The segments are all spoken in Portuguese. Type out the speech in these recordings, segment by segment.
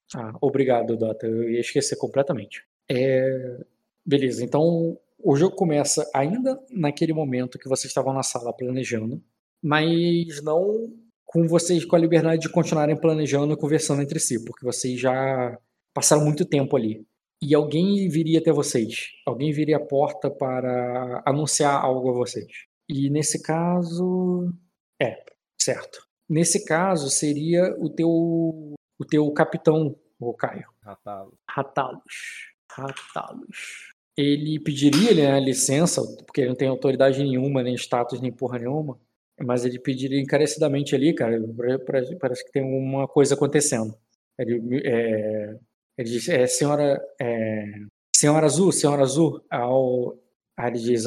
Obrigado, Dota. Eu ia esquecer completamente. Beleza, então o jogo começa ainda naquele momento que vocês estavam na sala planejando, mas não com vocês com a liberdade de continuarem planejando e conversando entre si, porque vocês já passaram muito tempo ali. E alguém viria até vocês. Alguém viria à porta para anunciar algo a vocês. E nesse caso. Certo. Nesse caso, seria o teu capitão, o Caio. Ratalos. Ele pediria, né, licença, porque ele não tem autoridade nenhuma, nem status, nem porra nenhuma. Mas ele pediria encarecidamente ali, cara, parece que tem alguma coisa acontecendo. Ele diz, senhora Azul, aí ele diz,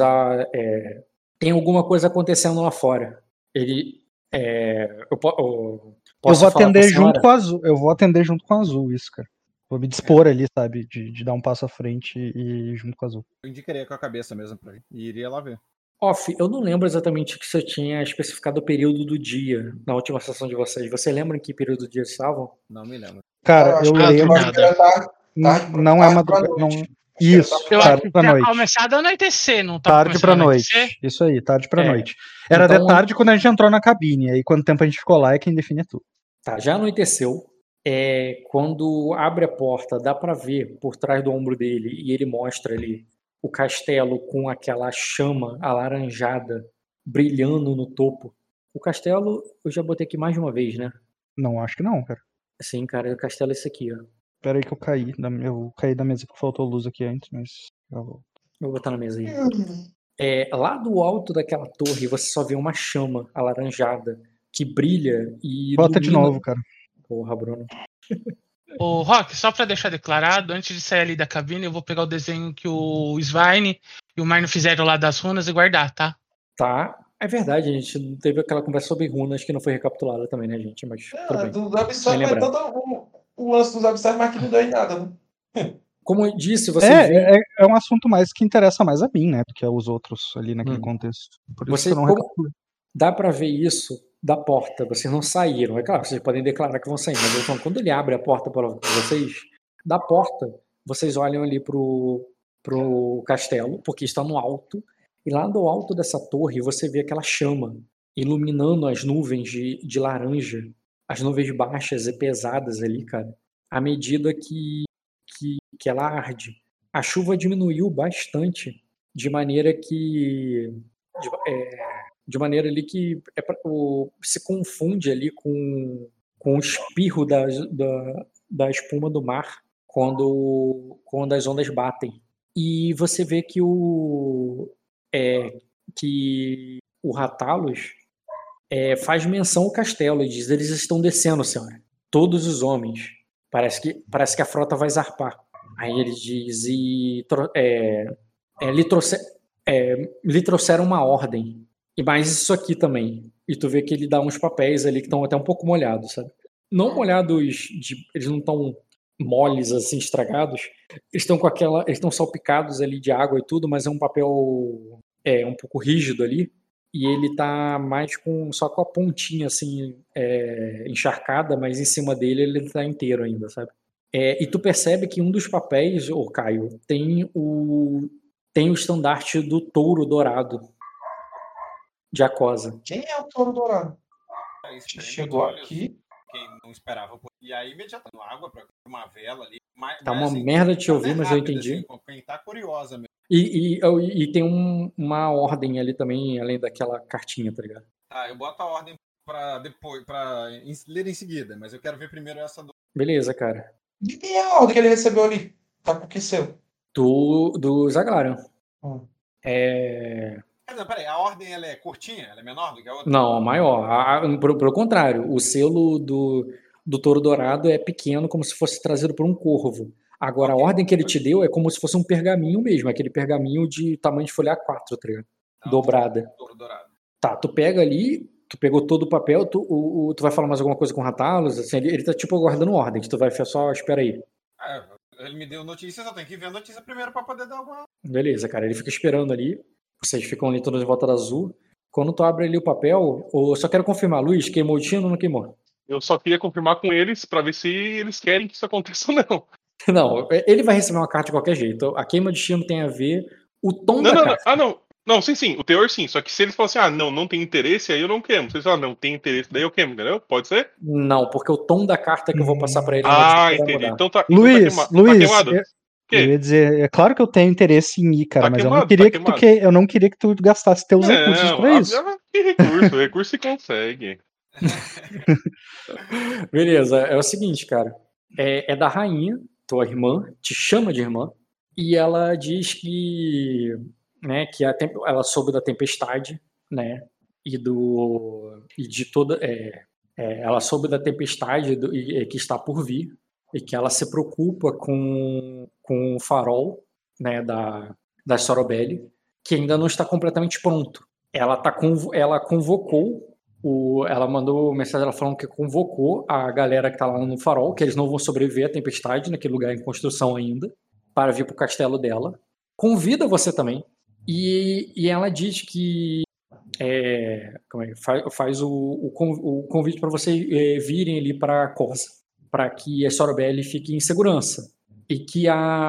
tem alguma coisa acontecendo lá fora. Ele, eu posso vou falar atender com a senhora? junto com a Azul. Eu vou atender junto com a Azul, isso, cara. Vou me dispor ali, sabe, de dar um passo à frente e ir junto com a Azul. Eu indicaria com a cabeça mesmo pra ele. E iria lá ver. Eu não lembro exatamente que você tinha especificado o período do dia na última sessão de vocês. Você lembra em que período do dia estavam? Não me lembro. Cara, eu lembro. Não é madrugada. Não... Isso, Eu acho tarde que pra tinha noite. começado a anoitecer, não tá? Tarde pra noite. Isso aí, tarde pra noite. Era Então, de tarde quando a gente entrou na cabine. Aí quanto tempo a gente ficou lá é quem define tudo. Tá, já anoiteceu. Quando abre a porta, dá pra ver por trás do ombro dele e ele mostra ali o castelo com aquela chama alaranjada brilhando no topo. O castelo, eu já botei aqui mais de uma vez, né? Não, acho que não, cara. Sim, cara, o castelo é esse aqui, ó. Pera aí que eu caí da mesa porque faltou luz aqui antes, mas eu vou. Vou botar na mesa aí. Lá do alto daquela torre você só vê uma chama alaranjada que brilha e Bota de ilumina... novo, cara. Porra, Bruno. Ô, Rock, só pra deixar declarado, antes de sair ali da cabine, eu vou pegar o desenho que o Svine e o Marno fizeram lá das runas e guardar, tá? Tá. É verdade, a gente não teve aquela conversa sobre runas que não foi recapitulada também, né, gente? Mas tudo bem. Do Absurd, mas todo o lance dos Absurd, mas que não deu em nada, né? Como eu disse, você vê... É um assunto mais que interessa mais a mim, né? Do que aos outros ali naquele contexto. Por isso que eu não recapitulei. Dá pra ver isso da porta. Vocês não saíram. É claro, vocês podem declarar que vão sair, mas então, quando ele abre a porta para vocês, da porta, vocês olham ali pro castelo, porque está no alto. E lá do alto dessa torre, você vê aquela chama iluminando as nuvens de laranja, as nuvens baixas e pesadas ali, cara, à medida que ela arde. A chuva diminuiu bastante, de maneira que se confunde ali com o espirro da espuma do mar quando as ondas batem. E você vê que o Ratalos faz menção ao castelo e diz: eles estão descendo, senhora. Todos os homens. Parece que a frota vai zarpar. Aí ele diz: lhe trouxeram uma ordem. E mais isso aqui também. E tu vê que ele dá uns papéis ali que estão até um pouco molhados, sabe? Não molhados, eles não estão moles, assim, estragados. Eles estão salpicados ali de água e tudo, mas é um papel um pouco rígido ali. E ele tá mais só com a pontinha, assim, encharcada, mas em cima dele ele tá inteiro ainda, sabe? E tu percebe que um dos papéis, Caio, tem o estandarte do touro dourado de Acosa. Quem é o touro dourado? Chegou aqui. Quem não esperava. E aí, imediatamente, água pra uma vela ali. Tá uma merda de te ouvir, mas eu entendi. Assim, quem tá curiosa mesmo. E tem uma ordem ali também, além daquela cartinha, tá ligado? Eu boto a ordem pra ler em seguida, mas eu quero ver primeiro essa do... Beleza, cara. De quem é a ordem que ele recebeu ali? Tá com o que seu? Do Zaglarian. Não, peraí, a ordem ela é curtinha? Ela é menor do que a outra? Não, maior. Pelo contrário, o selo do Touro Dourado é pequeno, como se fosse trazido por um corvo. Agora, a ordem que ele te deu é como se fosse um pergaminho mesmo, aquele pergaminho de tamanho de folha A4, tá ligado? Dobrada. Touro Dourado. Tá, tu pega ali, tu pegou todo o papel, tu vai falar mais alguma coisa com o Ratalos? Assim, ele tá tipo aguardando ordem, que tu vai só, espera aí. Ele me deu notícias, eu tenho que ver a notícia primeiro pra poder dar alguma... Beleza, cara, ele fica esperando ali, vocês ficam ali todos em volta da Azul. Quando tu abre ali o papel, eu só quero confirmar, Luiz, queimou o tino ou não queimou? Eu só queria confirmar com eles pra ver se eles querem que isso aconteça ou não. Não, ele vai receber uma carta de qualquer jeito. A queima de destino tem a ver o tom Não, da não, não. carta. Ah, não. Não, sim. O teor sim. Só que se eles falam assim, não tem interesse, aí eu não queimo. Se eles falam, não tem interesse, daí eu queimo, entendeu? Pode ser? Não, porque o tom da carta que eu vou passar pra ele vai Entendi. mudar. Então tá Luiz, tá queimado? eu ia dizer, é claro que eu tenho interesse em ir, cara, Tá mas queimado, eu não queria que tu gastasse teus recursos pra isso. Que recurso? Recurso se consegue. Beleza, é o seguinte, cara. É da rainha, tua irmã, te chama de irmã, e ela diz que, né, que ela soube da tempestade, né, e de toda, ela soube da tempestade que está por vir, e que ela se preocupa com o farol, né, da Sorobelli, que ainda não está completamente pronto. Ela convocou ela mandou mensagem falando que convocou a galera que tá lá no farol, que eles não vão sobreviver à tempestade, naquele lugar em construção ainda, para vir pro castelo dela. Convida você também. E ela diz que faz o convite para vocês virem ali para Cosa, para que a Sorobelli fique em segurança. E que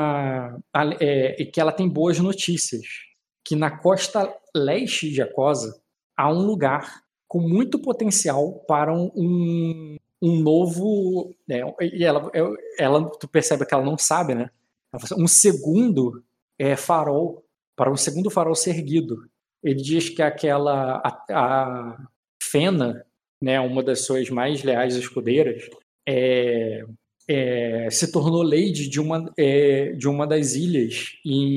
ela tem boas notícias. Que na costa leste de Acosa há um lugar com muito potencial para um novo... e ela, tu percebe que ela não sabe, né? Um segundo farol, para um segundo farol ser erguido. Ele diz que a Fena, né, uma das suas mais leais escudeiras, se tornou lady de uma das ilhas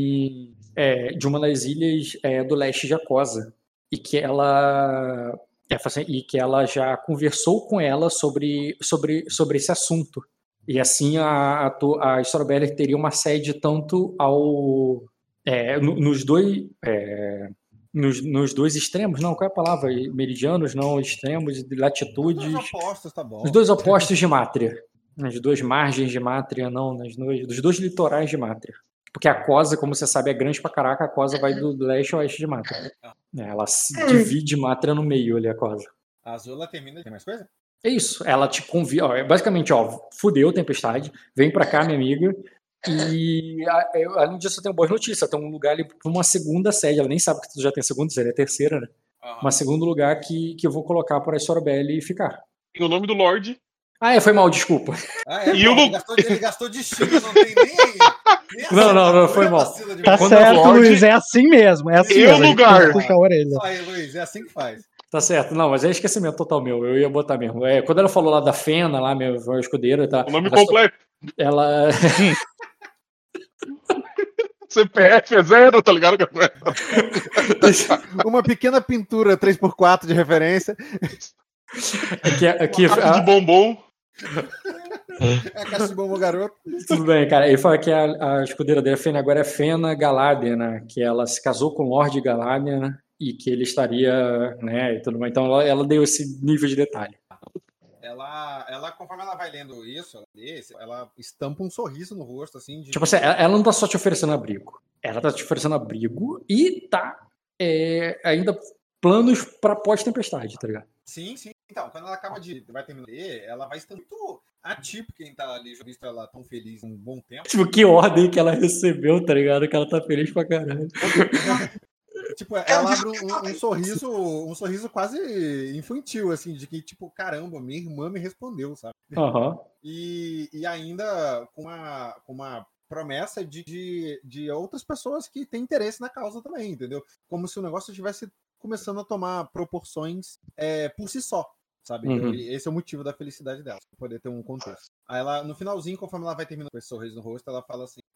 do leste de Acosa, e que ela já conversou com ela sobre esse assunto. E assim a Sorobelli teria uma sede tanto nos dois extremos, não, qual é a palavra? Meridianos, não, extremos, latitudes. Os dois opostos, tá bom. Os dois opostos de Mátria. Nas duas margens de Mátria, não, dos dois litorais de Mátria. Porque a Cosa, como você sabe, é grande pra caraca, a Cosa vai do leste ao oeste de Mátria. Ela se divide Mátria no meio ali, a Cosa. A Azula termina, tem mais coisa? É isso, ela te convida, basicamente, fudeu tempestade, vem pra cá, minha amiga, e além disso eu tenho boas notícias, tem um lugar ali pra uma segunda sede, ela nem sabe que tu já tem segunda, seria a terceira, né? Uma segundo lugar que eu vou colocar para a Sorobelli ficar. Tem o nome do Lorde. Foi mal, desculpa. Ele gastou destino, não tem nem não, foi mal. Tá certo, Luiz, é assim mesmo. É assim mesmo. Lugar. Isso aí, Luiz, é assim que faz. Tá certo, não, mas é esquecimento total meu, eu ia botar mesmo. Quando ela falou lá da Fena, lá, minha escudeira, tá? O nome completo. Ela. CPF é 0, tá ligado? Uma pequena pintura 3x4 de referência. De bombom. É a caixa de bombom, garoto. Tudo bem, cara. Ele fala que a escudeira dele, a Fena, agora é Fena Galadriel, né? Que ela se casou com o Lorde Galadriel, né? E que ele estaria, né? E tudo mais. Então ela deu esse nível de detalhe. Ela, conforme ela vai lendo isso, ela estampa um sorriso no rosto, assim. Tipo assim, ela não tá só te oferecendo abrigo. Ela tá te oferecendo abrigo e tá ainda planos pra pós-tempestade, tá ligado? Sim. Então, quando ela vai terminar, ela vai estar muito atípica quem tá ali, já visto ela tão feliz um bom tempo. Tipo, que ordem que ela recebeu, tá ligado? Que ela tá feliz pra caralho. Tipo, ela abre um sorriso quase infantil, assim, de que, tipo, caramba, minha irmã me respondeu, sabe? Uhum. E ainda com uma promessa de outras pessoas que têm interesse na causa também, entendeu? Como se o negócio estivesse começando a tomar proporções por si só, sabe? Então, esse é o motivo da felicidade dela, pra poder ter um contexto. Aí ela, no finalzinho, conforme ela vai terminando com esse sorriso no rosto, ela fala assim,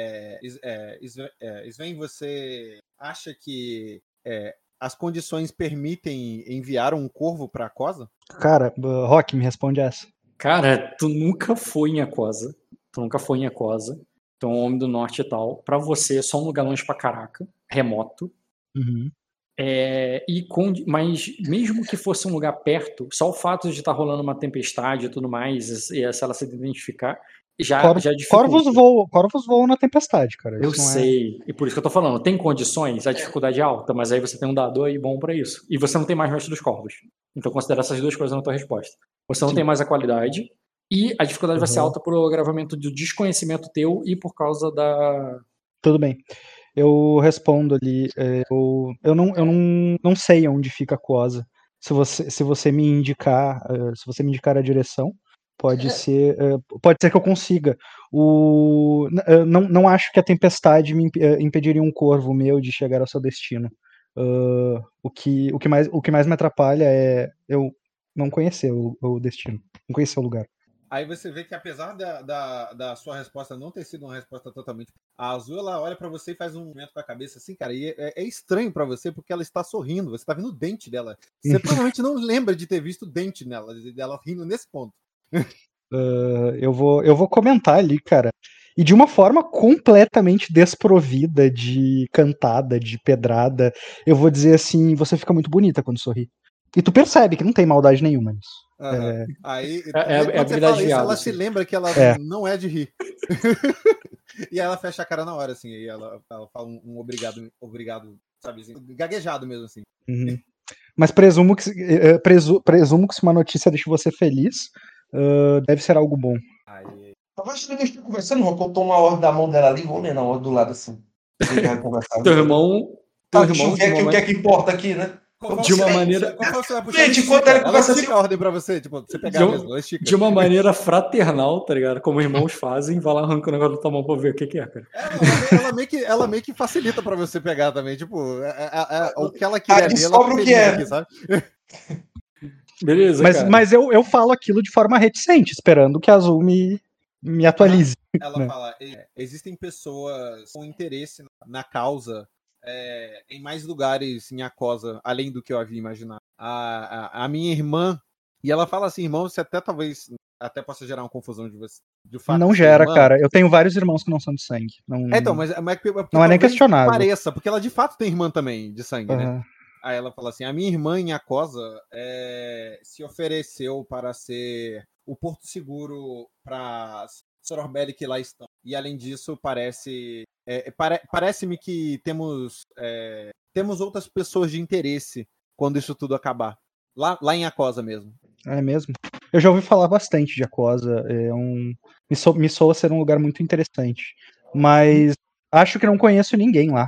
Sven, você acha que as condições permitem enviar um corvo pra Cosa? Cara, Rock, me responde essa. Cara, tu nunca foi em Acosa. Tu é um homem do norte e tal. Pra você, é só um lugar longe pra caraca, remoto. Uhum. Mas mesmo que fosse um lugar perto, só o fato de estar rolando uma tempestade e tudo mais, e se ela se identificar, já dificulta. Corvos voam na tempestade, cara. Eu sei, e por isso que eu tô falando, tem condições, a dificuldade é alta, mas aí você tem um dador aí bom pra isso. E você não tem mais o resto dos corvos. Então considera essas duas coisas na tua resposta. Você não tem mais a qualidade e a dificuldade vai ser alta por agravamento do desconhecimento teu e por causa da... Tudo bem. Eu respondo ali. Eu não sei onde fica a Quosa. Se você me indicar, se você me indicar a direção, pode ser que eu consiga. Não acho que a tempestade me impediria um corvo meu de chegar ao seu destino. O que mais me atrapalha é eu não conhecer o destino, não conhecer o lugar. Aí você vê que apesar da sua resposta não ter sido uma resposta totalmente... A Azul, ela olha pra você e faz um movimento com a cabeça assim, cara, e é estranho pra você porque ela está sorrindo, você tá vendo o dente dela. Você provavelmente não lembra de ter visto o dente nela, dela rindo nesse ponto. Eu vou comentar ali, cara. E de uma forma completamente desprovida de cantada, de pedrada, eu vou dizer assim, você fica muito bonita quando sorri. E tu percebe que não tem maldade nenhuma nisso. Aí, quando você fala isso, ela se lembra que ela não é de rir. E ela fecha a cara na hora, assim, aí ela fala um obrigado, sabe, assim, gaguejado mesmo, assim. Uhum. Mas presumo que se uma notícia deixa você feliz, deve ser algo bom. Talvez eles estejam conversando, eu tomo uma ordem da mão dela ali, vou ler na ordem do lado assim. Teu irmão o que é que importa aqui, né? De uma maneira... Gente, enquanto ele conversa assim... a ordem pra você, tipo, você pegar mesmo, ela estica. De uma maneira fraternal, tá ligado? Como irmãos fazem, vai lá arranca o negócio da tua mão pra ver o que é, cara. Ela meio que facilita pra você pegar também, tipo, o que ela queria ali, ela o que é, aqui, sabe? Beleza, mas eu falo aquilo de forma reticente, esperando que a Azul me atualize. Ela fala, existem pessoas com interesse na causa em mais lugares em Acosa, além do que eu havia imaginado. A minha irmã, e ela fala assim, irmão, você talvez possa gerar uma confusão de você. De fato, não gera, cara. Eu tenho vários irmãos que não são de sangue. Então, mas não é nem questionável. Pareça, porque ela de fato tem irmã também de sangue, né? Aí ela fala assim, a minha irmã em Acosa se ofereceu para ser o porto seguro para Sororbelli que lá estão. E além disso, parece-me que temos outras pessoas de interesse quando isso tudo acabar. Lá em Acosa mesmo. É mesmo? Eu já ouvi falar bastante de Acosa. Me soa ser um lugar muito interessante. Mas acho que não conheço ninguém lá.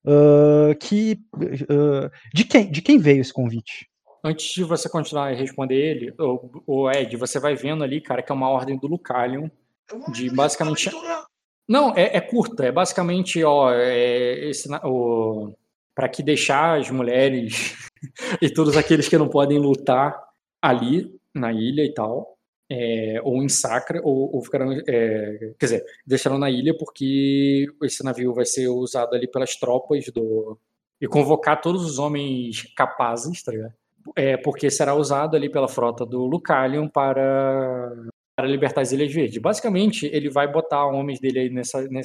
De quem veio esse convite? Antes de você continuar a responder ele, o Ed, você vai vendo ali, cara, que é uma ordem do Lucalion de basicamente... Não, é curta, é basicamente, para que deixar as mulheres e todos aqueles que não podem lutar ali na ilha e tal, ou em Sacra, ou ficarão, quer dizer, deixaram na ilha porque esse navio vai ser usado ali pelas tropas e convocar todos os homens capazes, tá ligado? Porque será usado ali pela frota do Lucalion para libertar as Ilhas Verdes. Basicamente, ele vai botar homens dele aí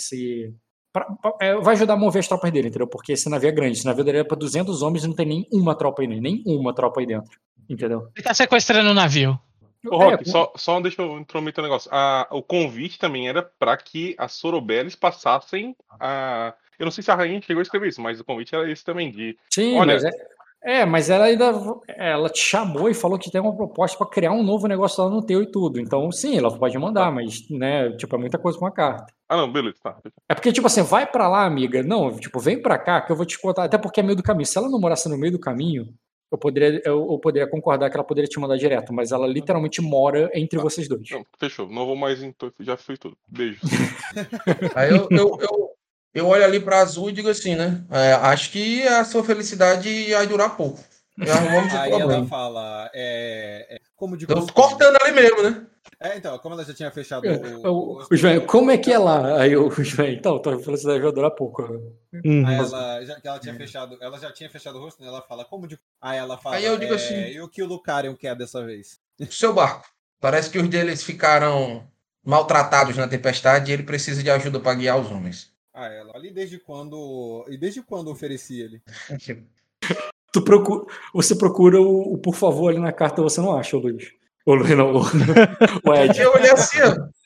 vai ajudar a mover as tropas dele, entendeu? Porque esse navio é grande. Esse navio dele é para 200 homens e não tem nenhuma tropa aí, nenhuma tropa aí dentro, entendeu? Ele tá sequestrando o navio. Ô, Rock, só deixa eu intrometer um negócio. O convite também era para que as Sorobelles passassem a... Eu não sei se a rainha chegou a escrever isso, mas o convite era esse também, de... Sim, olha, mas ela te chamou e falou que tem uma proposta para criar um novo negócio lá no teu e tudo. Então, sim, ela pode mandar, mas, né, tipo, é muita coisa com a carta. Não, beleza, tá. É porque, tipo assim, vai pra lá, amiga. Não, tipo, vem pra cá que eu vou te contar. Até porque é meio do caminho. Se ela não morasse no meio do caminho, eu poderia concordar que ela poderia te mandar direto, mas ela literalmente mora entre vocês dois. Não, fechou. Não vou mais, já fui tudo. Beijo. Aí eu olho ali pra Azul e digo assim, né? Acho que a sua felicidade vai durar pouco. Já arrumamos o problema. Ela fala, como de costume. Eu tô cortando ali mesmo, né? Então, como ela já tinha fechado o João, como é que é lá? Aí o João, então, tua felicidade vai durar pouco. Aí ela já tinha fechado o rosto, né? Ela fala, como de... Aí ela fala, aí eu digo assim, e o que o Lucarion quer dessa vez? O seu barco. Parece que os deles ficaram maltratados na tempestade e ele precisa de ajuda para guiar os homens. Ela ali desde quando ofereci ele? Você procura o por favor ali na carta, você não acha, Luiz? O Ed. Eu olhei assim,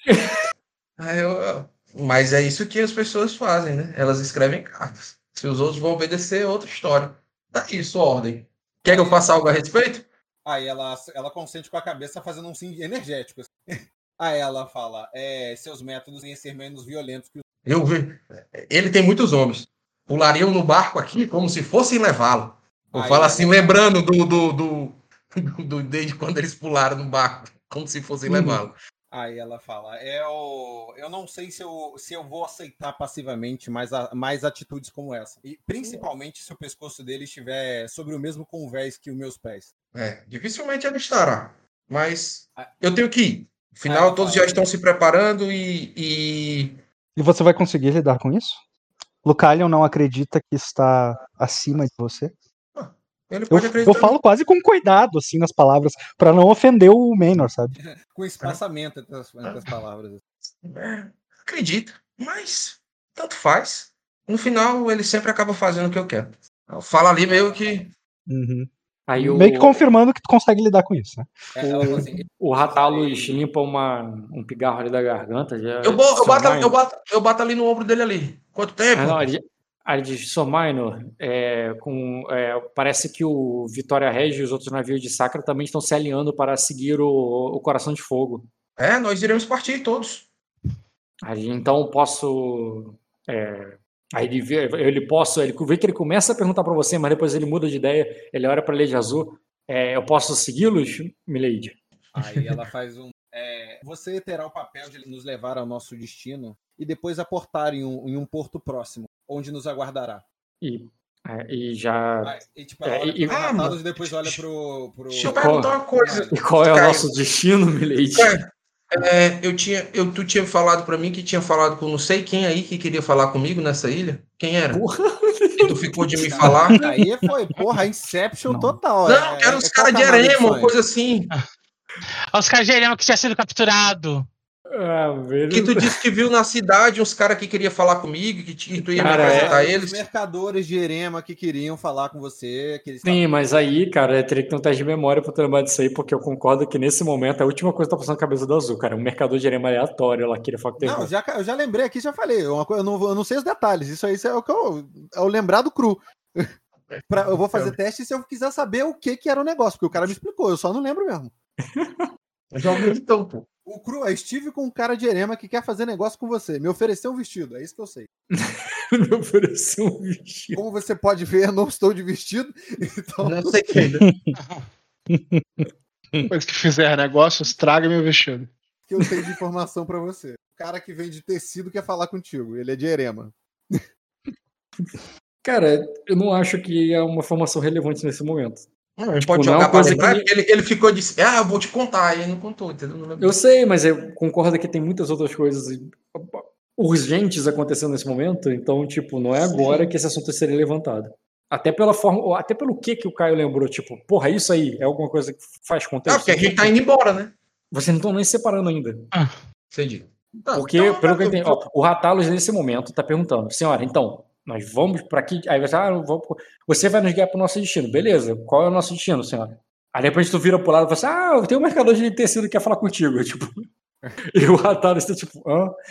mas é isso que as pessoas fazem, né? Elas escrevem cartas. Se os outros vão obedecer, é outra história. Tá isso, ordem. Quer que eu faça algo a respeito? Aí ela consente com a cabeça fazendo um sim energético. Assim. Aí ela fala, seus métodos iam ser menos violentos que os... Eu vi. Ele tem muitos homens. Pulariam no barco aqui como se fossem levá-lo. Eu Aí falo ela assim, fala, lembrando desde quando eles pularam no barco, como se fossem levá-lo. Aí ela fala, eu não sei se eu vou aceitar passivamente mais atitudes como essa. E principalmente se o pescoço dele estiver sobre o mesmo convés que os meus pés. Dificilmente ele estará. Mas eu tenho que ir. Afinal, ela todos fala, já estão se preparando e E você vai conseguir lidar com isso? Lucalion não acredita que está acima de você? ele pode Eu acreditar. falo quase com cuidado, assim, nas palavras, pra não ofender o Menor, sabe? com espaçamento entre as palavras. Acredita, mas tanto faz. No final, ele sempre acaba fazendo o que eu quero. Fala ali meio que... Uhum. Aí Meio que confirmando que tu consegue lidar com isso, né? Ela fala assim, o Ratalos limpa um pigarro ali da garganta. Eu bato ali no ombro dele ali. Quanto tempo? Aí ele diz, Sr. Minor, parece que o Vitória Regia e os outros navios de Sacra também estão se alinhando para seguir o Coração de Fogo. Nós iremos partir todos. Aí, então posso... Aí ele vê que ele começa a perguntar para você, mas depois ele muda de ideia, ele olha para a Lady Azul. Eu posso segui-los, Milady? Aí ela faz você terá o papel de nos levar ao nosso destino e depois aportar em um porto próximo, onde nos aguardará. E já... ela olha pro Ratalos e depois olha pro... Deixa eu perguntar uma coisa. E qual é o nosso destino, Milady? Tu tinha falado pra mim que tinha falado com não sei quem aí que queria falar comigo nessa ilha. Quem era? E tu ficou de me falar. Aí foi, Inception total. Não, era uns caras de Erema, uma coisa assim. Os caras de Erema que tinha sido capturado. Que tu disse que viu na cidade uns caras que queriam falar comigo, que tu ia me apresentar eles. Os mercadores de Erema que queriam falar com você. Sim, mas aí, cara, teria que ter um teste de memória pra tu lembrar disso aí, porque eu concordo que nesse momento a última coisa que tá passando na cabeça do Azul, cara, um mercador de Erema aleatório, ela queria falar com Não, eu já lembrei aqui, já falei. Eu não sei os detalhes, isso aí é o lembrado cru. Eu vou fazer teste se eu quiser saber o que era o negócio, porque o cara me explicou, eu só não lembro mesmo. Já ouvi então, pô. O cru, estive com um cara de Erema que quer fazer negócio com você. Me ofereceu um vestido, é isso que eu sei. Me ofereceu um vestido. Como você pode ver, eu não estou de vestido. Então... Não sei quem. Depois que fizer negócios, traga meu vestido. Que eu tenho de informação pra você. O cara que vende tecido quer falar contigo. Ele é de Erema. Cara, eu não acho que é uma formação relevante nesse momento. Não, tipo, pode jogar pra lembrar, ele ficou de... eu vou te contar, e ele não contou, entendeu? Eu sei, mas eu concordo que tem muitas outras coisas urgentes acontecendo nesse momento, então, tipo, não é agora que esse assunto seria levantado. Até pela forma, até pelo que o Caio lembrou, tipo, porra, isso aí é alguma coisa que faz contexto? Porque a gente tá indo embora, né? Vocês não estão nem se separando ainda. Entendi. Porque, pelo que eu entendi, o Ratalos nesse momento tá perguntando, senhora, então, nós vamos para aqui, aí você vai nos guiar para o nosso destino, beleza, qual é o nosso destino, senhora? Aí depois tu vira pro lado e fala assim, eu tenho um mercador de tecido que quer falar contigo, tipo, e o Ratalos tá tipo,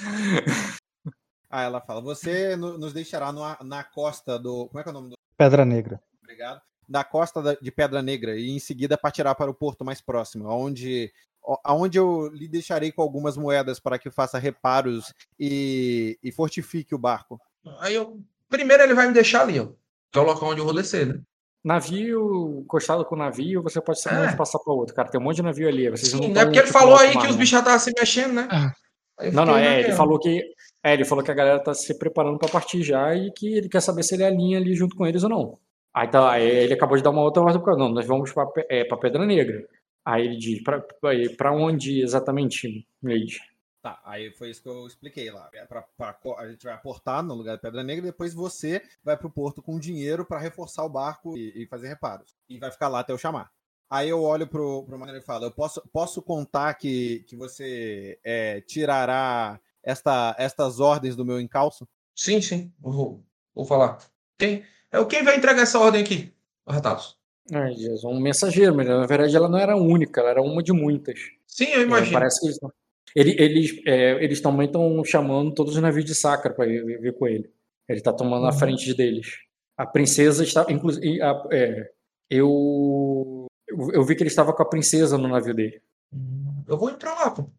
ela fala, você nos deixará na costa do, como é que é o nome do... Pedra Negra. Obrigado. Da costa de Pedra Negra e em seguida partirá para o porto mais próximo, onde eu lhe deixarei com algumas moedas para que faça reparos e fortifique o barco. Primeiro ele vai me deixar ali, ó. Que é o local onde eu vou descer, né? Navio, encostado com o navio, você pode simplesmente passar para outro, cara. Tem um monte de navio ali. Vocês Sim, não é porque ele falou aí que os bichos já estavam se mexendo, né? Ele falou que a galera tá se preparando para partir já e que ele quer saber se ele alinha ali junto com eles ou não. Aí ele acabou de dar uma outra ordem, não, nós vamos para Pedra Negra. Aí ele diz, para onde exatamente, Milady? Tá, aí foi isso que eu expliquei lá. A gente vai aportar no lugar de Pedra Negra e depois você vai pro porto com dinheiro para reforçar o barco e fazer reparos. E vai ficar lá até eu chamar. Aí eu olho pro Mano e falo, eu posso contar que você tirará estas ordens do meu encalço? Sim, vou falar. Quem vai entregar essa ordem aqui? Ratalos. Um mensageiro, mas na verdade ela não era única, ela era uma de muitas. Sim, eu imagino. Parece que eles também estão chamando todos os navios de Sacra para ver com ele. Ele está tomando a frente deles. A princesa está, inclusive, eu Eu vi que ele estava com a princesa no navio dele. Eu vou entrar lá, pô.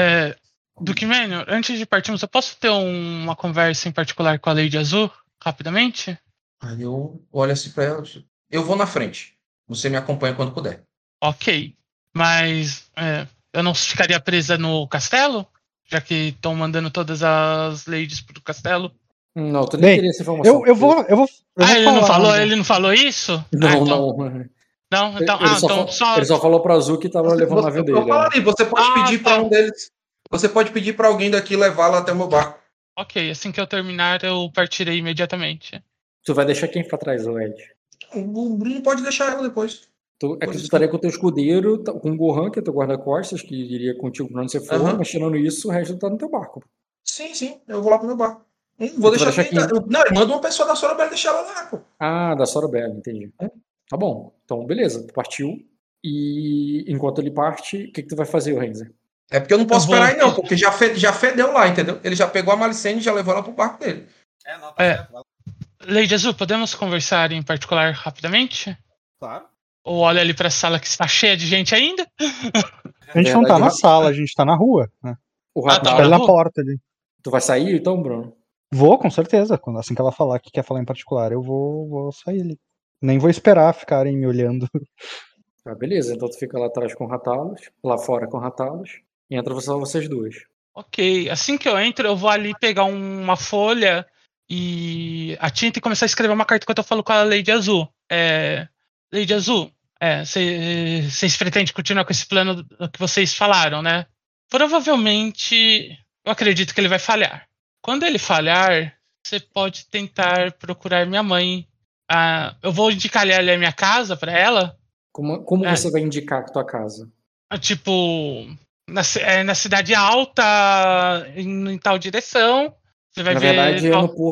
Duque Manor, antes de partirmos, eu posso ter uma conversa em particular com a Lady Azul, rapidamente? Aí eu olho assim pra ela. Eu vou na frente. Você me acompanha quando puder. Ok. Mas eu não ficaria presa no castelo? Já que estão mandando todas as ladies pro castelo? Não, tu nem queria essa informação. Eu vou Ele não falou isso? Não, então. não. Não, então. Ele só falou pro Azul que tava levando o navio dele. Você pode pedir pra um deles. Você pode pedir pra alguém daqui levá-la até o meu barco. Ok, assim que eu terminar, eu partirei imediatamente. Tu vai deixar quem pra trás, Ed? O Bruno pode deixar ela depois. Tu estaria com o teu escudeiro, com o Gohan, que é teu guarda-costas, que iria contigo pra onde você for, mas tirando isso, o resto tá no teu barco. Sim, eu vou lá pro meu barco. Vou deixar quem tá... Não, manda uma pessoa da Sorobel deixar ela lá, pô. Ah, da Sorobel, entendi. Tá bom, então beleza, tu partiu. E enquanto ele parte, o que tu vai fazer, Renzer? É porque eu não posso esperar aí não, porque já fedeu lá, entendeu? Ele já pegou a Malicene e já levou ela pro barco dele. Não, tá certo. Lady Azul, podemos conversar em particular rapidamente? Claro. Ou olha ali pra sala que está cheia de gente ainda? A gente não tá na sala, a gente tá na rua. Né? O Ratalo tá ali na porta ali. Tu vai sair então, Bruno? Vou, com certeza. Assim que ela falar que quer falar em particular, eu vou sair ali. Nem vou esperar ficarem me olhando. Tá, beleza, então tu fica lá atrás com o Ratalos, lá fora com o Ratalos, e entra só vocês duas. Ok, assim que eu entro, eu vou ali pegar uma folha e a tinta e começar a escrever uma carta enquanto eu falo com a Lady Azul. Lady Azul, vocês pretendem continuar com esse plano que vocês falaram, né? Provavelmente, eu acredito que ele vai falhar. Quando ele falhar, você pode tentar procurar minha mãe. Eu vou indicar ali a minha casa pra ela. Como você vai indicar a tua casa? Tipo, na cidade alta, em tal direção. Você vai na ver. Verdade,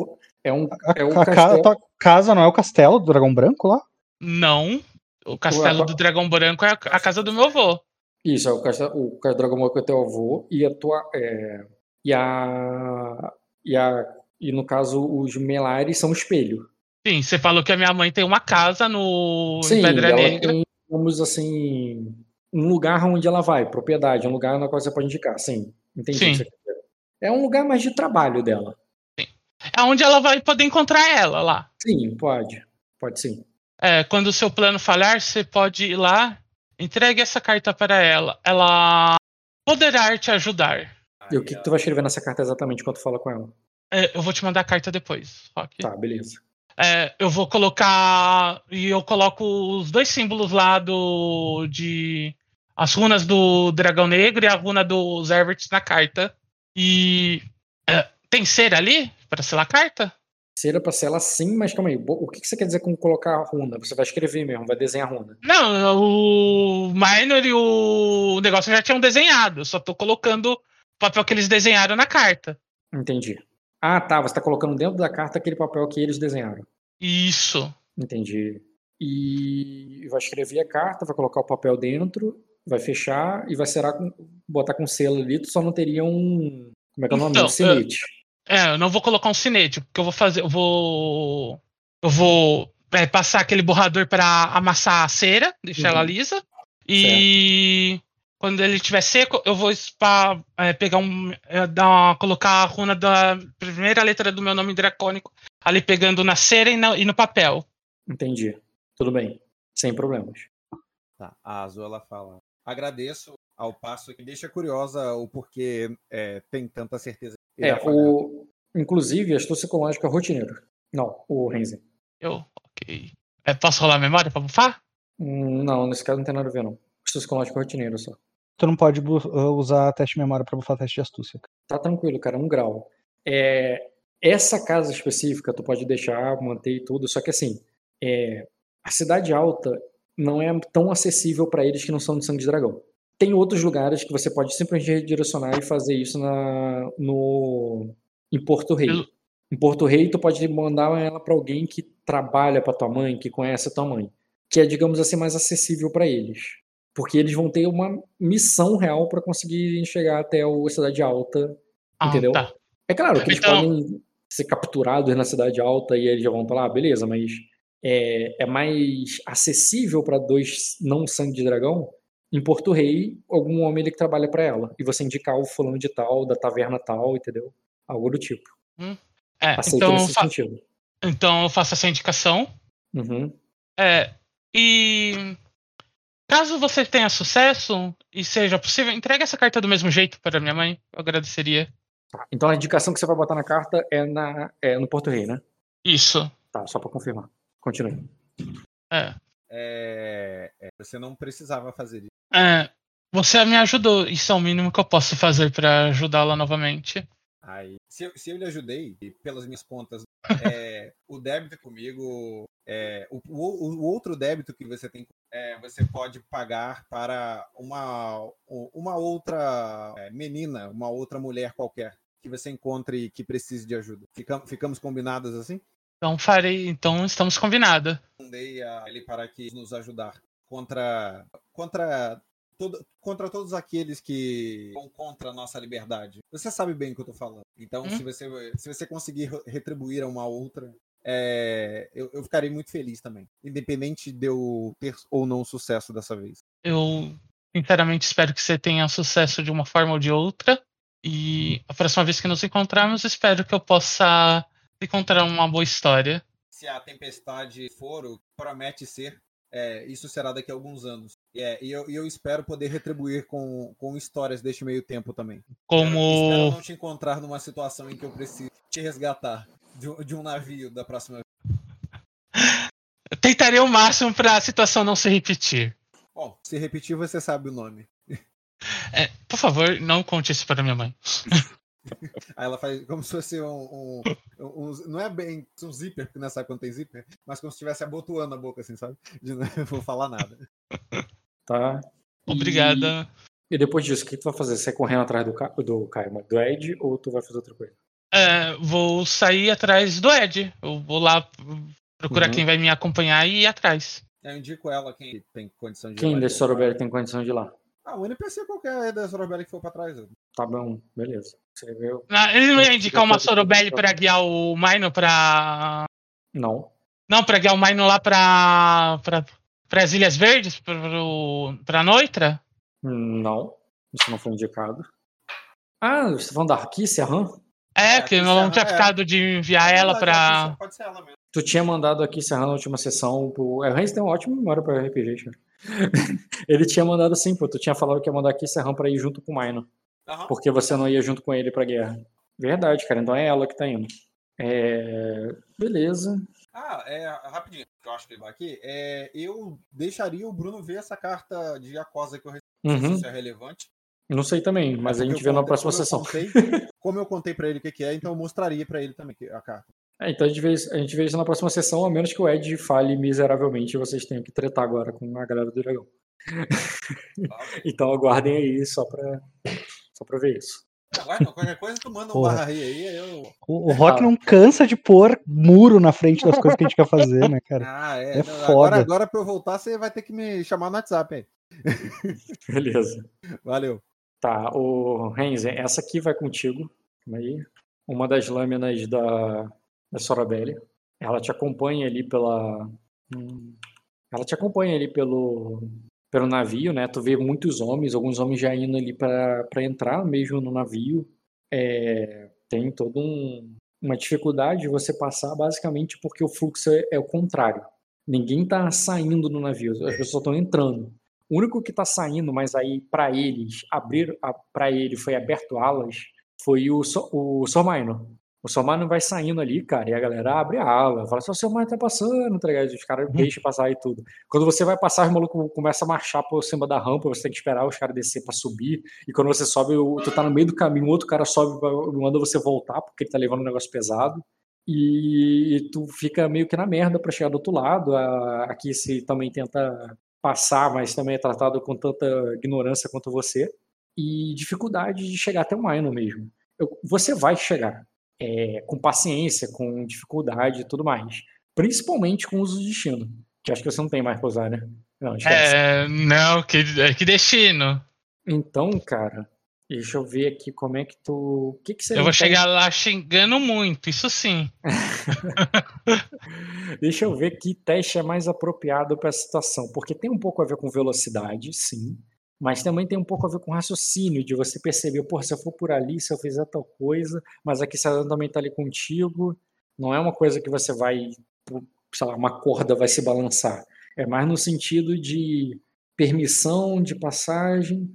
A tua casa não é o castelo do Dragão Branco lá? Não. O castelo do Dragão Branco é a casa do meu avô. Isso, o castelo do Dragão Branco é teu avô e a tua. E no caso, os Melares são o espelho. Sim, você falou que a minha mãe tem uma casa Sim, em Pedra Negra. Tem, vamos assim, um lugar onde ela vai, propriedade, um lugar na qual você pode indicar, sim. Entendi. Sim. O que você quer dizer. É um lugar mais de trabalho dela. Sim. É onde ela vai poder encontrar ela lá. Sim, pode. Pode sim. Quando o seu plano falhar, você pode ir lá, entregue essa carta para ela. Ela poderá te ajudar. E o que tu vai escrever nessa carta exatamente quando tu fala com ela? Eu vou te mandar a carta depois, Rock. Tá, beleza. Eu vou colocar. E eu coloco os dois símbolos lá as runas do Dragão Negro e a runa dos Everts na carta. E. Tem cera ali para selar a carta? Cera pra selar sim, mas calma aí. O que você quer dizer com colocar a runa? Você vai escrever mesmo, vai desenhar a runa. Não, o Minor e o negócio já tinham desenhado. Eu só tô colocando o papel que eles desenharam na carta. Entendi. Ah, tá. Você tá colocando dentro da carta aquele papel que eles desenharam. Isso. Entendi. E vai escrever a carta, vai colocar o papel dentro, vai fechar e vai botar com selo ali. Tu só não teria um... Como é que é o nome? Um sinete. Eu não vou colocar um sinete. Porque eu vou fazer... Eu vou passar aquele borrador para amassar a cera, deixar ela lisa. E... Certo. Quando ele estiver seco, eu vou colocar a runa da primeira letra do meu nome dracônico ali pegando na cera e no papel. Entendi. Tudo bem. Sem problemas. Tá. A Azul, ela fala: agradeço, ao passo que deixa curiosa o porquê tem tanta certeza. Inclusive, astúcia psicológica rotineiro. Não, o Renzen. Ok. Posso rolar a memória pra bufar? Não, nesse caso não tem nada a ver, não. Astúcia psicológica rotineiro só. Tu não pode usar teste de memória pra bufar teste de astúcia. Tá tranquilo, cara, 1 grau. Essa casa específica tu pode deixar, manter e tudo, só que assim, a cidade alta não é tão acessível pra eles que não são de sangue de dragão. Tem outros lugares que você pode simplesmente redirecionar e fazer isso em Porto Rei. Em Porto Rei tu pode mandar ela pra alguém que trabalha pra tua mãe, que conhece a tua mãe, que é, digamos assim, mais acessível pra eles. Porque eles vão ter uma missão real para conseguir chegar até a Cidade Alta, entendeu? Tá. É claro que eles podem ser capturados na Cidade Alta e eles já vão pra lá, beleza, mas é mais acessível para 2 não sangue de dragão, em Porto Rei, algum homem ali que trabalha para ela. E você indicar o fulano de tal, da taverna tal, entendeu? Algo do tipo. Aceito nesse sentido. Então eu faço essa indicação. Uhum. E caso você tenha sucesso e seja possível, entregue essa carta do mesmo jeito para minha mãe. Eu agradeceria. Tá. Então a indicação que você vai botar na carta é no Porto Rei, né? Isso. Tá, só para confirmar. Continue. Você não precisava fazer isso. Você me ajudou. Isso é o mínimo que eu posso fazer para ajudá-la novamente. Aí, se eu lhe ajudei, pelas minhas contas, o débito comigo, o outro débito que você tem, você pode pagar para uma outra menina, uma outra mulher qualquer que você encontre que precise de ajuda. Ficamos combinadas assim? Então estamos combinados. Mandei a ele para que nos ajudar contra todos aqueles que vão contra a nossa liberdade. Você sabe bem o que eu tô falando. Então, se você conseguir retribuir a uma outra, eu ficarei muito feliz também. Independente de eu ter ou não sucesso dessa vez. Eu, sinceramente, espero que você tenha sucesso de uma forma ou de outra. E a próxima vez que nos encontrarmos, espero que eu possa encontrar uma boa história. Se a tempestade for o que promete ser, isso será daqui a alguns anos. E eu espero poder retribuir com histórias deste meio tempo também. Espero não te encontrar numa situação em que eu preciso te resgatar de um navio da próxima vez. Eu tentarei o máximo para a situação não se repetir. Bom, se repetir, você sabe o nome. Por favor, não conte isso para minha mãe. Aí ela faz como se fosse não é bem um zíper, porque não sabe quando tem zíper, mas como se estivesse abotoando a boca, assim, sabe? Não vou falar nada. Tá. Obrigada. E depois disso, o que tu vai fazer? Você correndo atrás do Ed, ou tu vai fazer outra coisa? Vou sair atrás do Ed. Eu vou lá procurar quem vai me acompanhar e ir atrás. Eu indico ela quem tem condição de ir. Quem da Sorobelli tem condição de ir lá? O NPC qualquer da Sorobelli que for pra trás. Tá bom, beleza. Você viu? Ele não ia indicar uma Sorobelli pra guiar o Maino pra... Não. Não, pra guiar o Maino lá pras Ilhas Verdes, pra Noitra? Não, isso não foi indicado. Você tá falando da Arqui Serran? Que eu não tinha ficado de enviar ela pra... Pode ser ela mesmo. Tu tinha mandado aqui Serran na última sessão pro... O Reis tem uma ótima memória pra RPG, cara. Ele tinha mandado sim, pô. Tu tinha falado que ia mandar aqui Serran pra ir junto com o Maino. Porque você não ia junto com ele pra guerra. Verdade, cara. Então é ela que tá indo. Beleza. Rapidinho, que eu acho que ele vai aqui. Eu deixaria o Bruno ver essa carta de Acosa que eu recebi. Se isso é relevante. Não sei também, mas a gente vê na próxima sessão. Como eu contei pra ele o que é, então eu mostraria pra ele também a carta. Então a gente vê isso na próxima sessão, a menos que o Ed fale miseravelmente e vocês tenham que tretar agora com a galera do dragão. Então aguardem aí só pra ver isso. Qualquer coisa tu manda um barra aí. O Rock não cansa de pôr muro na frente das coisas que a gente quer fazer, né, cara? Foda. Agora pra eu voltar, você vai ter que me chamar no WhatsApp aí. Beleza. Valeu. Tá, o Renzen, essa aqui vai contigo. Aí. Uma das lâminas da Sorobelli. Ela te acompanha ali pelo navio, né? Tu vê muitos homens, alguns homens já indo ali para entrar mesmo no navio. Tem toda uma dificuldade de você passar, basicamente porque o fluxo é o contrário. Ninguém tá saindo do navio, as pessoas estão entrando. O único que tá saindo, mas aí para eles para ele foi aberto alas, foi o Sormaino. O Sormaino vai saindo ali, cara, e a galera abre a ala, fala assim, o Sormaino tá passando, tá ligado? Os caras deixam passar e tudo. Quando você vai passar, os malucos começam a marchar por cima da rampa, você tem que esperar os caras descer pra subir, e quando você sobe, tu tá no meio do caminho, o outro cara sobe e manda você voltar, porque ele tá levando um negócio pesado, e tu fica meio que na merda pra chegar do outro lado. Aqui se também tenta passar, mas também é tratado com tanta ignorância quanto você, e dificuldade de chegar até o Maino mesmo. Você vai chegar. Com paciência, com dificuldade e tudo mais. Principalmente com o uso de destino. Que acho que você não tem mais pra usar, né? Não, esquece. Não, que destino. Então, cara, Deixa eu ver aqui como é que tu. O que seria Eu vou um teste? chegar lá xingando muito, isso sim. Deixa eu ver que teste é mais apropriado para essa situação, porque tem um pouco a ver com velocidade, sim, mas também tem um pouco a ver com raciocínio, de você perceber, pô, se eu for por ali, se eu fizer tal coisa, mas aqui se ela também tá ali contigo, não é uma coisa que você vai, sei lá, uma corda vai se balançar. É mais no sentido de permissão de passagem,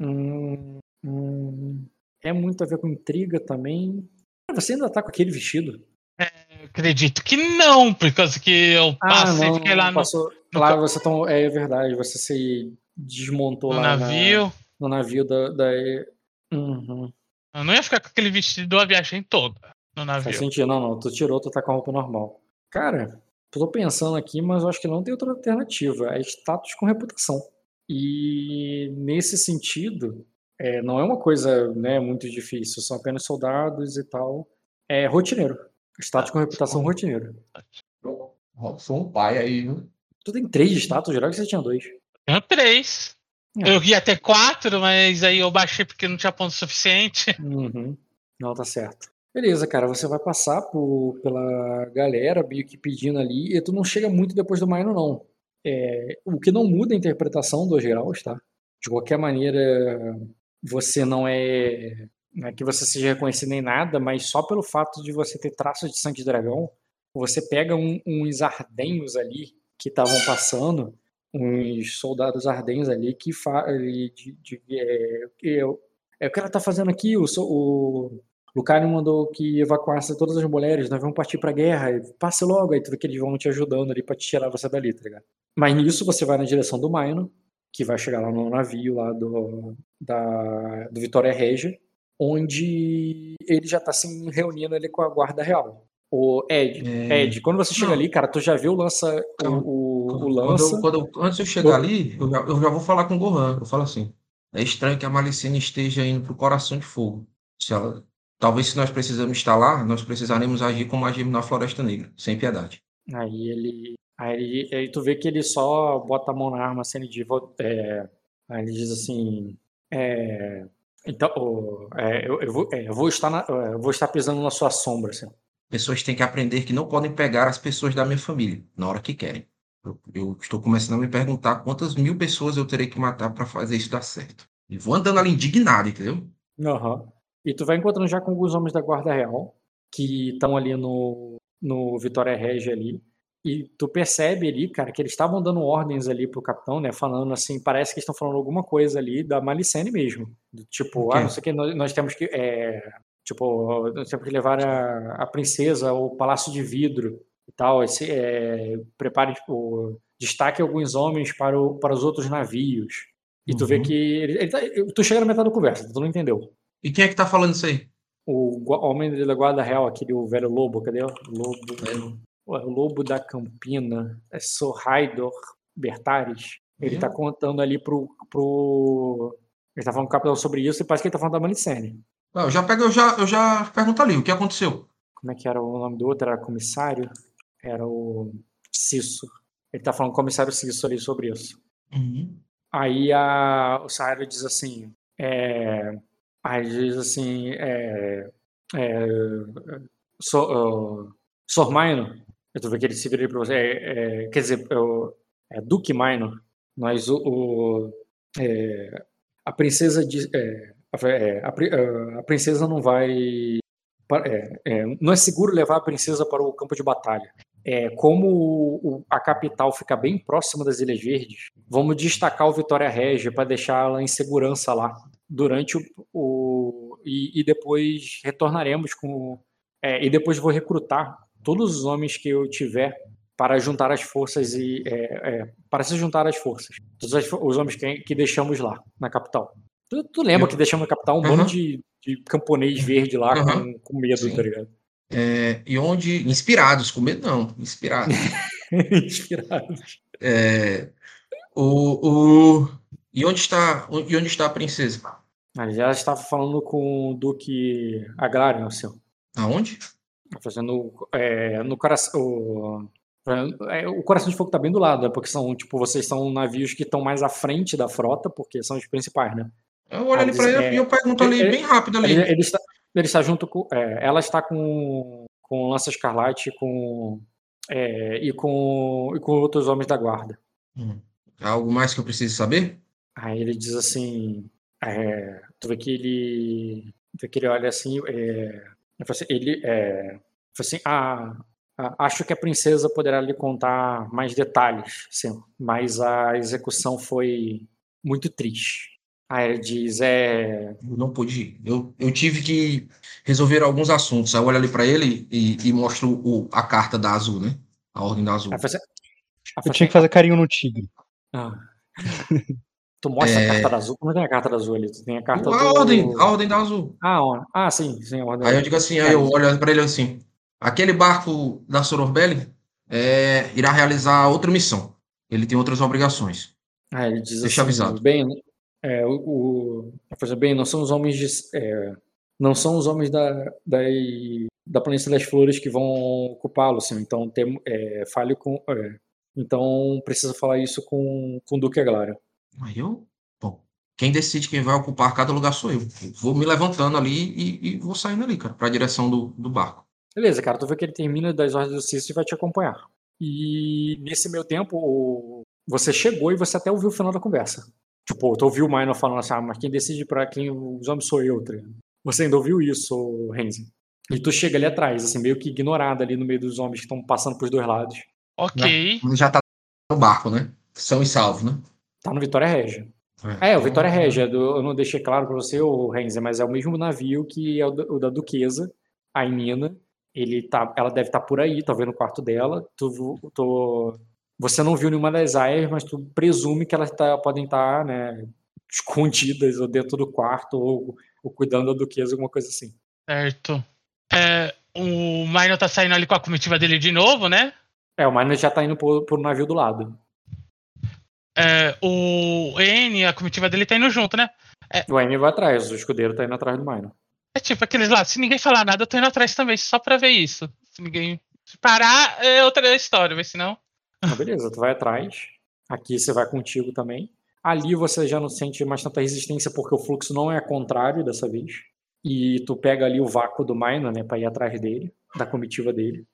é muito a ver com intriga também. Você ainda tá com aquele vestido? Eu acredito que não, por causa que eu passei, não, fiquei lá no, passou. Lá você tão. É verdade, você se desmontou no lá navio. no navio da. Uhum. Eu não ia ficar com aquele vestido a viagem toda no Faz navio. sentido, não. Tu tirou, tu tá com a roupa normal. Cara, tô pensando aqui, mas eu acho que não tem outra alternativa. É status com reputação. E nesse sentido, não é uma coisa, né, muito difícil. São apenas soldados e tal. É rotineiro. Status com reputação rotineiro. Eu sou um pai aí, viu? Tu tem 3 de status, geral que você tinha 2. Tenho 3. Eu ia ter 4, mas aí eu baixei porque não tinha ponto suficiente. Uhum. Não, tá certo. Beleza, cara, você vai passar pela galera meio que pedindo ali, e tu não chega muito depois do Maino, não. O que não muda a interpretação dos graus, tá? De qualquer maneira, você não é que você seja reconhecido nem nada, mas só pelo fato de você ter traços de sangue de dragão, você pega uns ardenhos ali que estavam passando, uns soldados ardenhos ali que o que ela tá fazendo aqui? O Lucario mandou que evacuasse todas as mulheres, nós vamos partir pra guerra, passe logo, aí tu vê que eles vão te ajudando ali pra te tirar você dali, tá ligado? Mas nisso você vai na direção do Maino, que vai chegar lá no navio lá do Vitória Regia, onde ele já tá se reunindo ali com a guarda real. O Ed, quando você chega ali, cara, tu já viu o lança. Antes de eu chegar ali, eu já vou falar com o Gohan. Eu falo assim: é estranho que a Malicene esteja indo pro Coração de Fogo. Talvez se nós precisamos estar lá, nós precisaremos agir como agimos na Floresta Negra, sem piedade. Aí tu vê que ele só bota a mão na arma assim, aí ele diz assim: então, eu vou estar pisando na sua sombra, assim. Pessoas têm que aprender que não podem pegar as pessoas da minha família na hora que querem. Eu estou começando a me perguntar quantas 1000 pessoas eu terei que matar para fazer isso dar certo. E vou andando ali indignado, entendeu? Uhum. E tu vai encontrando já com alguns homens da Guarda Real que estão ali no Vitória Regia ali. E tu percebe ali, cara, que eles estavam dando ordens ali pro capitão, né? Falando assim, parece que estão falando alguma coisa ali da Malicene mesmo. Tipo, não sei o que, nós temos que. Nós temos que levar a princesa ao Palácio de Vidro e tal. Prepare, destaque alguns homens para os outros navios. E tu vê que. Tu chega na metade da conversa, tu não entendeu. E quem é que tá falando isso aí? O homem da Guarda Real, aquele o velho lobo, cadê? O lobo da Campina, é Sorraidor Bertares. Ele tá contando ali ele tá falando com o capitão sobre isso e parece que ele tá falando da Malicene. Eu já pergunto ali, o que aconteceu? Como é que era o nome do outro? Era comissário? Era o Cisso. Ele tá falando com o comissário Cisso ali sobre isso. Uhum. Aí o Sorraidor diz assim, Sor-Maino, eu vê que ele se vira pra você, quer dizer, Duque Maino, nós a princesa a princesa não vai não é seguro levar a princesa para o campo de batalha. Como a capital fica bem próxima das Ilhas Verdes, vamos destacar o Vitória Regia para deixá-la em segurança lá durante e depois retornaremos com e depois vou recrutar todos os homens que eu tiver para juntar as forças para se juntar às forças, todos os homens que deixamos lá na capital. Tu lembra que deixamos na capital um bando de camponês verde lá com medo, sim, tá ligado? E onde... Inspirados, com medo não, inspirados. Inspirados. E onde está a princesa? Já estava falando com o Duque Agrarian, seu. Aonde? Fazendo no coração. O Coração de Fogo tá bem do lado, né? Porque vocês são navios que estão mais à frente da frota, porque são os principais, né? Eu olho Aí ali diz, pra ele e eu pergunto ali bem rápido ali. ele está junto com. Ela está com o Lança Escarlate e com outros homens da guarda. Algo mais que eu preciso saber? Aí ele diz assim. Tu vê que ele olha assim. Ele fala assim: acho que a princesa poderá lhe contar mais detalhes, sim, mas a execução foi muito triste. Aí ele diz: Eu não pude ir. Eu tive que resolver alguns assuntos. Aí eu olho ali pra ele e mostro a carta da Azul, né? A Ordem da Azul. Eu tinha que fazer carinho no tigre. Tu mostra a carta da Azul? Como tem a carta da Azul ali? Tu tem a carta A Ordem da Azul. Sim, a Ordem. Aí eu digo assim, aí eu olho pra ele assim, aquele barco da Sororbelli irá realizar outra missão. Ele tem outras obrigações. Aí ele diz Deixa assim, avisado. bem, não são os homens não são os homens da Planície das Flores que vão ocupá-lo, assim, então fale com, então precisa falar isso com o Duque Aglário. Aí bom, quem decide quem vai ocupar cada lugar sou eu. Eu vou me levantando ali e vou saindo ali, cara, pra direção do barco. Beleza, cara, tu vê que ele termina das ordens do Cício e vai te acompanhar. E nesse meio tempo, você chegou e você até ouviu o final da conversa. Tipo, tu ouviu o Minor falando assim, mas quem decide pra quem os homens sou eu, tá ligado? Você ainda ouviu isso, Renzi? E tu chega ali atrás, assim, meio que ignorado ali no meio dos homens que estão passando pros dois lados. Ok. Já tá no barco, né? São e salvo, né? Tá no Vitória Régia. O Vitória Régia, eu não deixei claro pra você, Renzi, mas é o mesmo navio que é o da Duquesa, a Nina. Ela deve estar por aí, talvez no quarto dela. Você não viu nenhuma das aias, mas tu presume que elas podem estar, né, escondidas ou dentro do quarto ou cuidando da Duquesa, alguma coisa assim. Certo. O Minor tá saindo ali com a comitiva dele de novo, né? O Minor já tá indo pro navio do lado. O N, a comitiva dele tá indo junto, né? O N vai atrás, o escudeiro tá indo atrás do Minor. É tipo aqueles lá, se ninguém falar nada, eu tô indo atrás também, só pra ver isso. Se parar, é outra história, mas senão... Então, beleza, tu vai atrás. Aqui você vai contigo também. Ali você já não sente mais tanta resistência, porque o fluxo não é contrário dessa vez. E tu pega ali o vácuo do Minor, né, pra ir atrás dele, da comitiva dele.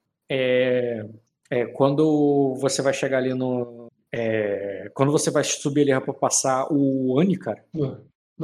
Quando você vai chegar ali quando você vai subir ali pra passar o Ani, cara. O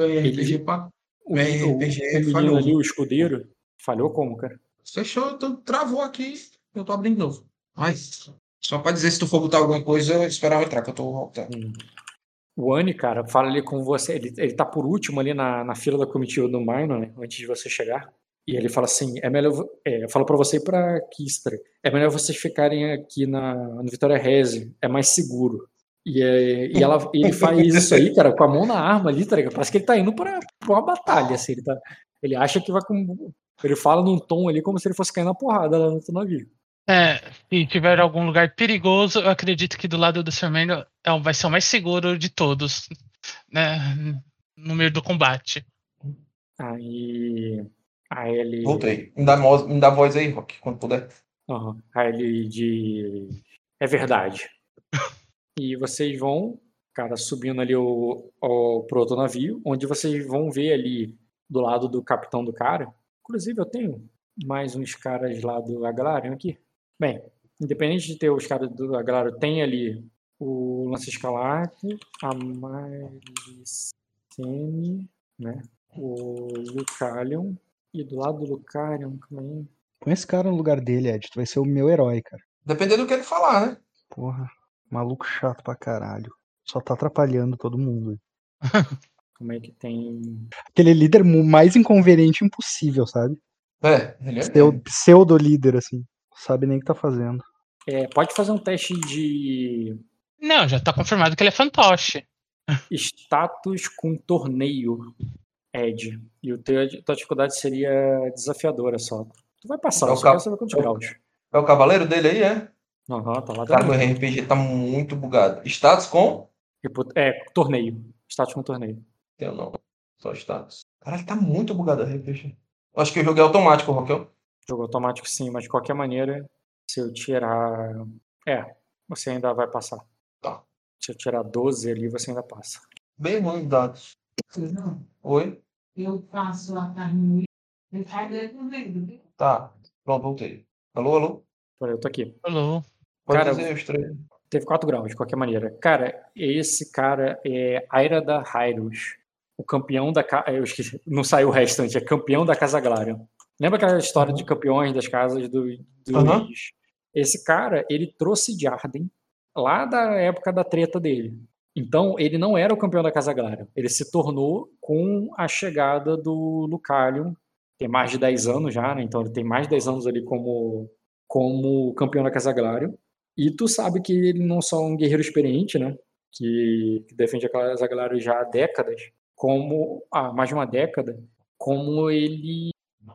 menino ali, o escudeiro, falhou como, cara? Fechou, travou aqui. Eu tô abrindo de novo. Mas, só pra dizer se tu for botar alguma coisa, eu esperava entrar, que eu tô voltando. O Ani, cara, fala ali com você. Ele tá por último ali na fila da comitiva do Minor, né? Antes de você chegar. E ele fala assim: é melhor. Fala pra você e pra Kistra. É melhor vocês ficarem aqui no Vitória Reze. É mais seguro. E ele faz isso aí, cara, com a mão na arma ali, tá ligado? Parece que ele tá indo pra uma batalha, assim. Ele acha que vai com. Ele fala num tom ali como se ele fosse cair na porrada lá no navio. Se tiver algum lugar perigoso, eu acredito que do lado do Sr. Minor vai ser o mais seguro de todos, né? No meio do combate. Aí ele. Voltei. Me dá voz aí, Rock, quando puder. Aí ele diz: é verdade. E vocês vão, cara, subindo ali pro outro navio, onde vocês vão ver ali do lado do capitão do cara. Inclusive, eu tenho mais uns caras lá do Agrarian aqui. Bem, independente de ter os caras do Agrarian, tem ali o Lança Escarlate, a Malicene, né? O Lucalion. E do lado do Lucalion também. Põe esse cara no lugar dele, Ed. Tu vai ser o meu herói, cara. Dependendo do que ele falar, né? Porra, maluco chato pra caralho. Só tá atrapalhando todo mundo. Como é que tem... Aquele líder mais inconveniente impossível, sabe? Ele é pseudo-líder, assim. Não sabe nem o que tá fazendo. Pode fazer um teste de... Não, já tá confirmado que ele é fantoche. Status com torneio, Ed. E tua dificuldade seria desafiadora só. Tu vai passar, eu só quero saber quantos graus. É o cavaleiro dele aí, é? Tá lá Cara, dentro. meu RPG tá muito bugado. Status com? Torneio. Status com torneio. Eu não. Só status. Caralho, tá muito bugado o RPG. Eu acho que eu joguei automático, Raquel. Jogo automático sim, mas de qualquer maneira, se eu tirar... você ainda vai passar. Tá. Se eu tirar 12 ali, você ainda passa. Bem ruim dados. Oi? Eu faço a carne moída. Tá. Pronto, voltei. Alô? Eu tô aqui. Alô? Pode Cara, dizer os três. teve 4 graus, de qualquer maneira. Cara, esse cara é Aira da Hyros. O campeão da... Eu esqueci, não saiu o restante, é campeão da Casa Glarion. Lembra aquela história de campeões das casas dos... Esse cara, ele trouxe Jarden lá da época da treta dele. Então, ele não era o campeão da Casa Glarion. Ele se tornou com a chegada do Lucalion. Tem mais de 10 anos já, né? Então ele tem mais de 10 anos ali como campeão da Casa Glarion. E tu sabe que ele não só é um guerreiro experiente, né? Que defende a Casa Glarion já há décadas, há mais de uma década, como ele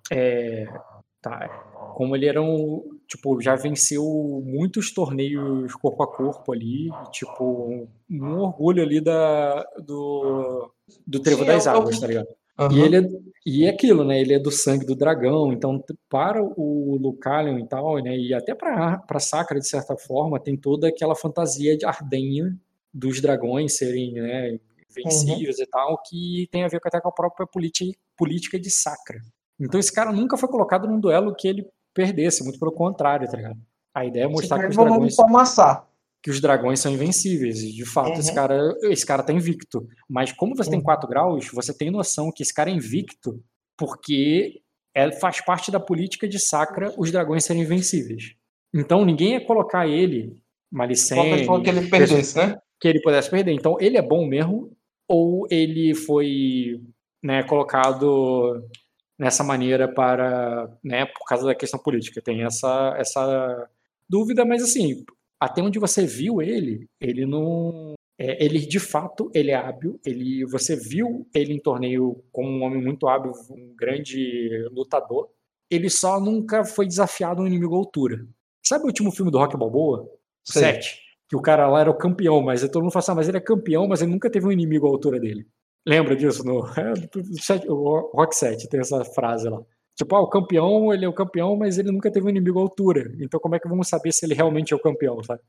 como ele era já venceu muitos torneios corpo a corpo ali, tipo, um orgulho ali do Trevo das Águas, tá ligado? E é aquilo, né? Ele é do sangue do dragão, então para o Lucalion e tal, né? E até para Sacra, de certa forma, tem toda aquela fantasia de Ardenha dos dragões serem, né, vencíveis e tal, que tem a ver até com a própria política de Sacra. Então esse cara nunca foi colocado num duelo que ele perdesse, muito pelo contrário, tá ligado? A ideia é mostrar que os dragões são invencíveis, e de fato esse cara tá invicto. Mas como você tem 4 graus, você tem noção que esse cara é invicto porque faz parte da política de Sacra os dragões serem invencíveis. Então ninguém ia colocar ele, Malicene... que ele perdesse, né? Que ele pudesse perder. Então ele é bom mesmo, ou ele foi, né, colocado nessa maneira para, né, por causa da questão política. Tem essa dúvida, mas assim, até onde você viu ele não... ele, de fato, ele é hábil. Você viu ele em torneio como um homem muito hábil, um grande lutador. Ele só nunca foi desafiado a um inimigo à altura. Sabe o último filme do Rocky Balboa? 7. Que o cara lá era o campeão, mas todo mundo fala assim, mas ele é campeão, mas ele nunca teve um inimigo à altura dele. Lembra disso? No Rock 7 tem essa frase lá. Tipo, o campeão, ele é o campeão, mas ele nunca teve um inimigo à altura. Então como é que vamos saber se ele realmente é o campeão, sabe?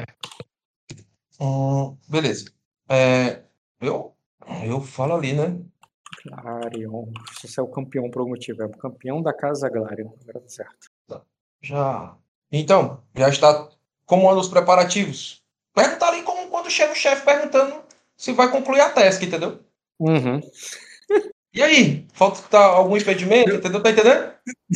Beleza. Eu falo ali, né? Glarion. Você é o campeão por algum motivo. É o campeão da Casa Glarion. Agora tá certo. Já. Então, já está. Como andam os preparativos? Pergunta ali como quando chega o chefe perguntando se vai concluir a task, entendeu? Uhum. E aí? Falta algum impedimento, entendeu? Tá entendendo?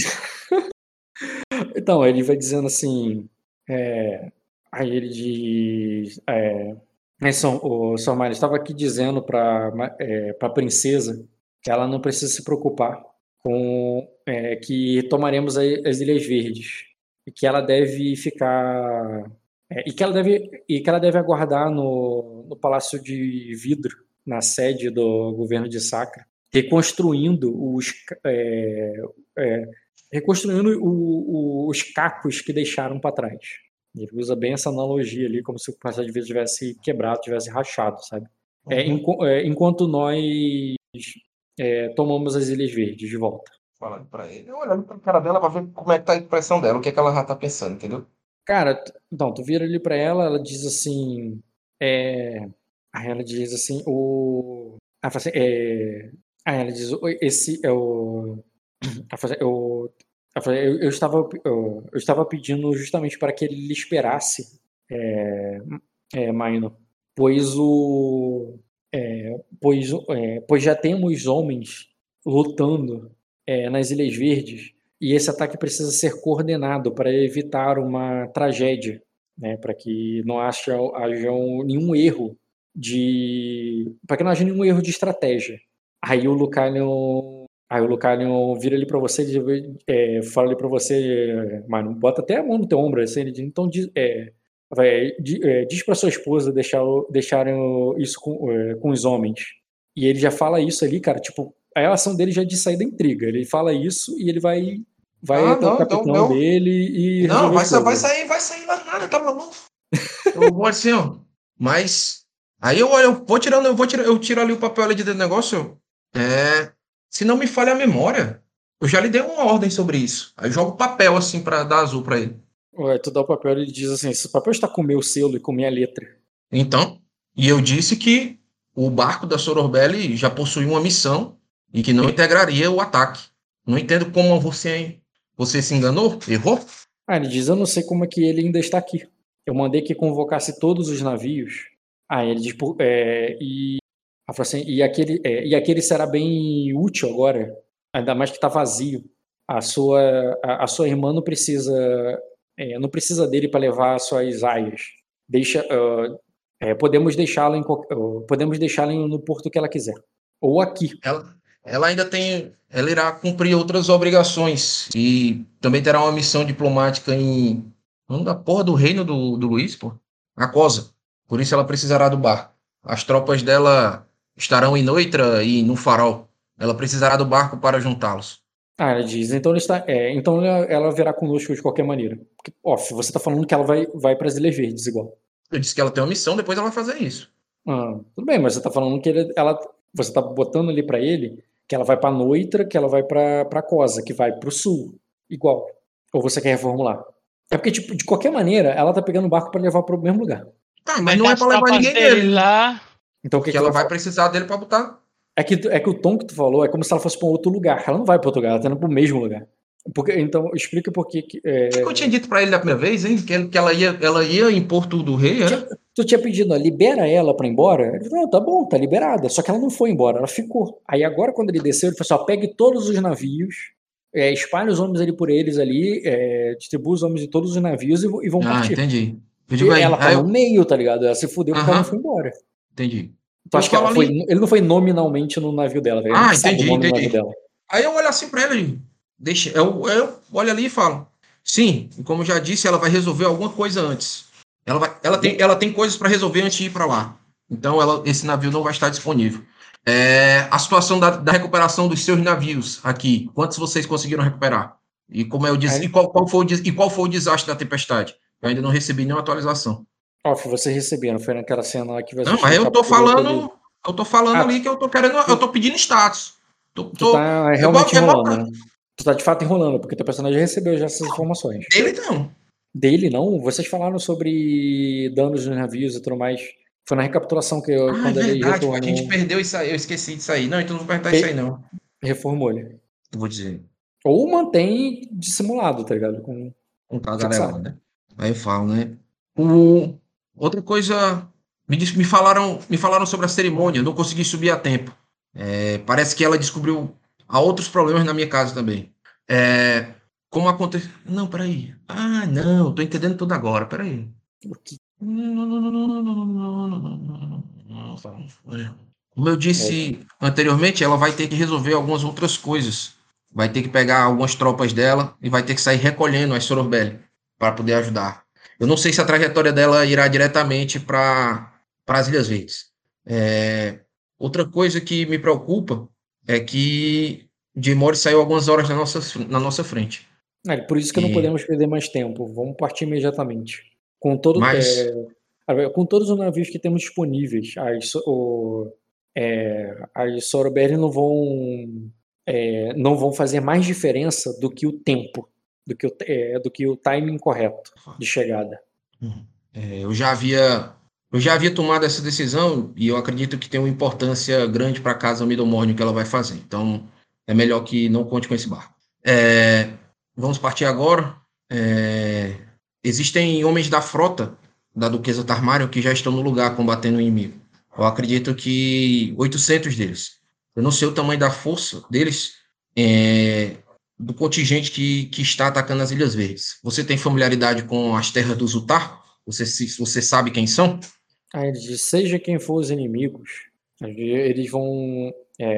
Então, ele vai dizendo assim... Aí ele diz... o Sr. Mário estava aqui dizendo para a princesa que ela não precisa se preocupar com que tomaremos as Ilhas Verdes e que ela deve ficar e que ela deve aguardar no Palácio de Vidro, na sede do governo de Sacra, reconstruindo os cacos que deixaram para trás. Ele usa bem essa analogia ali, como se o Palácio de Vidro tivesse quebrado, tivesse rachado, sabe? Enquanto nós tomamos as Ilhas Verdes de volta. Falando pra ele, eu olhando pra cara dela pra ver como é que tá a impressão dela, o que é que ela já tá pensando, entendeu? Cara, então, tu vira ali pra ela, ela diz assim... Aí ela diz assim, aí ela diz, esse é o... Eu estava pedindo justamente para que ele lhe esperasse, Maino, pois já temos homens lutando nas Ilhas Verdes e esse ataque precisa ser coordenado para evitar uma tragédia, né, para que não haja nenhum erro para que não haja nenhum erro de estratégia. Aí o Lucalion vira ali pra você e fala ali pra você, mano, bota até a mão no teu ombro, assim, ele diz, então diz pra sua esposa deixarem isso com os homens. E ele já fala isso ali, cara, tipo, a ação dele já é de sair da intriga. Ele fala isso e ele vai até o capitão dele e... Não, vai sair nada, tá maluco? Eu vou assim, ó, mas... Aí eu tiro ali o papel ali de dentro do negócio, se não me falha a memória, eu já lhe dei uma ordem sobre isso. Aí eu jogo o papel assim pra dar azul pra ele. Tu dá o papel e ele diz assim, esse papel está com o meu selo e com minha letra. Então, e eu disse que o barco da Sororbelli já possui uma missão e que não integraria o ataque. Não entendo como você se enganou, errou. Ele diz, eu não sei como é que ele ainda está aqui. Eu mandei que convocasse todos os navios. Ele diz, e aquele será bem útil agora, ainda mais que está vazio. A sua irmã não precisa dele para levar as suas aias. Podemos deixá-la no porto que ela quiser, ou aqui. Ela irá cumprir outras obrigações e também terá uma missão diplomática em da porra do reino do Luiz, pô, a Cosa. Por isso ela precisará do barco. As tropas dela estarão em Noitra e no Farol. Ela precisará do barco para juntá-los. Ela diz, então ela virá conosco de qualquer maneira. Porque, você está falando que ela vai para as Ilhas Verdes igual. Eu disse que ela tem uma missão, depois ela vai fazer isso. Tudo bem, mas você está falando que você está botando ali para ele que ela vai para Noitra, que ela vai para Cosa, que vai para o sul, igual. Ou você quer reformular? É porque, tipo, de qualquer maneira, ela tá pegando o barco para levar para o mesmo lugar. Tá, mas não é para levar ninguém dele lá. Então que ela vai precisar dele para botar. É que o tom que tu falou é como se ela fosse para outro lugar. Ela não vai para outro lugar, ela tá indo para o mesmo lugar. Então, explica por que. O que eu tinha dito para ele da primeira vez, hein? Que ela ia em Porto do Rei, Tu tinha pedido, libera ela para ir embora? Ele falou, tá bom, tá liberada. Só que ela não foi embora, ela ficou. Aí agora, quando ele desceu, ele falou assim: pegue todos os navios, espalhe os homens ali por eles ali, distribua os homens de todos os navios e vão partir. Entendi. Ela tá no meio, tá ligado? Ela se fudeu porque ela não foi embora. Entendi. Tu acha que ele não foi nominalmente no navio dela, tá ligado? Entendi. Aí eu olho assim pra ele, eu olho ali e falo, sim, como eu já disse, ela vai resolver alguma coisa antes. Ela tem coisas para resolver antes de ir para lá. Então esse navio não vai estar disponível. A situação da recuperação dos seus navios aqui, quantos vocês conseguiram recuperar? E como eu disse, qual foi o desastre da tempestade? Eu ainda não recebi nenhuma atualização. Você recebeu, foi naquela cena lá que você... Não, mas eu tô falando ali que eu tô pedindo status. Tu tá realmente enrolando, né? Tu tá de fato enrolando, porque teu personagem recebeu já essas informações. Dele não? Vocês falaram sobre danos nos navios e tudo mais. Foi na recapitulação que quando ele retornou... A gente perdeu isso aí, eu esqueci disso aí. Não, então não vou perguntar isso aí, não. Reformou ele. Eu vou dizer. Ou mantém dissimulado, tá ligado? Com tagarela, né? Aí eu falo, né? Outra coisa, me falaram sobre a cerimônia, não consegui subir a tempo. Parece que ela descobriu há outros problemas na minha casa também. Como aconteceu... Não, peraí. Não, tô entendendo tudo agora, peraí. Como eu disse anteriormente, ela vai ter que resolver algumas outras coisas. Vai ter que pegar algumas tropas dela e vai ter que sair recolhendo as Sororbelli para poder ajudar. Eu não sei se a trajetória dela irá diretamente para as Ilhas Verdes. Outra coisa que me preocupa é que Jay Morris saiu algumas horas na nossa frente. Por isso que não podemos perder mais tempo. Vamos partir imediatamente. Com todos os navios que temos disponíveis, as Sororbelli não vão fazer mais diferença do que o tempo, do que o timing correto de chegada. Eu já havia tomado essa decisão e eu acredito que tem uma importância grande para a casa Middlemorn que ela vai fazer. Então, é melhor que não conte com esse barco. Vamos partir agora. Existem homens da frota da Duquesa Tarmarion que já estão no lugar combatendo o inimigo. Eu acredito que 800 deles. Eu não sei o tamanho da força deles, do contingente que está atacando as Ilhas Verdes. Você tem familiaridade com as terras do Zutar? Você sabe quem são? Ele diz, seja quem for os inimigos, eles vão...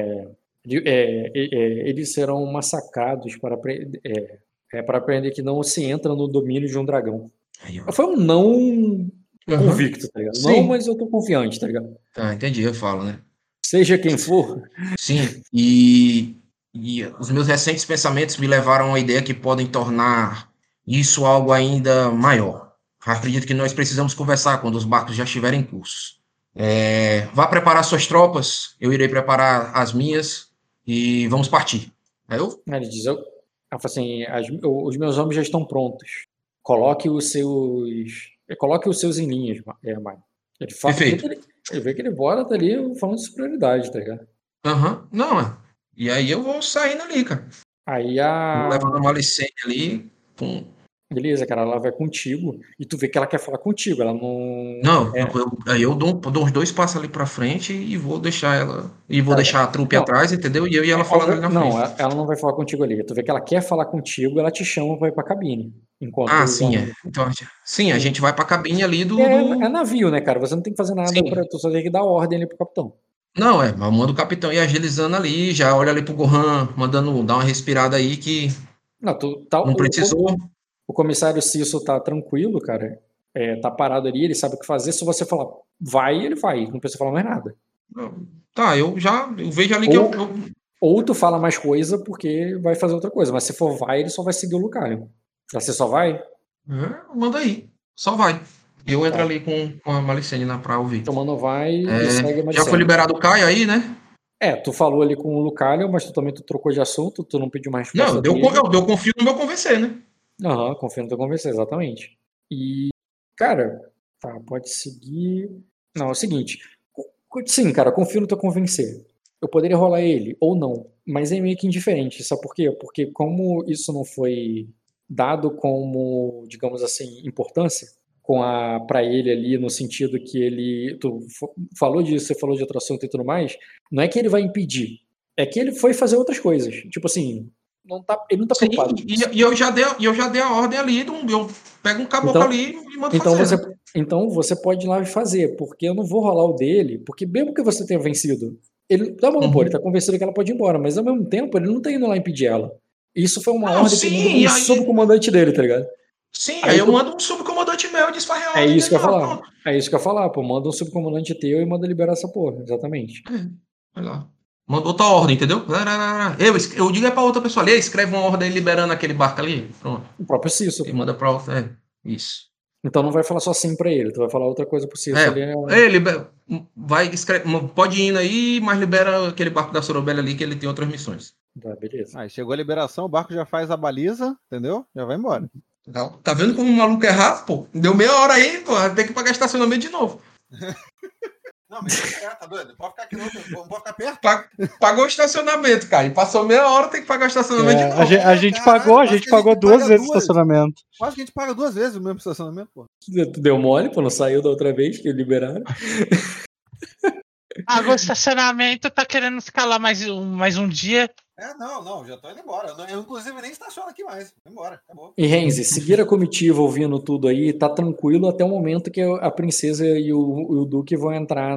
eles serão massacrados para aprender que não se entra no domínio de um dragão. Foi um não convicto, tá ligado? Sim. Não, mas eu tô confiante, tá ligado? Tá, entendi, eu falo, né? Seja quem for. Sim, e os meus recentes pensamentos me levaram à ideia que podem tornar isso algo ainda maior. Acredito que nós precisamos conversar quando os barcos já estiverem em curso. Vá preparar suas tropas, eu irei preparar as minhas e vamos partir. Ele diz, assim, os meus homens já estão prontos. Coloque os seus em linhas, Maio. Ele fala, perfeito. Ele vê que ele bora tá ali falando de superioridade, tá ligado? Aham. Não, é. E aí eu vou saindo ali, cara. Aí Vou levando a Malicene ali. Pum. Beleza, cara, ela vai contigo e tu vê que ela quer falar contigo, ela não... Não, aí eu dou uns 2 passos ali pra frente e vou deixar ela. E vou Cara, deixar a trupe não, atrás, entendeu? E eu e ela falando ali na não, frente. ela não vai falar contigo ali. Tu vê que ela quer falar contigo, ela te chama pra ir pra cabine. Enquanto Ah, os sim, é. homens... Então, sim, a gente vai pra cabine ali É navio, né, cara? Você não tem que fazer nada, Sim. tu só tem que dar ordem ali pro capitão. Não, mas manda o capitão ir agilizando ali, já olha ali pro Gohan, mandando dar uma respirada aí que Não, não precisou. o comissário Cisso tá tranquilo, cara. Tá parado ali, ele sabe o que fazer. Se você falar vai, ele vai. Não precisa falar mais nada. Tá, eu vejo ali que Ou tu fala mais coisa porque vai fazer outra coisa. Mas se for vai, ele só vai seguir o Lucario. Você só vai? Manda aí, só vai. Eu entro ali com a Malicene pra ouvir. Então, mano, vai e segue a Malicene. Já foi liberado o Caio aí, né? Tu falou ali com o Lucario, mas tu também trocou de assunto, tu não pediu mais Não, resposta dele. eu confio no meu convencer, né? Aham, confio no teu convencer, exatamente. E, cara, tá, pode seguir. Não, é o seguinte. Sim, cara, confio no teu convencer. Eu poderia rolar ele ou não, mas é meio que indiferente. Sabe por quê? Porque como isso não foi dado como, digamos assim, importância pra ele ali, no sentido que ele. Tu falou disso, você falou de outro assunto e tudo mais. Não é que ele vai impedir. É que ele foi fazer outras coisas. Tipo assim, ele não tá preocupado. E eu já dei a ordem ali, eu pego um caboclo ali e mando fazer. Então você pode ir lá e fazer, porque eu não vou rolar o dele, porque mesmo que você tenha vencido, ele tá bom, pô, ele tá convencido que ela pode ir embora, mas ao mesmo tempo ele não tá indo lá impedir ela. Isso foi uma ordem que ele mandou um subcomandante dele, tá ligado? Sim, aí eu mando um subcomandante meu e desfarrei a ordem. É isso que eu ia falar. É isso que eu ia falar, pô, manda um subcomandante teu e manda liberar essa porra, exatamente. Vai lá. Manda outra ordem, entendeu? Eu digo pra outra pessoa ali, escreve uma ordem liberando aquele barco ali. Pronto. O próprio Cisso. E manda pra outra. Isso. Então não vai falar só assim pra ele, tu vai falar outra coisa pro Cisso. Ele vai, pode ir indo aí, mas libera aquele barco da Sorobelli ali que ele tem outras missões. Tá, beleza. Aí chegou a liberação, o barco já faz a baliza, entendeu? Já vai embora. Tá vendo como o maluco é rápido, pô? Deu meia hora aí, pô, tem que pagar estacionamento de novo. Não, mas tá doido? Pode ficar aqui, não pode ficar perto. Pagou o estacionamento, cara. E passou meia hora, tem que pagar o estacionamento de novo. A gente pagou 2 vezes o estacionamento. Quase que a gente paga 2 vezes o mesmo estacionamento, pô. Tu deu mole, pô, não saiu da outra vez que liberaram. O estacionamento tá querendo ficar lá mais um dia. Não, já tô indo embora. Eu, inclusive, nem estaciono aqui mais. Vou embora, acabou. E Renzi, seguir a comitiva ouvindo tudo aí, tá tranquilo até o momento que a princesa e o Duque vão entrar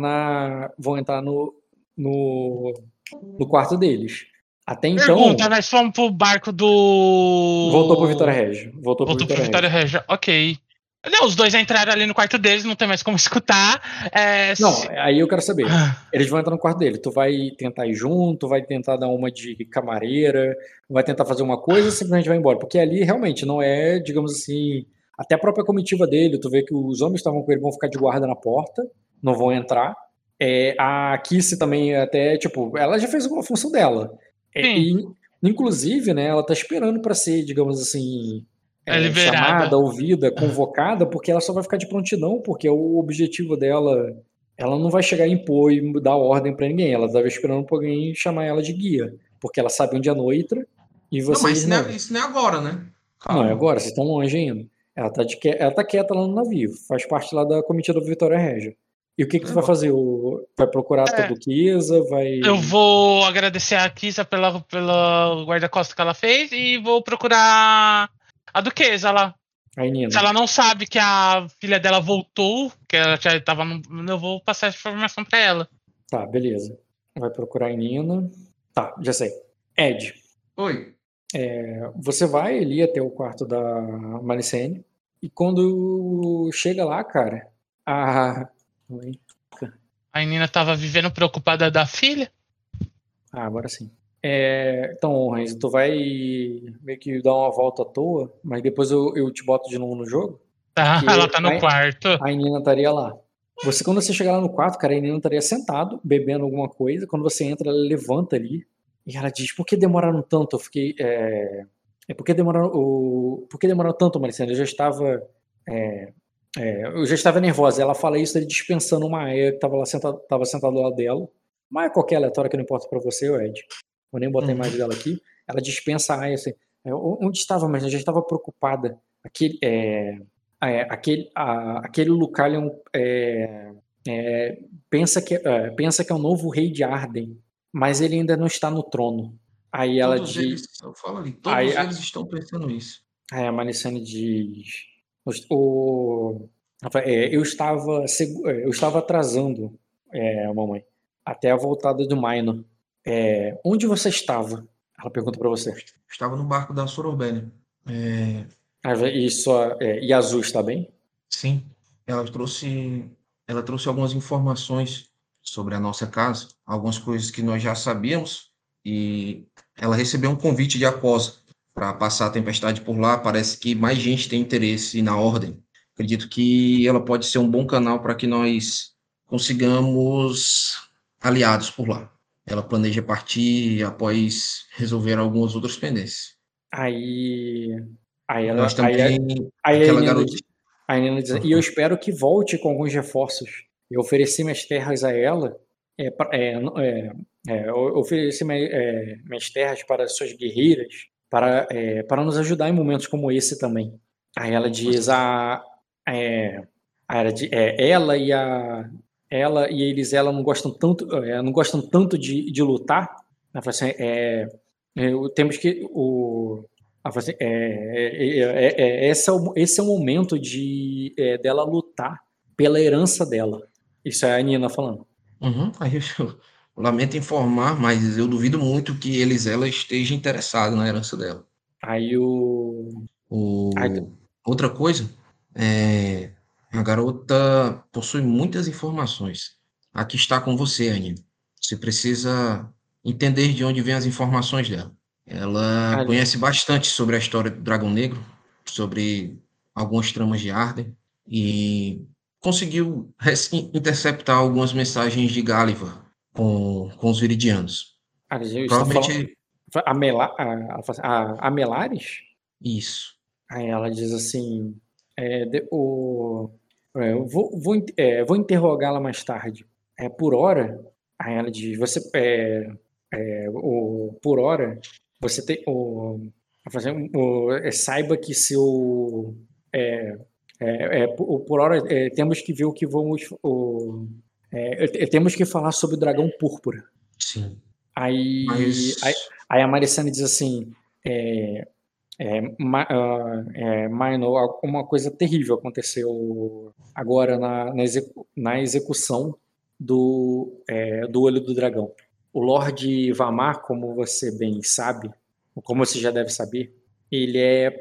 no quarto deles. Até então... Pergunta, nós fomos pro barco do... Voltou pro Vitória Regia. Voltou pro Vitória Regia, ok. Não, os dois entraram ali no quarto deles, não tem mais como escutar. Não, aí eu quero saber. Eles vão entrar no quarto dele. Tu vai tentar ir junto, vai tentar dar uma de camareira, vai tentar fazer uma coisa ou simplesmente vai embora? Porque ali realmente não é, digamos assim, até a própria comitiva dele. Tu vê que os homens estavam com ele, vão ficar de guarda na porta, não vão entrar. A Kissy também até, tipo, ela já fez uma função dela. E, inclusive, né, ela tá esperando pra ser, digamos assim... chamada, ouvida, convocada, porque ela só vai ficar de prontidão, porque o objetivo dela, ela não vai chegar a impor e dar ordem pra ninguém, ela estava esperando pra alguém chamar ela de guia, porque ela sabe onde é a Noitra e vocês não. Mas isso não é agora, né? Calma. Não, é agora, vocês estão longe ainda. Ela tá quieta lá no navio, faz parte lá da comitiva do Vitória Regia. E o que tu vai fazer? Vai procurar a tua duquesa? Eu vou agradecer a Kissa pela guarda-costas que ela fez e vou procurar a duquesa lá. Se ela não sabe que a filha dela voltou, que ela já estava eu vou passar essa informação pra ela. Tá, beleza. Vai procurar a Nina. Tá, já sei. Ed. Oi. Você vai ali até o quarto da Malicene e quando chega lá, cara, a Nina tava vivendo preocupada da filha? Agora sim. Então, Renzo, tu vai meio que dar uma volta à toa, mas depois eu te boto de novo no jogo. Ela tá no quarto. A Nina estaria lá. Quando você chegar lá no quarto, cara, a Nina estaria sentado, bebendo alguma coisa. Quando você entra, ela levanta ali e ela diz, por que demoraram tanto? Eu fiquei... Por que demoraram tanto, Maricena? Eu já estava eu já estava nervosa. Ela fala isso, ele dispensando uma Maia que estava sentado do lado dela. Maia qualquer aleatória que não importa pra você, Ed. Eu nem botei mais dela aqui. Ela dispensa a Aya assim. Onde estava, mas eu já estava preocupada. Aquele Lucalion pensa que é o novo rei de Arden, mas ele ainda não está no trono. Aí ela Todos diz. eles, eu falo ali, todos eles estão pensando isso. Aí a Maricene diz. Eu estava atrasando, mamãe, até a voltada do Minor. Onde você estava? Ela pergunta pra você. Estava no barco da Sorobélia. E a Azul está bem? Sim, ela trouxe algumas informações sobre a nossa casa, algumas coisas que nós já sabíamos, e ela recebeu um convite de Aquosa para passar a tempestade por lá. Parece que mais gente tem interesse na Ordem. Acredito que ela pode ser um bom canal para que nós consigamos aliados por lá. Ela planeja partir após resolver algumas outras pendências. Aí Nós também, aquela garotinha. A Nina diz, e eu espero que volte com alguns reforços. Eu ofereci minhas terras a ela. Eu ofereci minhas terras para suas guerreiras para nos ajudar em momentos como esse também. Aí ela diz ela e eles não gostam tanto de lutar. Ela fala assim, temos que esse é o momento dela lutar pela herança dela. Isso é a Nina falando. Aí eu lamento informar, mas eu duvido muito que ela esteja interessada na herança dela. Outra coisa, a garota possui muitas informações. Aqui está com você, Anina. Você precisa entender de onde vêm as informações dela. Ela conhece bastante sobre a história do Dragão Negro, sobre algumas tramas de Arden, e conseguiu interceptar algumas mensagens de Gáliva com os Viridianos. Provavelmente a Melares? Isso. Aí ela diz assim, vou interrogá-la mais tarde. Por hora, aí ela diz, por hora, você tem saiba que por hora temos que ver o que vamos temos que falar sobre o dragão púrpura. Sim. Aí a Maricene diz assim, Minor, uma coisa terrível aconteceu agora na execução do Olho do Dragão. O Lorde Vamar, como você bem sabe, ou como você já deve saber, ele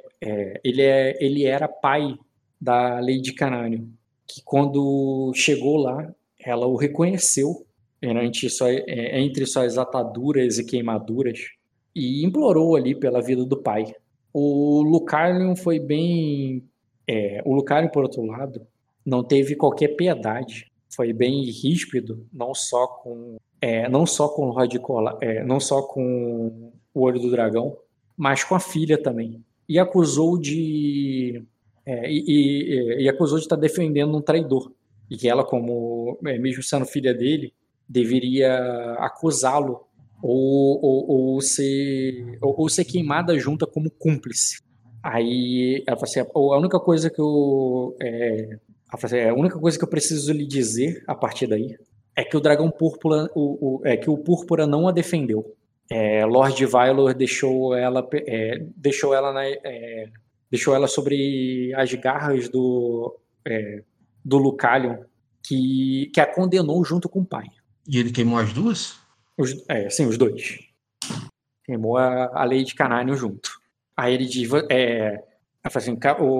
era pai da Lady Canânio, que quando chegou lá, ela o reconheceu entre suas ataduras e queimaduras e implorou ali pela vida do pai. O Lucalion foi bem... o Lucalion, por outro lado, não teve qualquer piedade. Foi bem ríspido, não só com o Rod Cola, não só com o Olho do Dragão, mas com a filha também. E acusou de estar defendendo um traidor. E que ela, como mesmo sendo filha dele, deveria acusá-lo ou ser queimada junta como cúmplice. Aí ela fala assim, a única coisa que eu preciso lhe dizer a partir daí é que o dragão púrpura, que o púrpura não a defendeu. Lord Vylor deixou ela sobre as garras do Lucalion, que a condenou junto com o pai. E ele queimou as duas? Sim, os dois. Queimou a Lady Canânio junto. Aí ele diz, assim,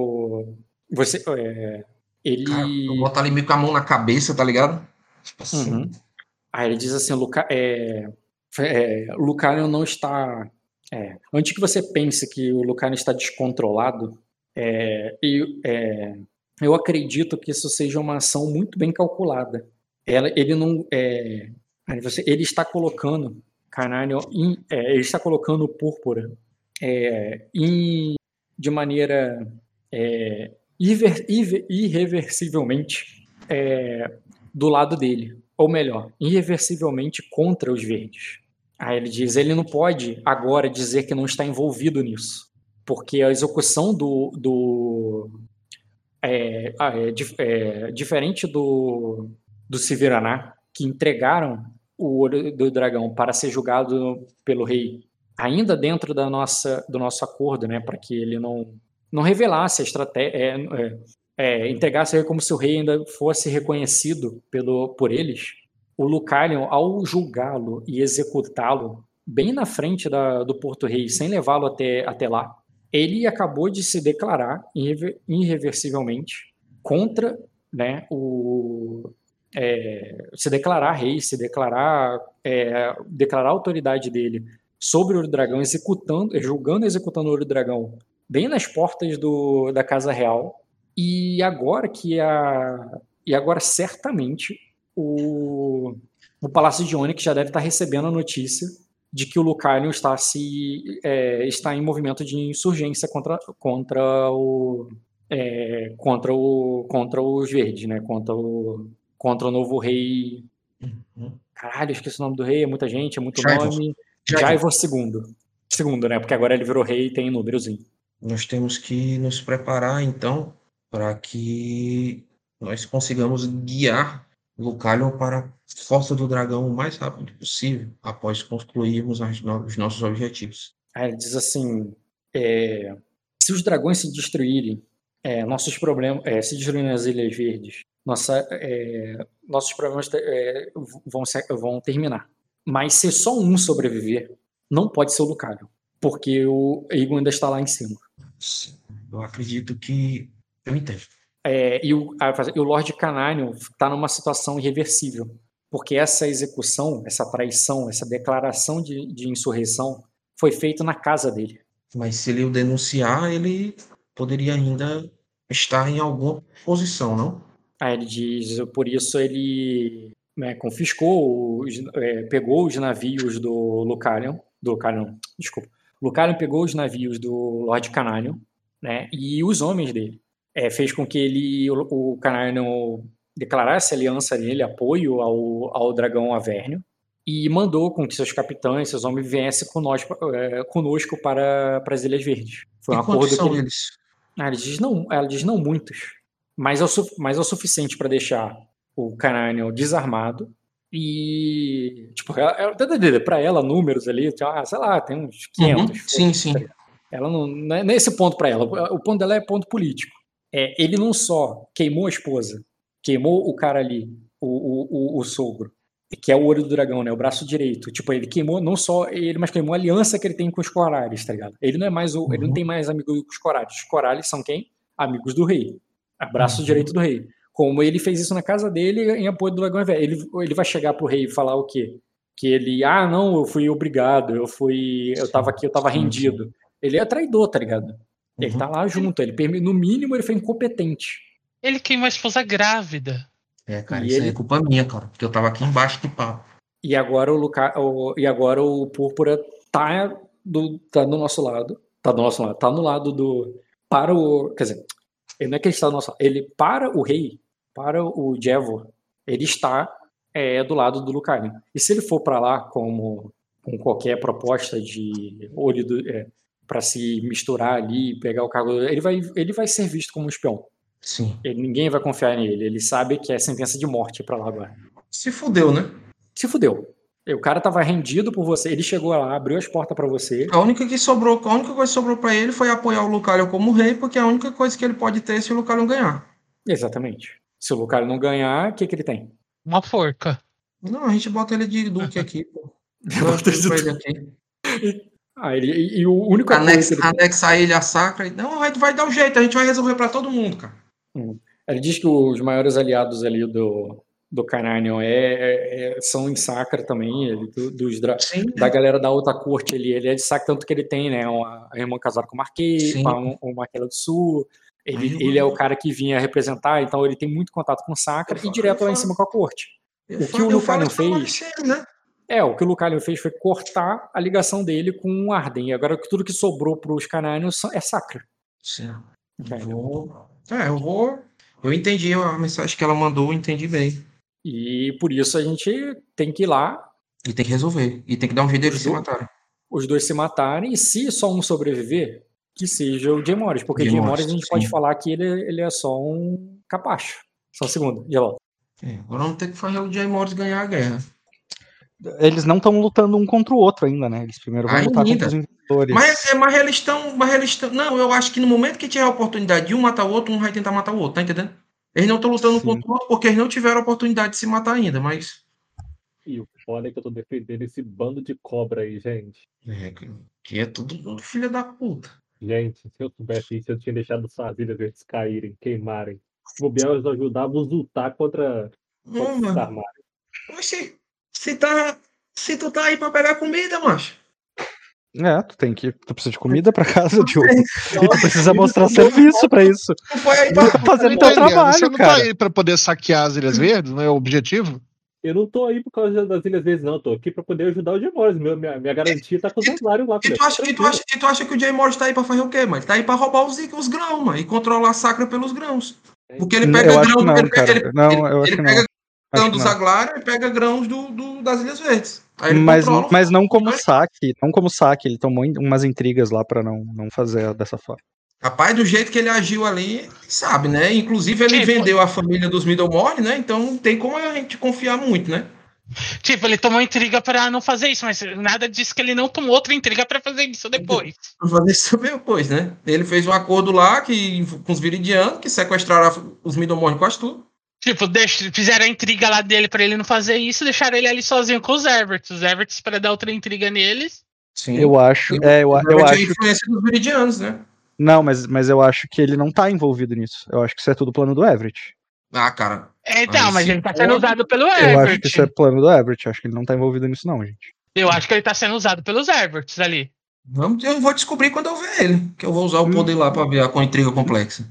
ele... Cara, eu boto ali meio com a mão na cabeça, tá ligado? Tipo assim. Uhum. Aí ele diz assim, Lucalion não está... antes que você pense que o Lucalion está descontrolado, eu acredito que isso seja uma ação muito bem calculada. Ele não... ele está colocando Canânio ele está colocando o púrpura de maneira irreversivelmente do lado dele. Ou melhor, irreversivelmente contra os verdes. Aí ele diz, ele não pode agora dizer que não está envolvido nisso. Porque a execução diferente do Siviraná, que entregaram o olho do dragão para ser julgado pelo rei, ainda dentro do nosso acordo, né, para que ele não revelasse a estratégia, entregasse ele como se o rei ainda fosse reconhecido por eles. O Lucalion, ao julgá-lo e executá-lo bem na frente do Porto Rei, sem levá-lo até lá, ele acabou de se declarar irreversivelmente contra, né, se declarar rei, declarar a autoridade dele sobre o Olho do Dragão, julgando e executando o Olho do Dragão bem nas portas da Casa Real. E agora certamente o Palácio de Onyx já deve estar recebendo a notícia de que o Lucalion está em movimento de insurgência contra os verdes, né? Contra o novo rei. Caralho, esqueci o nome do rei, é muita gente, é muito nome. Jaivor II. Segundo, né? Porque agora ele virou rei e tem númerozinho. Nós temos que nos preparar, então, para que nós consigamos guiar Lucalion para a Força do Dragão o mais rápido possível, após concluirmos os nossos objetivos. Aí ele diz assim, se os dragões se destruírem, nossos problemas, se destruírem as Ilhas Verdes, nossos problemas vão terminar. Mas se só um sobreviver, não pode ser o Lucalion, porque o Aegon ainda está lá em cima. Eu acredito que... Eu entendo. E o Lorde Cananion está numa situação irreversível, porque essa execução, essa traição, essa declaração de insurreição foi feita na casa dele. Mas se ele o denunciar, ele poderia ainda estar em alguma posição, não? Aí ele diz, por isso ele confiscou, pegou os navios do Lucalion, Lucalion pegou os navios do Lorde Cananion, né, e os homens dele. Fez com que o Cananion declarasse aliança nele, apoio ao dragão Avernio, e mandou com que seus capitães, seus homens, viessem conosco para as Ilhas Verdes. Foi um acordo são eles? Ela diz não muitos, mas é o suficiente para deixar o Cananion desarmado e, tipo, para ela, números ali, sei lá, tem uns 500. Sim. Ela não é esse ponto para ela. O ponto dela é ponto político. Ele não só queimou a esposa, queimou o cara ali, o sogro, que é o olho do dragão, né? O braço direito. Tipo, ele queimou não só ele, mas queimou a aliança que ele tem com os Coralis, tá ligado? Ele não é mais ele não tem mais amigos com os Coralis. Os Coralis são quem? Amigos do rei. Braço direito do rei. Como ele fez isso na casa dele em apoio do dragão velho. Ele vai chegar pro rei e falar o quê? Que ele, não, eu fui obrigado, eu tava aqui, eu tava rendido. Ele é traidor, tá ligado? Ele tá lá junto, no mínimo ele foi incompetente. Ele queimou a esposa grávida. Cara, isso aí é culpa minha, cara, porque eu tava aqui embaixo do papo. E agora o Púrpura tá do nosso lado. Tá no lado do... Quer dizer, não é que ele está do nosso lado. Ele, para o rei, para o Jaivor, ele está do lado do Lucalion. E se ele for para lá com qualquer proposta de olho para se misturar ali, pegar o cargo, ele vai ser visto como um espião. Sim. Ninguém vai confiar nele. Ele sabe que é sentença de morte pra lá agora. Se fudeu, né? Se fudeu. O cara tava rendido por você. Ele chegou lá, abriu as portas pra você. A única coisa que sobrou pra ele foi apoiar o Lucalion como rei, porque é a única coisa que ele pode ter se o Lucalion ganhar. Exatamente. Se o Lucalion não ganhar, o que ele tem? Uma forca. Não, a gente bota ele de duque aqui, pô. Bota ele aqui. E o único anexar ele à Sacra. Não, a gente vai dar um jeito, a gente vai resolver pra todo mundo, cara. Ele diz que os maiores aliados ali do Cananion são em Sacra também, da galera da alta corte ali. Ele é de Sacra, tanto que ele tem, né, a irmã casada com o Marquês, com o Marquela do Sul. Ele é o cara que vinha representar, então ele tem muito contato com Sacra e direto lá em cima com a corte. O que o Lucalion fez... Né? O que o Lucalion fez foi cortar a ligação dele com o Arden. E agora tudo que sobrou para os Cananions é Sacra. Sim. Eu entendi a mensagem que ela mandou, eu entendi bem. E por isso a gente tem que ir lá, E tem que resolver. E tem que dar um jeito deles Os se dois- matarem. os dois se matarem, e se só um sobreviver, que seja o Jay Morris, porque Jay Jay Morris, Morris a gente sim. pode falar que ele é só um capacho. Só um segundo, já volto. Agora vamos ter que fazer o Jay Morris ganhar a guerra. Eles não estão lutando um contra o outro ainda, né? Eles primeiro vão lutar Ainda. contra os Vingadores. Mas eles estão. Não, eu acho que no momento que tiver a oportunidade de um matar o outro, um vai tentar matar o outro, tá entendendo? Eles não estão lutando Sim. contra o outro porque eles não tiveram a oportunidade de se matar ainda, mas. E o foda é que eu tô defendendo esse bando de cobra aí, gente. Que é todo mundo filha da puta. Gente, se eu soubesse isso, eu tinha deixado as ilhas verdes caírem, queimarem. Se bobear, eles ajudavam a lutar contra os Mano. armários. Mas se tu tá aí pra pegar comida, macho. Tu precisa de comida pra casa, Diogo. E tu precisa mostrar serviço pra isso. Tu foi aí Tu pra. tá fazendo Não teu entendendo, trabalho, você não cara. tá aí pra poder saquear as Ilhas Verdes, não é o objetivo? Eu não tô aí por causa das Ilhas Verdes, não. Eu tô aqui pra poder ajudar o Jay Morris. Minha garantia tá com os Oslários lá. E tu acha que o Jay Morris tá aí pra fazer o quê, mano? Tá aí pra roubar os grãos, mano. E controlar a sacra pelos grãos. Porque ele pega Eu acho que grão. não, cara. Não, eu acho que não. Pega grão Acho do que não. Zaglara e pega grãos das Ilhas Verdes. Aí ele controla. Mas não como saque. Não como saque. Ele tomou umas intrigas lá pra não fazer dessa forma. Rapaz, do jeito que ele agiu ali, sabe, né? Inclusive, ele vendeu a família dos Middlemore, né? Então não tem como a gente confiar muito, né? Tipo, ele tomou intriga pra não fazer isso, mas nada diz que ele não tomou outra intriga pra fazer isso depois. Pra fazer isso depois, né? Ele fez um acordo lá com os Viridianos, que sequestraram os Middlemore quase tudo. Tipo, fizeram a intriga lá dele pra ele não fazer isso, deixaram ele ali sozinho com os Everts. Os Everts pra dar outra intriga neles. Sim. Eu acho. Eu a acho. influência dos Viridianos, né? Não, mas eu acho que ele não tá envolvido nisso. Eu acho que isso é tudo plano do Everett. Ah, cara. Então, mas ele tá sendo usado pelo Eu Everett. acho que isso é plano do Everett. Eu acho que ele não tá envolvido nisso, não, gente. Eu acho que ele tá sendo usado pelos Everts ali. Eu vou descobrir quando eu ver ele. Que eu vou usar o poder lá pra ver a intriga complexa.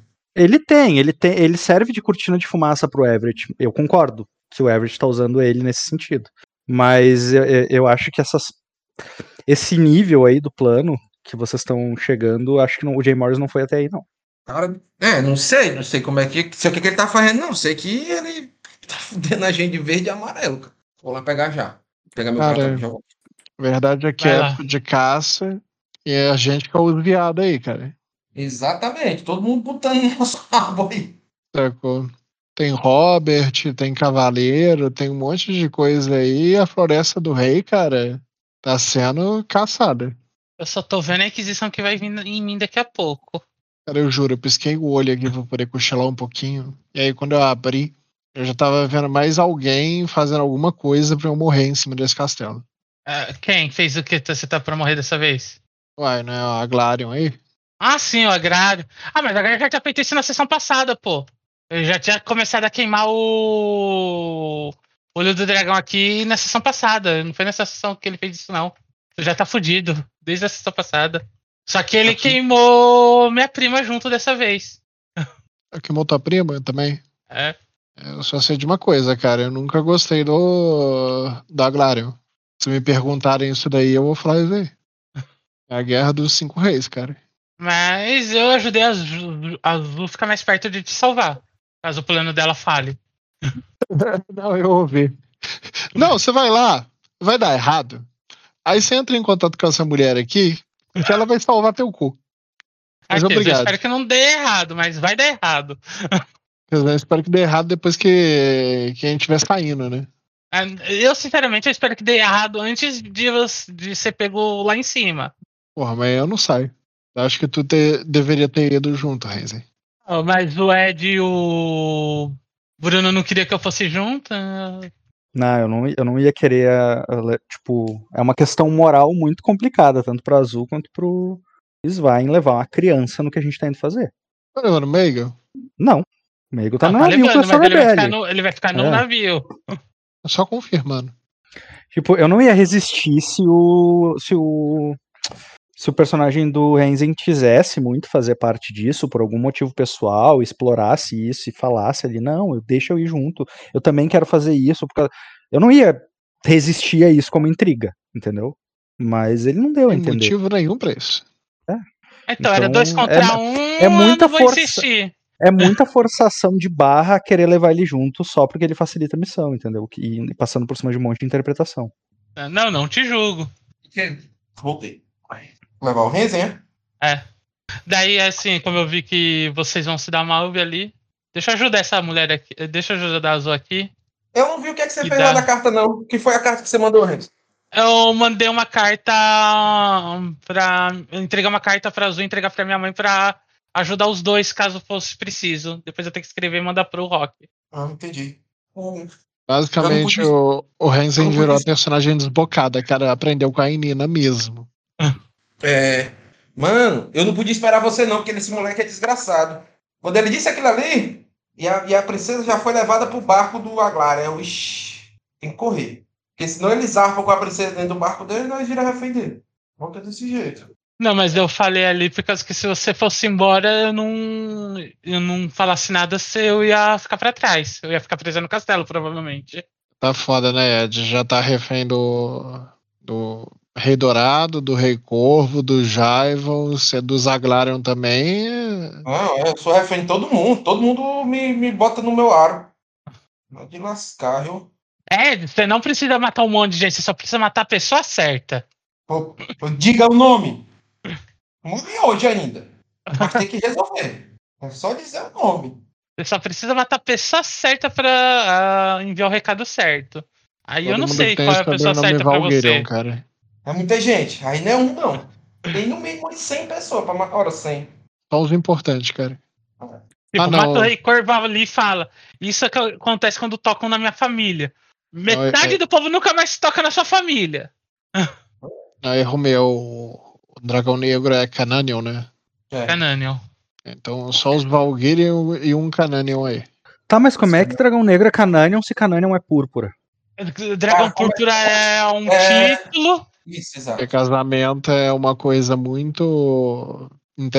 Ele serve de cortina de fumaça pro Everett. Eu concordo que o Everett tá usando ele nesse sentido. Mas eu acho que esse nível aí do plano que vocês estão chegando, acho que o Jay Morris não foi até aí, não. Cara, não sei como é que. Sei o que ele tá fazendo, não. Sei que ele tá fudendo a gente de verde e amarelo, cara. Vou lá pegar já. Pegar meu cartão já. A verdade é que é época de caça e é a gente que é os viados aí, cara. Exatamente, todo mundo botando no nosso rabo aí. Sacou? Tem Robert, tem Cavaleiro, tem um monte de coisa aí. A Floresta do Rei, cara, tá sendo caçada. Eu só tô vendo a Inquisição que vai vir em mim daqui a pouco. Cara, eu juro, eu pisquei o olho aqui pra poder cochilar um pouquinho. E aí, quando eu abri, eu já tava vendo mais alguém fazendo alguma coisa pra eu morrer em cima desse castelo. Quem fez o que você tá pra morrer dessa vez? Uai, não é a Glarion aí? Ah, sim, o Agrário. Ah, mas o Agrário já tinha feito isso na sessão passada, pô. Eu já tinha começado a queimar o olho do dragão aqui na sessão passada. Não foi nessa sessão que ele fez isso, não. Você já tá fudido, desde a sessão passada. Só que ele queimou minha prima junto dessa vez. Queimou tua prima também? É. Eu só sei de uma coisa, cara. Eu nunca gostei da Glarion. Se me perguntarem isso daí, eu vou falar isso aí. É a Guerra dos 5 Reis, cara. Mas eu ajudei a Azul ficar mais perto de te salvar. Caso o plano dela falhe. Não, eu ouvi. Não, você vai lá, vai dar errado. Aí você entra em contato com essa mulher aqui, que ela vai salvar teu cu. Mas obrigado. Eu espero que não dê errado, mas vai dar errado. Eu espero que dê errado depois que a gente estiver saindo, né? Eu, sinceramente, eu espero que dê errado antes de ser pego lá em cima. Porra, mas eu não saio. Eu acho que tu deveria ter ido junto, Renzi. Mas o Ed e o Bruno não queria que eu fosse junto. Não, eu não ia querer. Tipo, é uma questão moral muito complicada, tanto pro Azul quanto pro Svain levar uma criança no que a gente tá indo fazer. Tá levando o Meigo? Não. O Meigo tá no navio com a Sorobelli. Ele vai ficar no navio. Só confirmando. Tipo, eu não ia resistir se o personagem do Renzen quisesse muito fazer parte disso, por algum motivo pessoal, explorasse isso e falasse ali, não, deixa eu ir junto, eu também quero fazer isso, porque eu não ia resistir a isso como intriga, entendeu? Mas ele não deu a entender. Motivo nenhum pra isso. Então, era 2 contra 1, é muita eu não vou força. insistir. É muita forçação de barra a querer levar ele junto só porque ele facilita a missão, entendeu? E passando por cima de um monte de interpretação. Não te julgo. Voltei. Levar o resenha. Daí, assim, como eu vi que vocês vão se dar mal, eu vi ali. Deixa eu ajudar essa mulher aqui. Deixa eu ajudar a Azul aqui. Eu não vi o que é que você Que fez dá. lá da carta, não. Que foi a carta que você mandou, Renzo? Eu mandei uma carta pra entregar uma carta pra Azul e entregar pra minha mãe pra ajudar os dois, caso fosse preciso. Depois eu tenho que escrever e mandar pro Rock. Entendi. Basicamente, o Hansen virou a personagem desbocada, cara. Aprendeu com a Inina mesmo. Mano, eu não podia esperar você não, porque esse moleque é desgraçado. Quando ele disse aquilo ali, e a princesa já foi levada pro barco do Aglar. Ixi, tem que correr. Porque senão eles zarpam com a princesa dentro do barco dele e nós vira refém dele. Volta desse jeito. Não, mas eu falei ali por causa que se você fosse embora, eu não falasse nada, eu ia ficar pra trás. Eu ia ficar presa no castelo, provavelmente. Tá foda, né, Ed? Já tá refém do Rei Dourado, do Rei Corvo, do Jaivon, se é do Zaglarion também. Não, eu sou refém de todo mundo. Todo mundo me bota no meu aro. De lascar, viu? Você não precisa matar um monte de gente, você só precisa matar a pessoa certa. Diga o nome. Morri hoje ainda. Mas tem que resolver. É só dizer o nome. Você só precisa matar a pessoa certa pra enviar o recado certo. Aí Todo eu não mundo sei tem qual é a esse pessoa sobrenome certa pra Valguerion, você. cara. É muita gente. Aí não é um, não. Tem no mínimo de 100 pessoas pra matar. Ora, 100. Só os importantes, cara. Tipo, não. mata o Rei Corvo ali e fala. Isso é que acontece quando tocam na minha família. Metade do povo nunca mais toca na sua família. Não, erro meu. O Dragão Negro é Cananion, né? Cananion. Então só os Valguerion e um Cananion aí. Tá, mas como é que Dragão Negro é Cananion se Cananion é púrpura? Dragão Púrpura é um título. Isso, exato. Porque casamento é uma coisa muito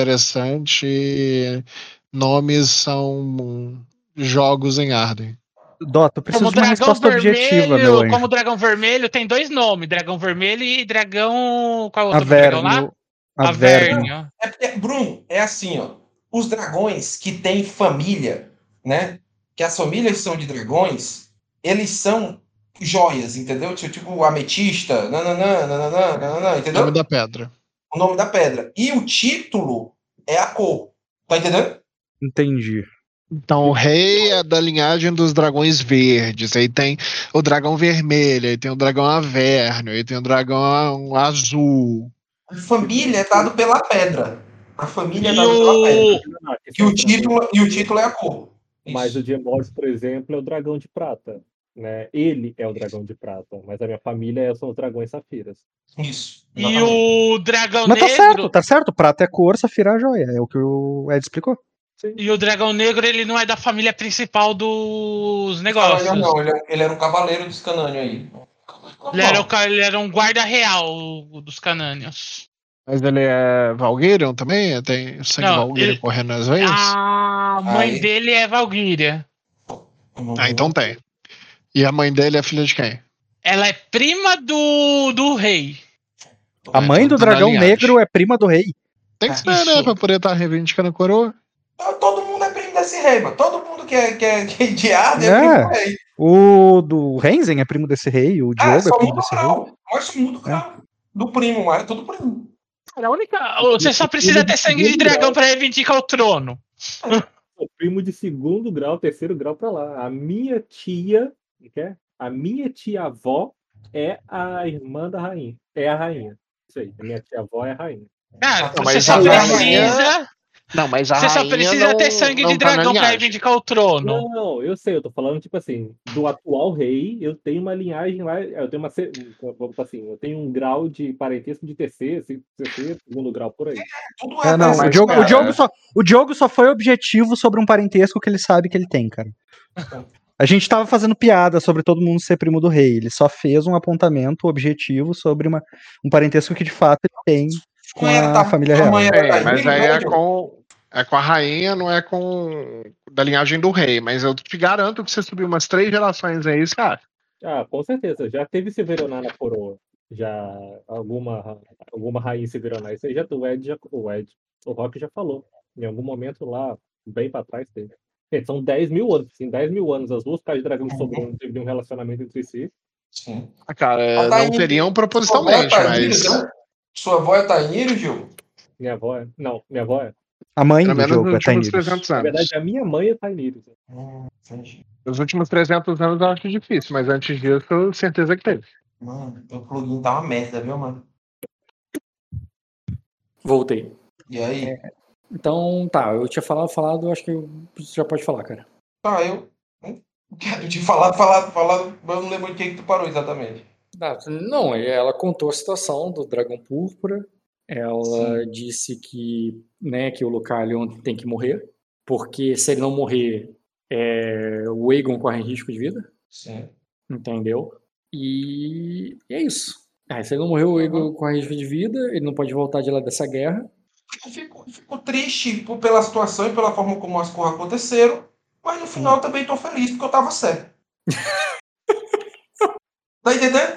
interessante. Nomes são jogos em Arden. Dota, eu preciso de uma resposta objetiva, meu anjo. Como Dragão Vermelho tem 2 nomes, Dragão Vermelho e Dragão... Qual é o outro dragão lá? Avernio. Bruno, é assim, ó. Os dragões que têm família, né? Que as famílias são de dragões, eles são joias, entendeu? Tipo ametista, entendeu? O nome da pedra. O nome da pedra. E o título é a cor. Tá entendendo? Entendi. Então o rei é da linhagem dos dragões verdes, aí tem o dragão vermelho, aí tem o dragão avernio, aí tem o dragão azul. A família é dado pela pedra. A família é dada pela pedra. E o título é a cor. Mas o Gemors, por exemplo, é o dragão de prata. Né? Ele é o dragão de prata, mas a minha família são os dragões safiras. Isso. E o dragão mas negro... tá certo. Prata é cor, safira é joia. É o que o Ed explicou. Sim. E o dragão negro, ele não é da família principal dos negócios. Não, ele era um cavaleiro dos Canânios aí. Ele era um guarda real dos Canânios. Mas ele é Valguerion também? Tem sangue Valguerion correndo nas veias? A mãe dele é Valguíria. Então tem. E a mãe dele é filha de quem? Ela é prima do rei. A mãe do dragão negro é prima do rei. Tem que ser, né? Pra poder estar reivindicando a coroa. Todo mundo é primo desse rei, mano. Todo mundo que é de Arden é primo do rei. O do Renzen é primo desse rei, o Diogo é primo desse rei. Mas só muda o grau do primo, mas é tudo primo. Cara, você só precisa ter sangue de dragão pra reivindicar o trono. O primo de 2º grau, 3º grau pra lá. A minha tia, avó é a irmã da rainha. É a rainha. Isso aí, a minha tia-avó é a rainha. Cara, você só precisa... Não, mas a você só precisa ter sangue de dragão pra reivindicar o trono. Não, eu sei, eu tô falando, tipo assim, do atual rei, eu tenho uma linhagem lá, eu tenho um grau de parentesco de TC, 2º grau por aí. O Diogo só foi objetivo sobre um parentesco que ele sabe que ele tem, cara. A gente tava fazendo piada sobre todo mundo ser primo do rei, ele só fez um apontamento objetivo sobre um parentesco que de fato ele tem com a família real. Mas aí é com a rainha, não é com da linhagem do rei. Mas eu te garanto que você subiu umas 3 gerações aí, cara. Ah, com certeza. Já teve Severonar na coroa. Já alguma rainha Severonar. Isso aí já o Ed O Rock já falou. Em algum momento lá, bem pra trás, teve. Gente, são 10 mil anos. Assim, 10 mil anos, as duas casas de dragão sobrando teve um relacionamento entre si. Sim. Cara, Tá não teriam Sua avó é propositalmente, Taíris, mas né? Sua avó é Taíris, Gil? Minha avó é. Não, minha avó é. A mãe pelo do menos jogo nos é últimos Tainirus. 300 Na anos. verdade, a minha mãe é Tainirus. Entendi. Nos últimos 300 anos eu acho difícil, mas antes disso eu certeza que teve. Mano, meu plugin tá uma merda, viu, mano? Voltei. E aí? Então, tá, eu tinha falado, acho que você já pode falar, cara. Tá, eu quero te falar, mas eu não lembro de que tu parou exatamente. Não, ela contou a situação do Dragão Púrpura. Ela disse que, né, que o Lucalion tem que morrer, porque se ele não morrer, o Aegon corre risco de vida. Sim. Entendeu? E é isso. Se ele não morrer, o Aegon corre risco de vida, ele não pode voltar de lá dessa guerra. Eu fico triste pela situação e pela forma como as coisas aconteceram, mas no final eu também tô feliz porque eu tava certo. Tá entendendo?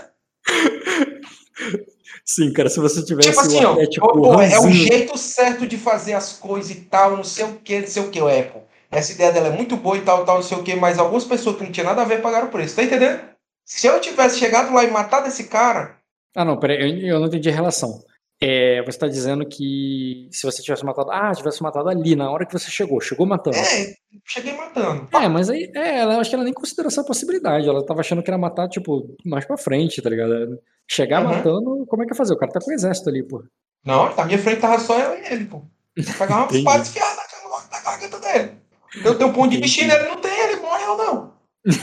Sim, cara, se você tivesse Tipo assim, o ó, arquétipo é o Ranzinho, jeito certo de fazer as coisas e tal, não sei o que, Apple. Essa ideia dela é muito boa e tal, não sei o que, mas algumas pessoas que não tinham nada a ver pagaram o preço, tá entendendo? Se eu tivesse chegado lá e matado esse cara, não, peraí, eu não entendi a relação. Você está dizendo que se você tivesse matado ali, na hora que você chegou matando. cheguei matando. Mas aí, eu acho que ela nem considerou essa possibilidade. Ela tava achando que era matar, tipo, mais pra frente, tá ligado? Chegar matando, como é que ia fazer? O cara tá com o exército ali, pô. Não, na minha frente tava só eu e ele, pô. Pegar uma espada enfiada na garganta dele. Eu tenho um ponto de bichinho, ele não tem, ele morre ou não.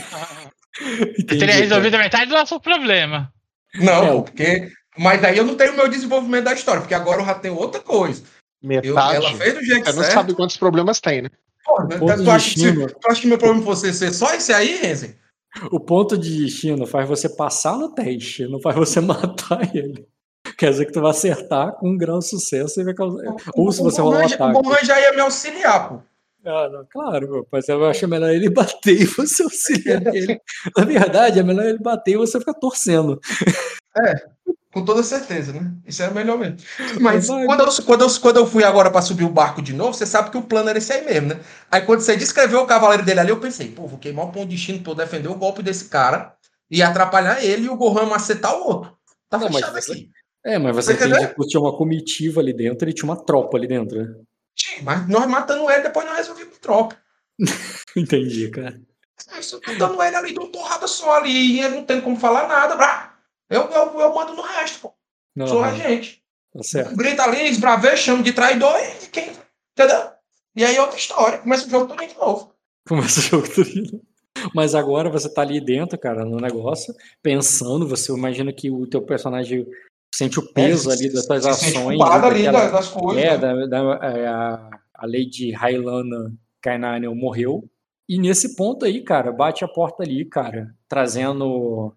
Eu teria resolvido metade do nosso problema. Não, porque... Mas aí eu não tenho o meu desenvolvimento da história, porque agora eu já tenho outra coisa. Metade? Ela fez do jeito Você não certo. sabe quantos problemas tem, né? Pô, tu acha que meu problema fosse ser só esse aí, Renzi? O ponto de destino faz você passar no teste, não faz você matar ele. Quer dizer que tu vai acertar com um grau de sucesso e vai causar... Ou se você rolar um ataque. O Gohan já ia me auxiliar, pô. Não, claro, mas eu acho melhor ele bater e você auxiliar ele. Na verdade, é melhor ele bater e você ficar torcendo. Com toda certeza, né? Isso era melhor mesmo. Mas quando eu fui agora pra subir o barco de novo, você sabe que o plano era esse aí mesmo, né? Aí quando você descreveu o cavaleiro dele ali, eu pensei, pô, vou queimar o ponto de destino pra eu defender o golpe desse cara e atrapalhar ele e o Gohan macetar o outro. Tá fechado aqui. Mas você entende que tinha uma comitiva ali dentro e tinha uma tropa ali dentro, né? Mas nós matando ele, depois nós resolvemos tropa. Entendi, cara. Isso, dando ele ali de uma porrada só ali, e ele não tem como falar nada, brá. Eu mando no resto, pô. Sou agente. Tá certo. Grita ali, esbraveia, chama de traidor e quem. Entendeu? E aí é outra história. Começa o jogo tudo de novo. Começa o jogo tudo de novo. Mas agora você tá ali dentro, cara, no negócio, pensando, você imagina que o teu personagem sente o peso ali das tuas ações. Ali das coisas. A Lady Rhailana Kainaniel morreu. E nesse ponto aí, cara, bate a porta ali, cara, trazendo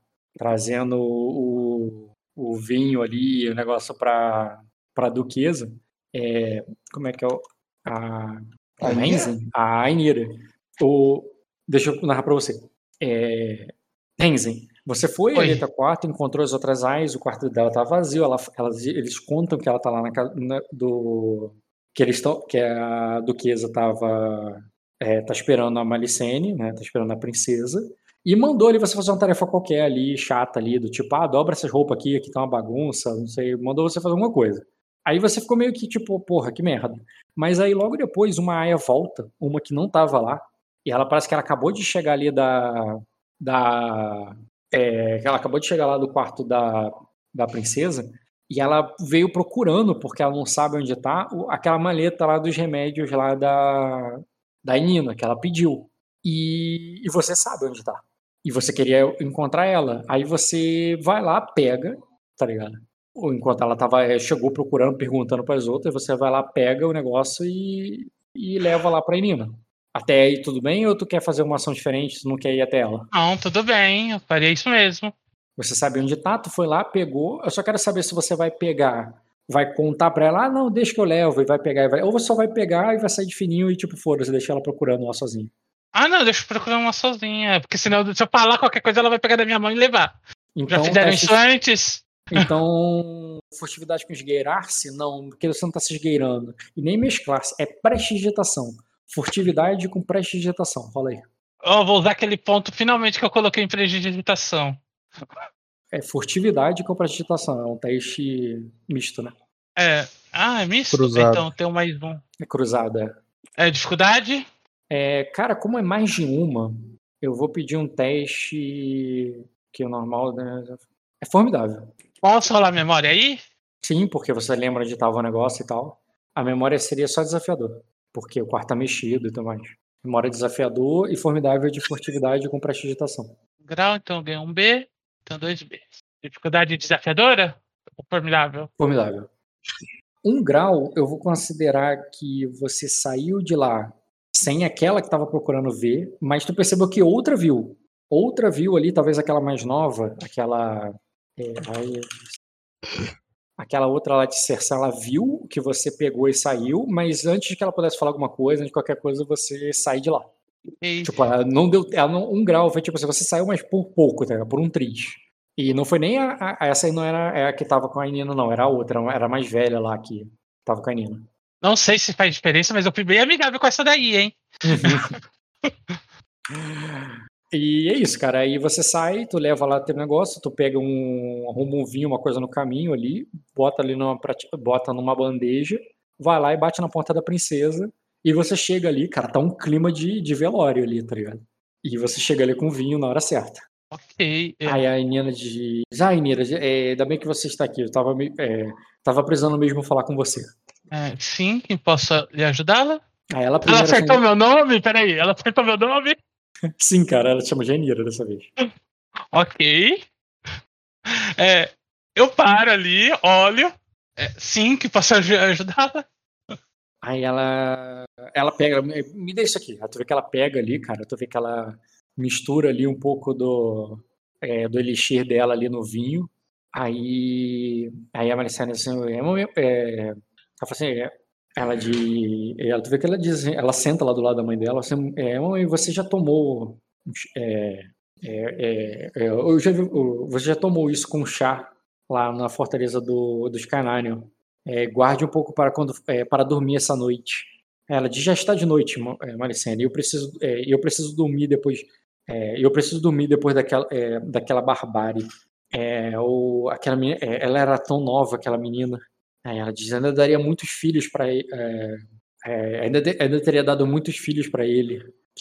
o vinho ali, o negócio pra duquesa. Como é que é a Ainira. Deixa eu narrar pra você. Tenzin, você foi ali até o quarto, encontrou as outras Ais, o quarto dela tá vazio, eles contam que ela tá lá que a duquesa tá esperando a Malicene, né, tá esperando a princesa, e mandou ali você fazer uma tarefa qualquer ali, chata ali, do tipo, dobra essas roupas aqui tá uma bagunça, não sei, mandou você fazer alguma coisa. Aí você ficou meio que tipo, porra, que merda. Mas aí logo depois uma Aia volta, uma que não tava lá, e ela parece que ela acabou de chegar ali ela acabou de chegar lá do quarto da princesa, e ela veio procurando, porque ela não sabe onde tá, aquela maleta lá dos remédios lá da Nina, que ela pediu. E você sabe onde tá. E você queria encontrar ela. Aí você vai lá, pega, tá ligado? Ou enquanto ela chegou procurando, perguntando para as outras, você vai lá, pega o negócio e leva lá pra Nina. Até aí tudo bem, ou tu quer fazer uma ação diferente, tu não quer ir até ela? Não, tudo bem, eu faria isso mesmo. Você sabe onde tá, tu foi lá, pegou, eu só quero saber se você vai pegar, vai contar pra ela, não, deixa que eu levo, e vai pegar, ou você só vai pegar e vai sair de fininho e tipo, foda-se, deixa ela procurando lá sozinha. Não, deixa eu procurar uma sozinha, porque senão se eu falar qualquer coisa, ela vai pegar da minha mão e levar. Então, já fizeram isso antes? Então, Furtividade com esgueirar-se? Não, porque você não tá se esgueirando. E nem mesclar-se. É prestidigitação. Furtividade com prestidigitação. Rola aí. Eu vou usar aquele ponto finalmente que eu coloquei em prestidigitação. É furtividade com prestidigitação. É um teste misto, né? É misto? Cruzado. Então tem mais um. É cruzada. Dificuldade? Cara, como é mais de uma, eu vou pedir um teste que é normal, né? É formidável. Posso rolar a memória aí? Sim, porque você lembra onde estava o negócio e tal. A memória seria só desafiador, porque o quarto tá mexido e tudo mais. Memória desafiador e formidável de furtividade com prestidigitação. Grau, então eu ganho um B, então 2B. Dificuldade desafiadora? Ou formidável? Formidável. 1 grau, eu vou considerar que você saiu de lá sem aquela que estava procurando ver, mas tu percebeu que outra viu. Outra viu ali, talvez aquela mais nova, aquela outra lá de Cerça, ela viu que você pegou e saiu, mas antes que ela pudesse falar alguma coisa, antes de qualquer coisa, você sai de lá. Tipo, ela não deu. 1 grau, foi tipo assim, você saiu, mas por pouco, tá? Por um triz. E não foi nem essa aí, não era a que tava com a Nina, não, era a outra, era a mais velha lá que tava com a Nina. Não sei se faz diferença, mas eu fui bem amigável com essa daí, hein? E é isso, cara. Aí você sai, tu leva lá teu negócio, tu pega arruma um vinho, uma coisa no caminho ali, bota ali bota numa bandeja, vai lá e bate na porta da princesa, e você chega ali, cara, tá um clima de velório ali, tá ligado? E você chega ali com o vinho na hora certa. Ok. Aí a Nina diz, Nina, ainda bem que você está aqui, eu tava precisando mesmo falar com você. Sim, quem possa lhe ajudá-la? Aí ela acertou meu nome? Peraí, ela acertou meu nome? Sim, cara, ela chama Janira dessa vez. Ok. Eu paro ali, olho. Sim, que posso ajudá-la? Aí ela pega, me dá isso aqui. Tu vê que ela pega ali, cara, tu vê que ela mistura ali um pouco do elixir dela ali no vinho. Aí a Maricela assim, ela fala assim, tu vê que ela diz, ela senta lá do lado da mãe dela, assim, mãe, você já tomou você já tomou isso com chá lá na fortaleza dos Cananion. Guarde um pouco para dormir essa noite. Ela diz, já está de noite, Maricela, e eu preciso dormir depois. Eu preciso dormir depois daquela barbárie. Aquela menina, ela era tão nova, aquela menina. Ela diz, ainda daria muitos filhos para ainda teria dado muitos filhos para ele.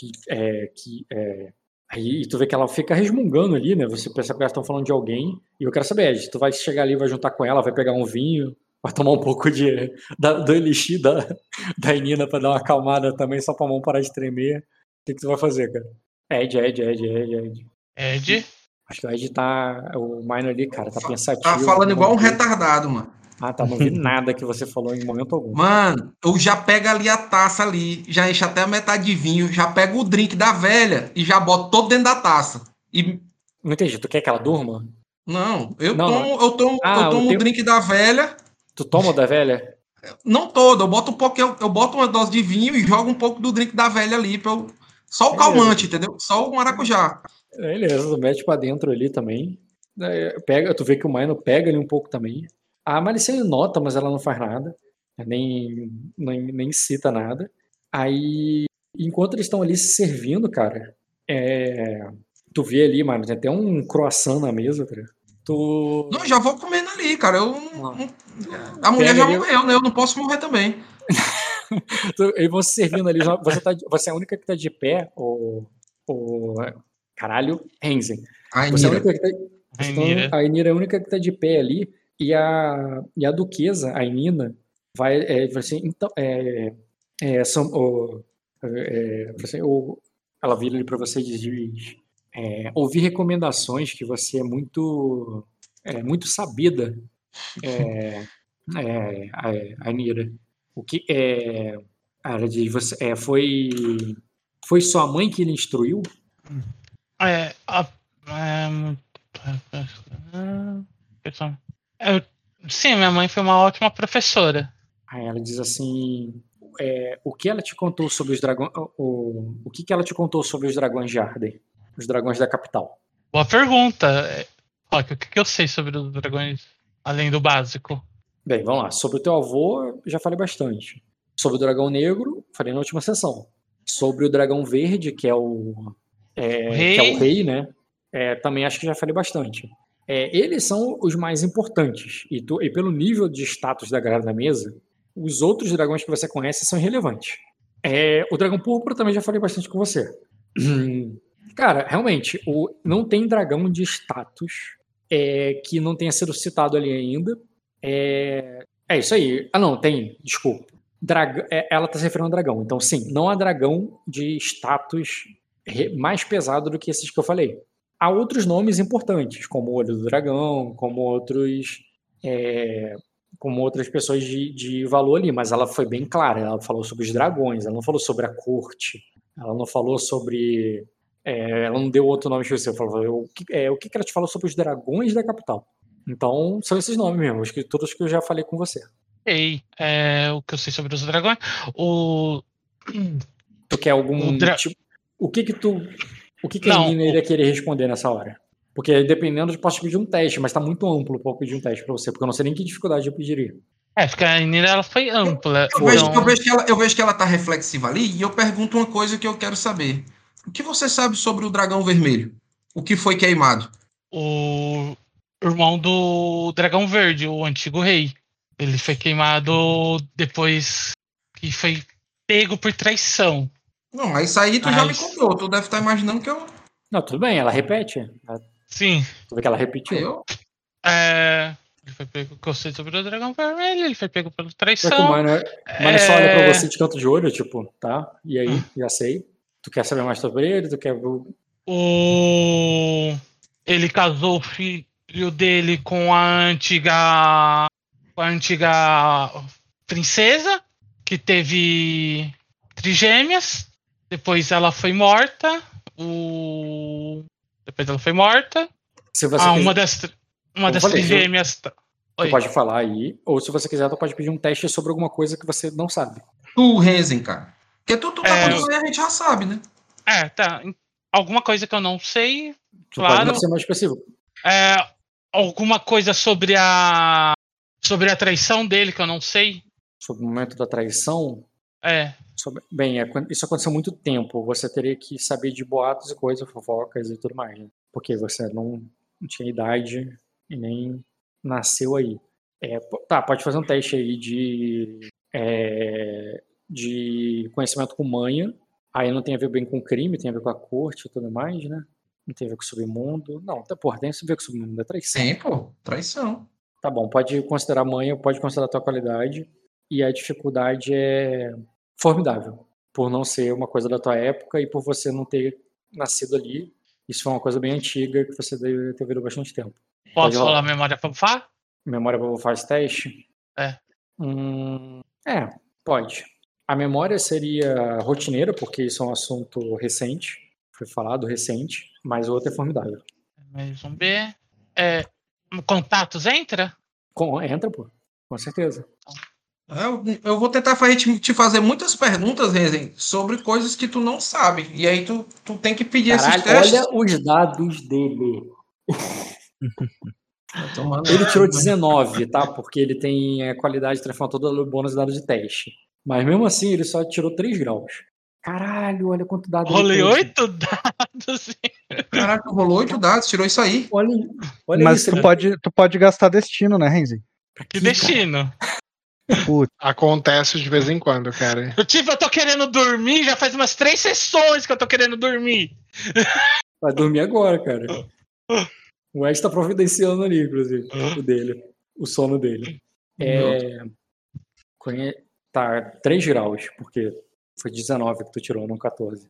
Aí tu vê que ela fica resmungando ali, né? Você percebe que elas estão falando de alguém. E eu quero saber, tu vai chegar ali, vai juntar com ela, vai pegar um vinho, vai tomar um pouco do elixir da Nina pra dar uma acalmada também, só pra mão parar de tremer. O que tu vai fazer, cara? Ed. Ed? Acho que o Ed o Minor ali, cara, tá pensativo. Tá falando igual um retardado, mano. Tá, não vi nada que você falou em momento algum. Mano, eu já pego ali a taça ali, já enche até a metade de vinho, já pego o drink da velha e já boto todo dentro da taça. Não entendi, tu quer que ela durma? Não, eu tomo o drink da velha. Tu toma o da velha? Não todo, eu boto um pouco, eu boto uma dose de vinho e jogo um pouco do drink da velha ali, só o calmante, entendeu? Só o maracujá. Beleza, tu mete pra dentro ali também. Tu vê que o Minor pega ali um pouco também. A Maricene nota, mas ela não faz nada. Nem cita nada. Aí, enquanto eles estão ali se servindo, cara, tu vê ali, mano, tem até um croissant na mesa, cara. Não, já vou comendo ali, cara. A mulher já morreu, né? Eu não posso morrer também. Eles vão se servindo ali. Você é a única que tá de pé, caralho, Renzen. A Inira é a única que tá de pé ali. E a duquesa, a Nina, vai assim, então, ela vira ali para você e diz, ouvir recomendações que você é muito sabida, a Nira. O que ela diz, foi sua mãe que lhe instruiu? Sim, minha mãe foi uma ótima professora. Aí ela diz assim, o que ela te contou sobre os dragões? O que ela te contou sobre os dragões de Arden? Os dragões da capital? Boa pergunta. O que eu sei sobre os dragões além do básico. Bem, vamos lá. Sobre o teu avô, já falei bastante. Sobre o dragão negro, falei na última sessão. Sobre o dragão verde, que é o rei, né? Também acho que já falei bastante. Eles são os mais importantes. E pelo nível de status da galera da mesa, os outros dragões que você conhece são irrelevantes. O dragão púrpura também já falei bastante com você. Cara, realmente, não tem dragão de status que não tenha sido citado ali ainda. É isso aí. Ah, não, tem. Desculpa. Ela tá se referindo ao dragão. Então, sim, não há dragão de status mais pesado do que esses que eu falei. Há outros nomes importantes, como o Olho do Dragão, como outras pessoas de valor ali, mas ela foi bem clara. Ela falou sobre os dragões, ela não falou sobre a corte, ela não falou sobre... ela não deu outro nome específico. Ela falou o que ela te falou sobre os dragões da capital. Então, são esses nomes mesmo, todos que eu já falei com você. O que eu sei sobre os dragões. Tu quer algum tipo... O que a Nina iria querer responder nessa hora? Porque dependendo, eu posso pedir um teste, mas tá muito amplo pra eu pedir um teste pra você, porque eu não sei nem que dificuldade eu pediria. Porque a Nina ela foi ampla. Eu vejo que ela tá reflexiva ali e eu pergunto uma coisa que eu quero saber. O que você sabe sobre o dragão vermelho? O que foi queimado? O irmão do dragão verde, o antigo rei. Ele foi queimado depois que foi pego por traição. Não, mas isso aí tu já me contou. Tu deve estar imaginando que eu... Não, tudo bem, ela repete. Sim. Tu vê que ela repetiu. Ele foi pego, que eu sei sobre o dragão vermelho, ele foi pego pela traição. O Mano só olha pra você de canto de olho, tipo, tá? E aí, já sei. Tu quer saber mais sobre ele? Tu quer... Ele casou o filho dele com a antiga princesa, que teve trigêmeas. Depois ela foi morta. Se você uma das trigêmeas. Tu pode falar aí, ou se você quiser, tu pode pedir um teste sobre alguma coisa que você não sabe. Tu, Renzen, cara. Porque tu tá contando e a gente já sabe, né? Tá. Alguma coisa que eu não sei. Tu claro. pode ser mais específico. Alguma coisa sobre a traição dele que eu não sei. Sobre o momento da traição? Bem, isso aconteceu há muito tempo. Você teria que saber de boatos e coisas, fofocas e tudo mais, né? Porque você não tinha idade e nem nasceu aí. Pode fazer um teste aí de conhecimento com manha. Aí não tem a ver bem com crime, tem a ver com a corte e tudo mais, né? Não tem a ver com o submundo. Não, tem a ver com o submundo, é traição. Sim, pô, traição. Tá bom, pode considerar manha, pode considerar a tua qualidade. E a dificuldade é formidável, por não ser uma coisa da tua época e por você não ter nascido ali. Isso foi uma coisa bem antiga que você deve ter vivido bastante tempo. Posso rolar memória pra bufar? Memória pra bufar esse teste? Pode. A memória seria rotineira, porque isso é um assunto recente. Foi falado recente, mas o outro é formidável. Mais um B. Contatos entra? Entra, pô. Com certeza. Eu vou tentar te fazer muitas perguntas, Renzen, sobre coisas que tu não sabe. E aí tu tem que pedir esses testes. Olha os dados dele. Ele tirou 19, tá? Porque ele tem a qualidade de transformar todo o bônus em dado de teste. Mas mesmo assim, ele só tirou 3 graus. Caralho, olha quanto dado rolei 8 dados. Caraca, rolou 8 dados, tirou isso aí. Olha mas isso, tu pode gastar destino, né, Renzi? Que destino? Acontece de vez em quando, cara. Eu tô querendo dormir, já faz umas 3 sessões que eu tô querendo dormir. Vai dormir agora, cara. O Ed tá providenciando ali, inclusive, o sono dele. Tá, 3 graus, porque foi 19 que tu tirou, não 14.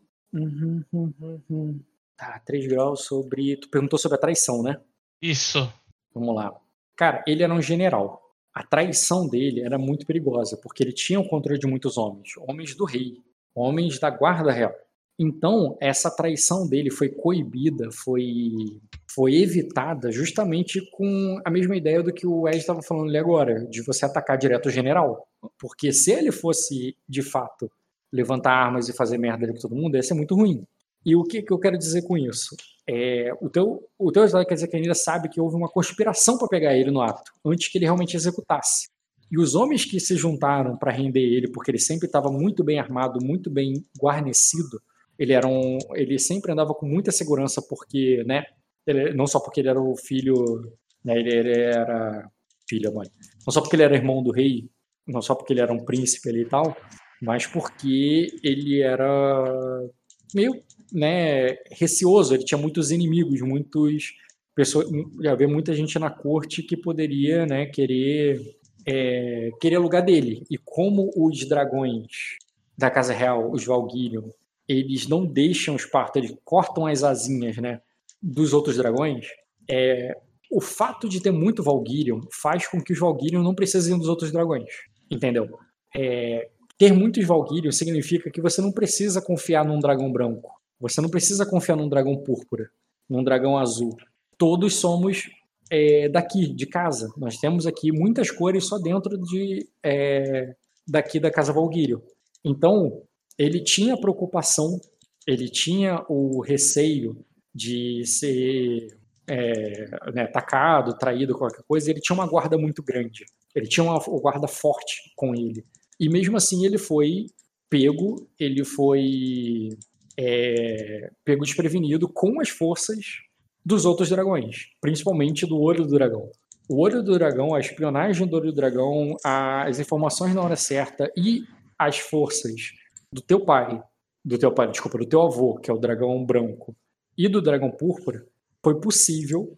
Tá, 3 graus sobre... Tu perguntou sobre a traição, né? Isso. Vamos lá. Cara, ele era um general. A traição dele era muito perigosa, porque ele tinha o controle de muitos homens do rei, homens da guarda real. Então, essa traição dele foi coibida, foi evitada justamente com a mesma ideia do que o Ed estava falando ali agora, de você atacar direto o general. Porque se ele fosse, de fato, levantar armas e fazer merda ali com todo mundo, ia ser muito ruim. E o que eu quero dizer com isso? o teu resultado quer dizer que ainda sabe que houve uma conspiração para pegar ele no ato, antes que ele realmente executasse. E os homens que se juntaram para render ele, porque ele sempre estava muito bem armado, muito bem guarnecido, ele sempre andava com muita segurança, porque, né, não só porque ele era o filho, né, ele era filho, mãe, não só porque ele era irmão do rei, não só porque ele era um príncipe ali e tal, mas porque ele era meio, né, receoso, ele tinha muitos inimigos, havia muita gente na corte que poderia, né, querer lugar dele. E como os dragões da Casa Real, os Valguirion, eles não deixam os partos, eles cortam as asinhas, né, dos outros dragões, o fato de ter muito Valguirion faz com que os Valguirion não precisem dos outros dragões, entendeu? Ter muitos Valguirion significa que você não precisa confiar num dragão branco, você não precisa confiar num dragão púrpura, num dragão azul. Todos somos daqui, de casa. Nós temos aqui muitas cores só dentro daqui da Casa Valguirion. Então, ele tinha preocupação, ele tinha o receio de ser atacado, traído, qualquer coisa, e ele tinha uma guarda muito grande. Ele tinha uma guarda forte com ele. E mesmo assim ele foi pego desprevenido com as forças dos outros dragões, principalmente do Olho do Dragão. O Olho do Dragão, a espionagem do Olho do Dragão, as informações na hora certa e as forças do teu avô, que é o dragão branco, e do dragão púrpura, foi possível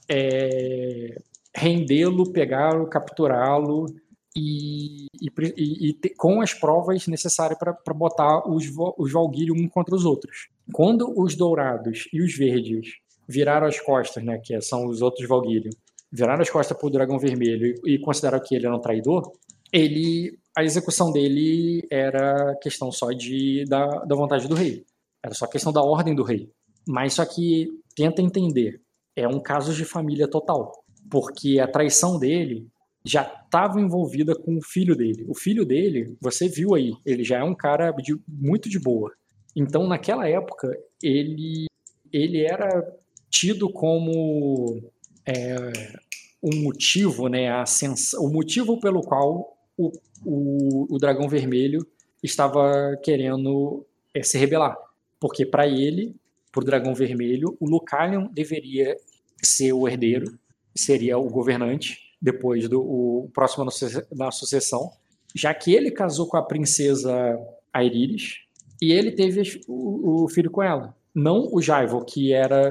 rendê-lo, pegá-lo, capturá-lo e com as provas necessárias para botar os Valguirion um contra os outros. Quando os dourados e os verdes viraram as costas, né, que são os outros Valguirion, viraram as costas para o dragão vermelho e consideraram que ele era um traidor, a execução dele era questão só da vontade do rei. Era só questão da ordem do rei. Mas só que, tenta entender, é um caso de família total. Porque a traição dele já estava envolvida com o filho dele. O filho dele, você viu aí, ele já é um cara muito de boa. Então, naquela época, ele era tido como um motivo, né, o motivo pelo qual o dragão vermelho estava querendo se rebelar. Porque para ele, para o dragão vermelho, o Lucalion deveria ser o herdeiro, seria o governante depois o próximo na sucessão, já que ele casou com a princesa Aeriris e ele teve o filho com ela. Não o Jaivo, que era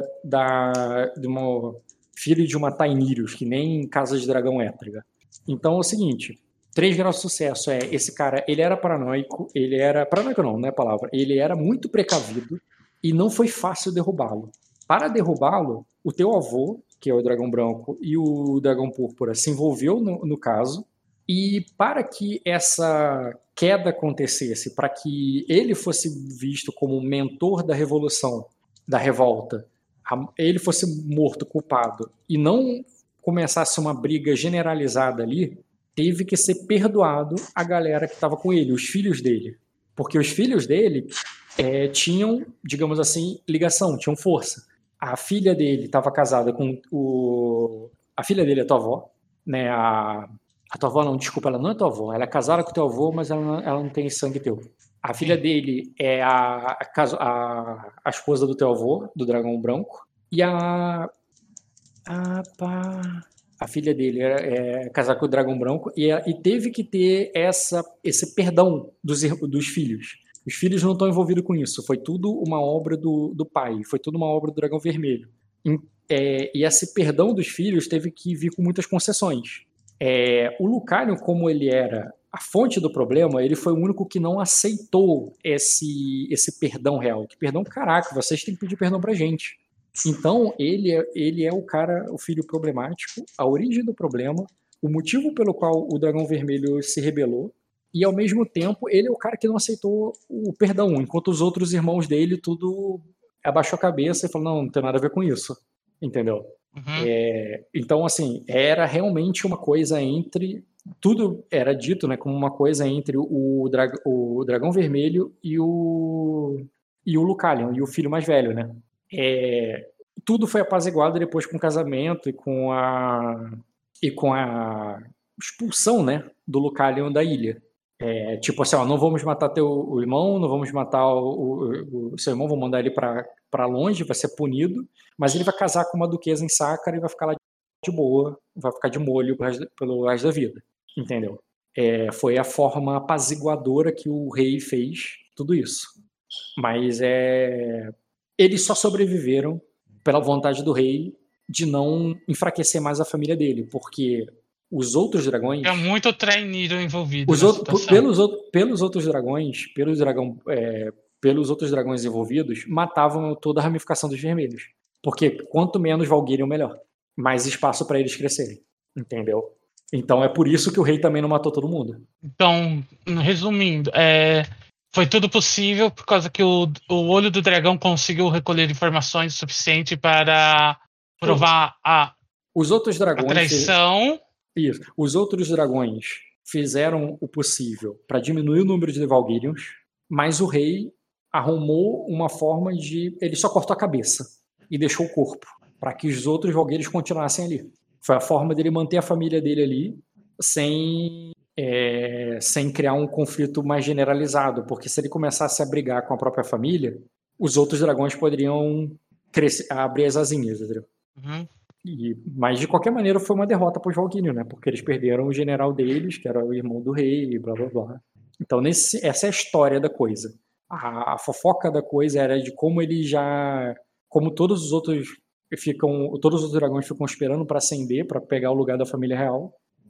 filho de uma Tainirius, que nem Casa de Dragão é, tá ligado? Então é o seguinte, 3 graus de sucesso esse cara, ele era paranoico, paranoico não é a palavra, ele era muito precavido e não foi fácil derrubá-lo. Para derrubá-lo, o teu avô, que é o dragão branco, e o dragão púrpura se envolveu no caso, e para que essa queda acontecesse, para que ele fosse visto como mentor da revolução, da revolta, ele fosse morto, culpado, e não começasse uma briga generalizada ali, teve que ser perdoado a galera que estava com ele, os filhos dele. Porque os filhos dele tinham, digamos assim, ligação, tinham força. A filha dele estava casada com a filha dele é tua avó, né? A tua avó não, desculpa, ela não é tua avó, ela é casada com teu avô, mas ela não tem sangue teu. A filha dele é a esposa do teu avô, do dragão branco, e a filha dele é casada com o dragão branco e teve que ter esse perdão dos filhos. Os filhos não estão envolvidos com isso. Foi tudo uma obra do pai. Foi tudo uma obra do Dragão Vermelho. E esse perdão dos filhos teve que vir com muitas concessões. O Lucalion, como ele era a fonte do problema, ele foi o único que não aceitou esse perdão real. Que perdão, caraca, vocês têm que pedir perdão pra gente. Então, ele é o filho problemático, a origem do problema, o motivo pelo qual o Dragão Vermelho se rebelou, e ao mesmo tempo ele é o cara que não aceitou o perdão, enquanto os outros irmãos dele tudo abaixou a cabeça e falou, não tem nada a ver com isso, entendeu? Uhum. Então, assim, era realmente uma coisa tudo era dito, né, como uma coisa entre o Dragão Vermelho e o Lucalion, e o filho mais velho, né? tudo foi apaziguado depois com o casamento e com a expulsão, né, do Lucalion da ilha. Tipo assim, ó, não vamos matar o irmão, não vamos matar o seu irmão, vamos mandar ele pra longe, vai ser punido, mas ele vai casar com uma duquesa em Sácara e vai ficar lá de boa, vai ficar de molho pelo resto da vida, entendeu? Foi a forma apaziguadora que o rei fez tudo isso. Mas eles só sobreviveram pela vontade do rei de não enfraquecer mais a família dele, porque os outros dragões... É muito traineiro envolvido pelos outros dragões, pelos outros dragões envolvidos, matavam toda a ramificação dos vermelhos. Porque quanto menos Valguirion, melhor. Mais espaço para eles crescerem. Entendeu? Então é por isso que o rei também não matou todo mundo. Então, resumindo, foi tudo possível por causa que o olho do dragão conseguiu recolher informações suficientes para provar os outros dragões, a traição. Isso. Os outros dragões fizeram o possível para diminuir o número de Valguirions, mas o rei arrumou uma forma de... Ele só cortou a cabeça e deixou o corpo, para que os outros Valguirions continuassem ali. Foi a forma dele manter a família dele ali, sem criar um conflito mais generalizado, porque se ele começasse a brigar com a própria família, os outros dragões poderiam abrir as asinhas, entendeu? Uhum. Mas de qualquer maneira foi uma derrota para os Valguirion, né? Porque eles perderam o general deles, que era o irmão do rei, e blá blá blá. Então essa é a história da coisa. A fofoca da coisa era de como como todos os outros dragões ficam esperando para ascender, para pegar o lugar da família real,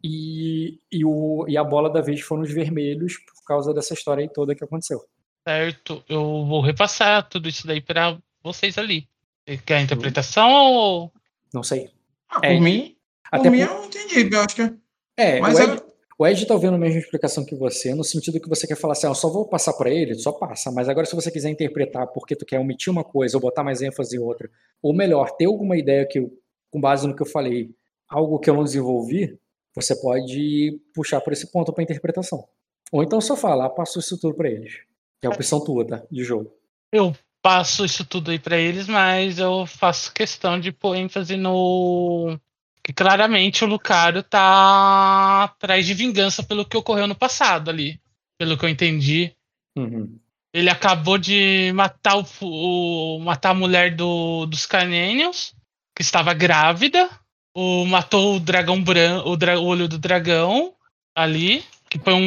e a bola da vez foram os vermelhos por causa dessa história aí toda que aconteceu. Certo, eu vou repassar tudo isso daí para vocês ali. Você quer a interpretação ou... Não sei. Por mim eu não entendi, eu acho que... Mas o Ed tá vendo a mesma explicação que você, no sentido que você quer falar assim, eu só vou passar para ele, só passa, mas agora se você quiser interpretar porque tu quer omitir uma coisa ou botar mais ênfase em outra, ou melhor, ter alguma ideia com base no que eu falei, algo que eu não desenvolvi, você pode puxar por esse ponto para interpretação. Ou então só falar, passo isso tudo para eles. É a opção tua, tá? De jogo. Eu passo isso tudo aí para eles, mas eu faço questão de pôr ênfase no... que claramente o Lucario tá atrás de vingança pelo que ocorreu no passado ali. Pelo que eu entendi. Uhum. Ele acabou de matar matar a mulher dos Canênios, que estava grávida. Matou o dragão branco, o olho do dragão ali, que foi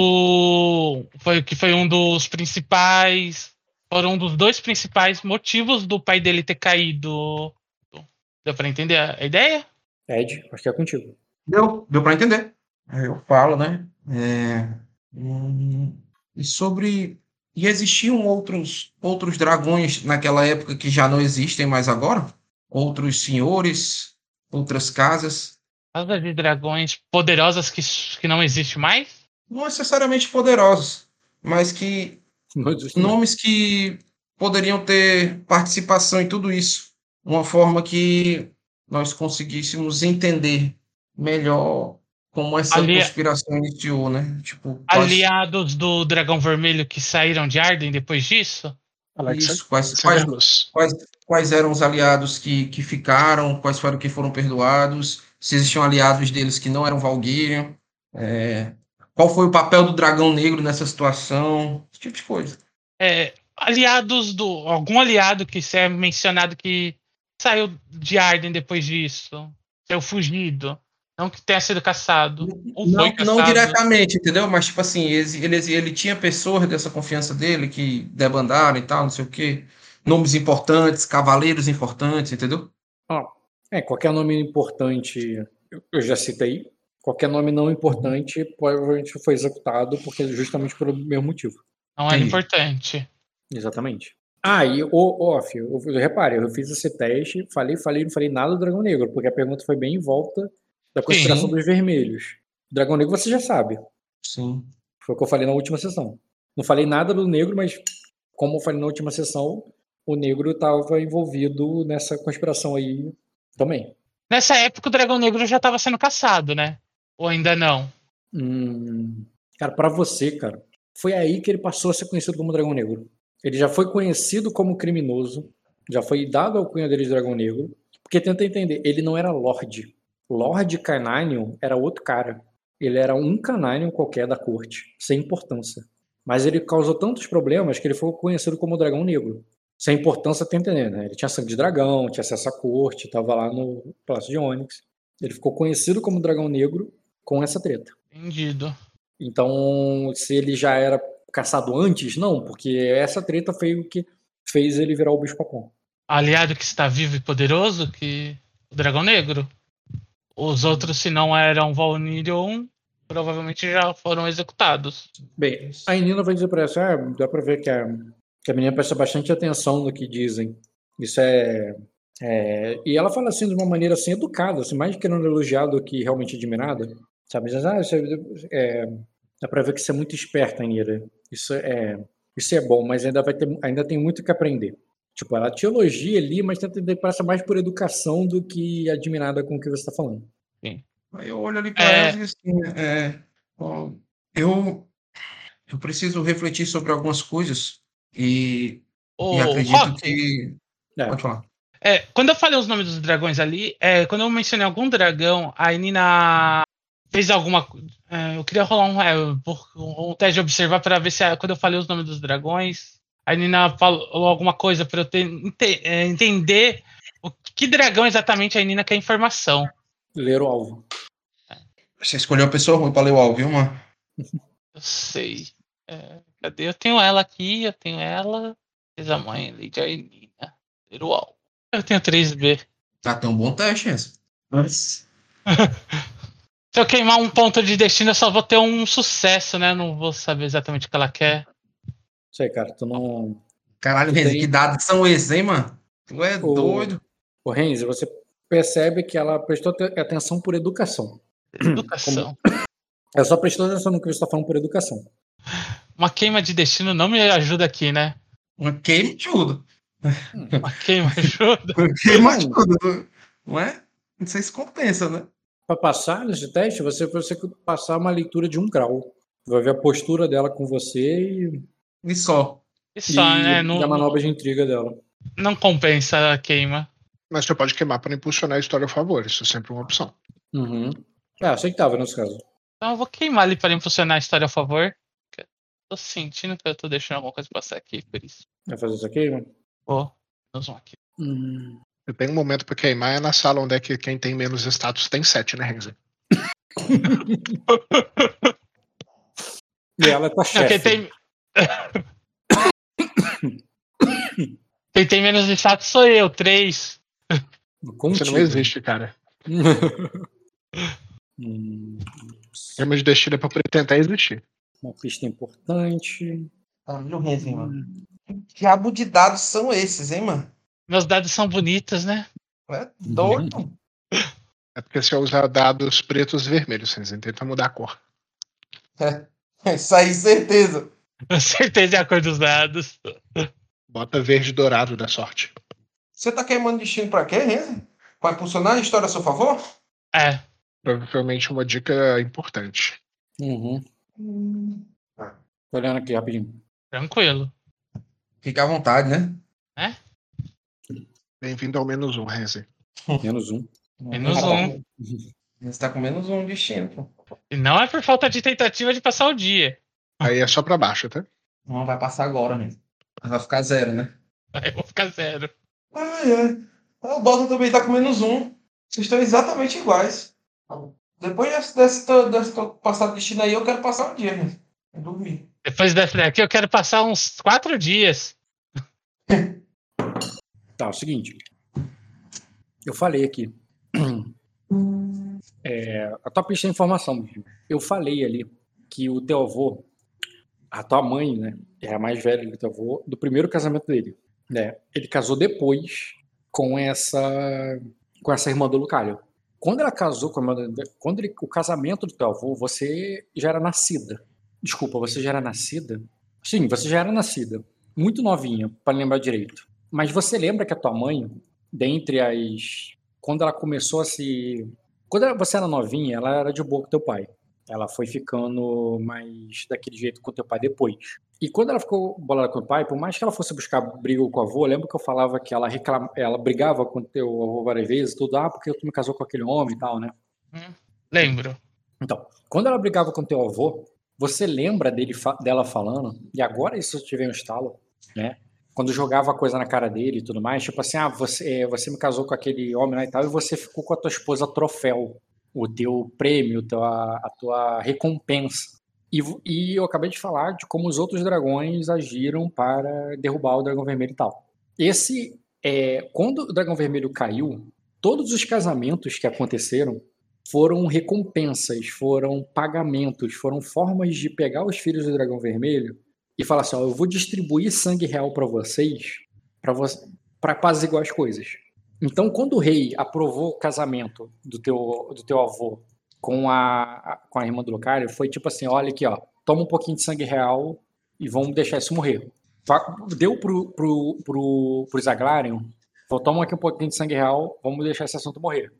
um dos principais... Foram um dos dois principais motivos do pai dele ter caído. Deu pra entender a ideia? Ed, acho que é contigo. Deu para entender. Eu falo, né? E existiam outros dragões naquela época que já não existem mais agora? Outros senhores, outras casas? Casas de dragões poderosas que não existe mais? Não necessariamente poderosos, mas que nomes que poderiam ter participação em tudo isso. Uma forma que nós conseguíssemos entender melhor como essa conspiração iniciou, né? Tipo, aliados do Dragão Vermelho que saíram de Arden depois disso? Isso, quais eram os aliados que ficaram, quais foram que foram perdoados, se existiam aliados deles que não eram Valguirion, qual foi o papel do Dragão Negro nessa situação, esse tipo de coisa. Algum aliado que é mencionado que saiu de Arden depois disso, saiu fugido, não que tenha sido caçado, foi caçado. Não diretamente, entendeu? Mas tipo assim, ele tinha pessoas dessa confiança dele que debandaram e tal, não sei o quê, nomes importantes, cavaleiros importantes, entendeu? Qualquer nome importante, eu já citei, qualquer nome não importante provavelmente foi executado justamente pelo mesmo motivo. Não era importante. Exatamente. Repare, eu fiz esse teste, não falei nada do Dragão Negro, porque a pergunta foi bem em volta da conspiração dos vermelhos. O Dragão Negro você já sabe. Sim. Foi o que eu falei na última sessão. Não falei nada do negro, mas como eu falei na última sessão, o negro estava envolvido nessa conspiração aí também. Nessa época o Dragão Negro já estava sendo caçado, né? Ou ainda não? Cara, pra você, cara, foi aí que ele passou a ser conhecido como Dragão Negro. Ele já foi conhecido como criminoso Já foi dado a alcunha dele de Dragão Negro. Porque tenta entender, ele não era Lorde. Lorde Cananion era outro cara. Ele era um Cananion qualquer da corte, sem importância. Mas ele causou tantos problemas que ele foi conhecido como Dragão Negro. Sem importância, tá entendendo, né? Ele tinha sangue de dragão, tinha acesso à corte, estava lá no Palácio de Onyx. Ele ficou conhecido como Dragão Negro com essa treta. Entendido. Então, se ele já era caçado antes, não, porque essa treta foi o que fez ele virar o bicho-papão. Aliado que está vivo e poderoso, que o Dragão Negro. Os outros, se não eram Valnirion, provavelmente já foram executados. Bem, a Nina vai dizer pra ela, dá pra ver que a menina presta bastante atenção no que dizem. Isso e ela fala assim de uma maneira assim educada, assim, mais querendo elogiar do que realmente admirada. Sabe? Diz, dá pra ver que você é muito esperta, Nira. Isso é bom, mas ainda tem muito que aprender. Tipo, ela te elogia ali, mas passa mais por educação do que admirada com o que você tá falando. Sim. Aí eu olho ali pra elas e assim, eu preciso refletir sobre algumas coisas e acredito Rock, que... Pode falar. Quando eu falei os nomes dos dragões ali, quando eu mencionei algum dragão, a Nina fez alguma... eu queria rolar um teste de observar para ver se quando eu falei os nomes dos dragões, a Nina falou alguma coisa para eu entender o que dragão exatamente a Nina quer informação. Ler o alvo. Você escolheu a pessoa ruim pra ler o alvo, viu, mano? Eu sei. Cadê? Eu tenho ela aqui, eu tenho ela. Fez a mãe, Lady Arnina. Ler o alvo. Eu tenho 3B. Tem um bom teste esse. Mas... Se eu queimar um ponto de destino, eu só vou ter um sucesso, né? Não vou saber exatamente o que ela quer. Sei, cara, tu não... Caralho, Renzi, que dados são esses, hein, mano? Tu é doido. O Renzi, você percebe que ela prestou atenção por educação. Educação. Ela só prestou atenção no que você está falando por educação. Uma queima de destino não me ajuda aqui, né? Uma queima ajuda. Uma queima ajuda? Uma queima ajuda, não é? Não sei se compensa, né? Para passar nesse teste, você passar uma leitura de 1 grau. Vai ver a postura dela com você e só. E a manobra de intriga dela. Não compensa a queima. Mas você pode queimar para impulsionar a história a favor. Isso é sempre uma opção. Uhum. Aceitável nesse caso. Então eu vou queimar ali para impulsionar a história a favor. Tô sentindo que eu tô deixando alguma coisa passar aqui, por isso. Vai fazer isso aqui, mano? Menos um aqui. Eu tenho um momento pra queimar, é na sala onde é que quem tem menos status tem 7, né, Renzi? E ela tá chefe. Quem tem menos status sou eu, 3. Você não existe, cara. Queima de destino é pra tentar existir. Uma pista importante. Renzi, mano. Que diabo de dados são esses, hein, mano? Meus dados são bonitos, né? É doido. É porque você usa dados pretos e vermelhos, Renzi. Tenta mudar a cor. Isso aí, certeza. Certeza é a cor dos dados. Bota verde dourado da sorte. Você tá queimando destino pra quê, Renzi? Vai impulsionar a história a seu favor? Provavelmente uma dica importante. Tô olhando aqui rapidinho. Tranquilo. Fica à vontade, né? Bem-vindo ao menos 1, Renzi. Menos 1. Menos 1. Você tá com menos 1 destino, pô. E não é por falta de tentativa de passar o dia. Aí é só pra baixo, tá? Não vai passar agora, né? Vai ficar 0, né? Aí eu vou ficar 0. O Dota também tá com menos 1. Vocês estão exatamente iguais. Depois desse passar destino aí, eu quero passar um dia, né? Dormir. Depois dessa daqui, eu quero passar uns 4 dias. Tá, é o seguinte. Eu falei aqui. A tua pista é informação mesmo. Eu falei ali que o teu avô, a tua mãe, né, é a mais velha do teu avô, do primeiro casamento dele, né? Ele casou depois com essa irmã do Lucario. Quando ela casou o casamento do teu avô, você já era nascida. Desculpa, você já era nascida? Sim, você já era nascida. Muito novinha, para lembrar direito. Mas você lembra que a tua mãe, quando ela começou a se... Quando você era novinha, ela era de boa com teu pai. Ela foi ficando mais daquele jeito com teu pai depois. E quando ela ficou bolada com o pai, por mais que ela fosse buscar briga com o avô, lembra que eu falava que ela brigava com o teu avô várias vezes, tudo, porque tu me casou com aquele homem e tal, né? Lembro. Então, quando ela brigava com o teu avô, você lembra dela falando, e agora isso te veio um estalo, né? Quando jogava coisa na cara dele e tudo mais, tipo assim, você me casou com aquele homem lá e tal, e você ficou com a tua esposa troféu, o teu prêmio, a tua recompensa. E eu acabei de falar de como os outros dragões agiram para derrubar o dragão vermelho e tal. Quando o dragão vermelho caiu, todos os casamentos que aconteceram foram recompensas, foram pagamentos, foram formas de pegar os filhos do dragão vermelho e falar assim, eu vou distribuir sangue real para vocês, para apaziguar as coisas. Então, quando o rei aprovou o casamento do teu avô com a irmã do Lucario, foi tipo assim, olha aqui, toma um pouquinho de sangue real e vamos deixar isso morrer. Deu pro Zaglarion, toma aqui um pouquinho de sangue real, vamos deixar esse assunto morrer.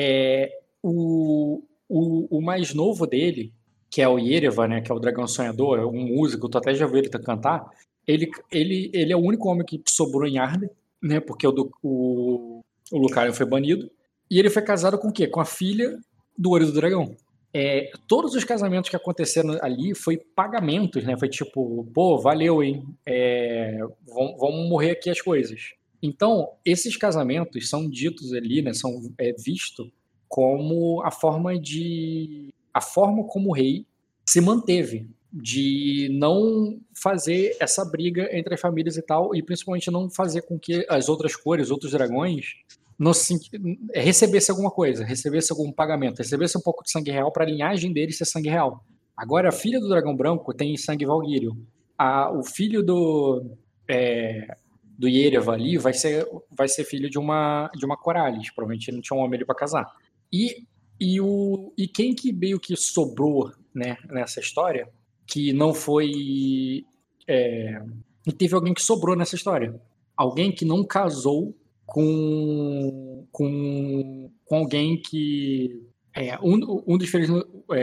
O mais novo dele, que é o Yereva, né, que é o dragão sonhador, um músico, tu até já ouviu ele cantar, ele é o único homem que sobrou em Arden, né, porque o Lucario foi banido, e ele foi casado com o quê? Com a filha do Olho do Dragão. Todos os casamentos que aconteceram ali foi pagamentos, né, foi tipo, pô, valeu, hein, vamos morrer aqui as coisas. Então, esses casamentos são ditos ali, né, são vistos como a forma como o rei se manteve, de não fazer essa briga entre as famílias e tal, e principalmente não fazer com que as outras cores, outros dragões, recebesse alguma coisa, recebesse algum pagamento, recebesse um pouco de sangue real para a linhagem deles ser sangue real. Agora, a filha do dragão branco tem sangue Valguírio. O filho do Yereva ali vai ser filho de uma Coralis, provavelmente ele não tinha um homem ali para casar. E quem que meio que sobrou, né, nessa história, que não foi... E teve alguém que sobrou nessa história. Alguém que não casou com alguém que... um dos filhos...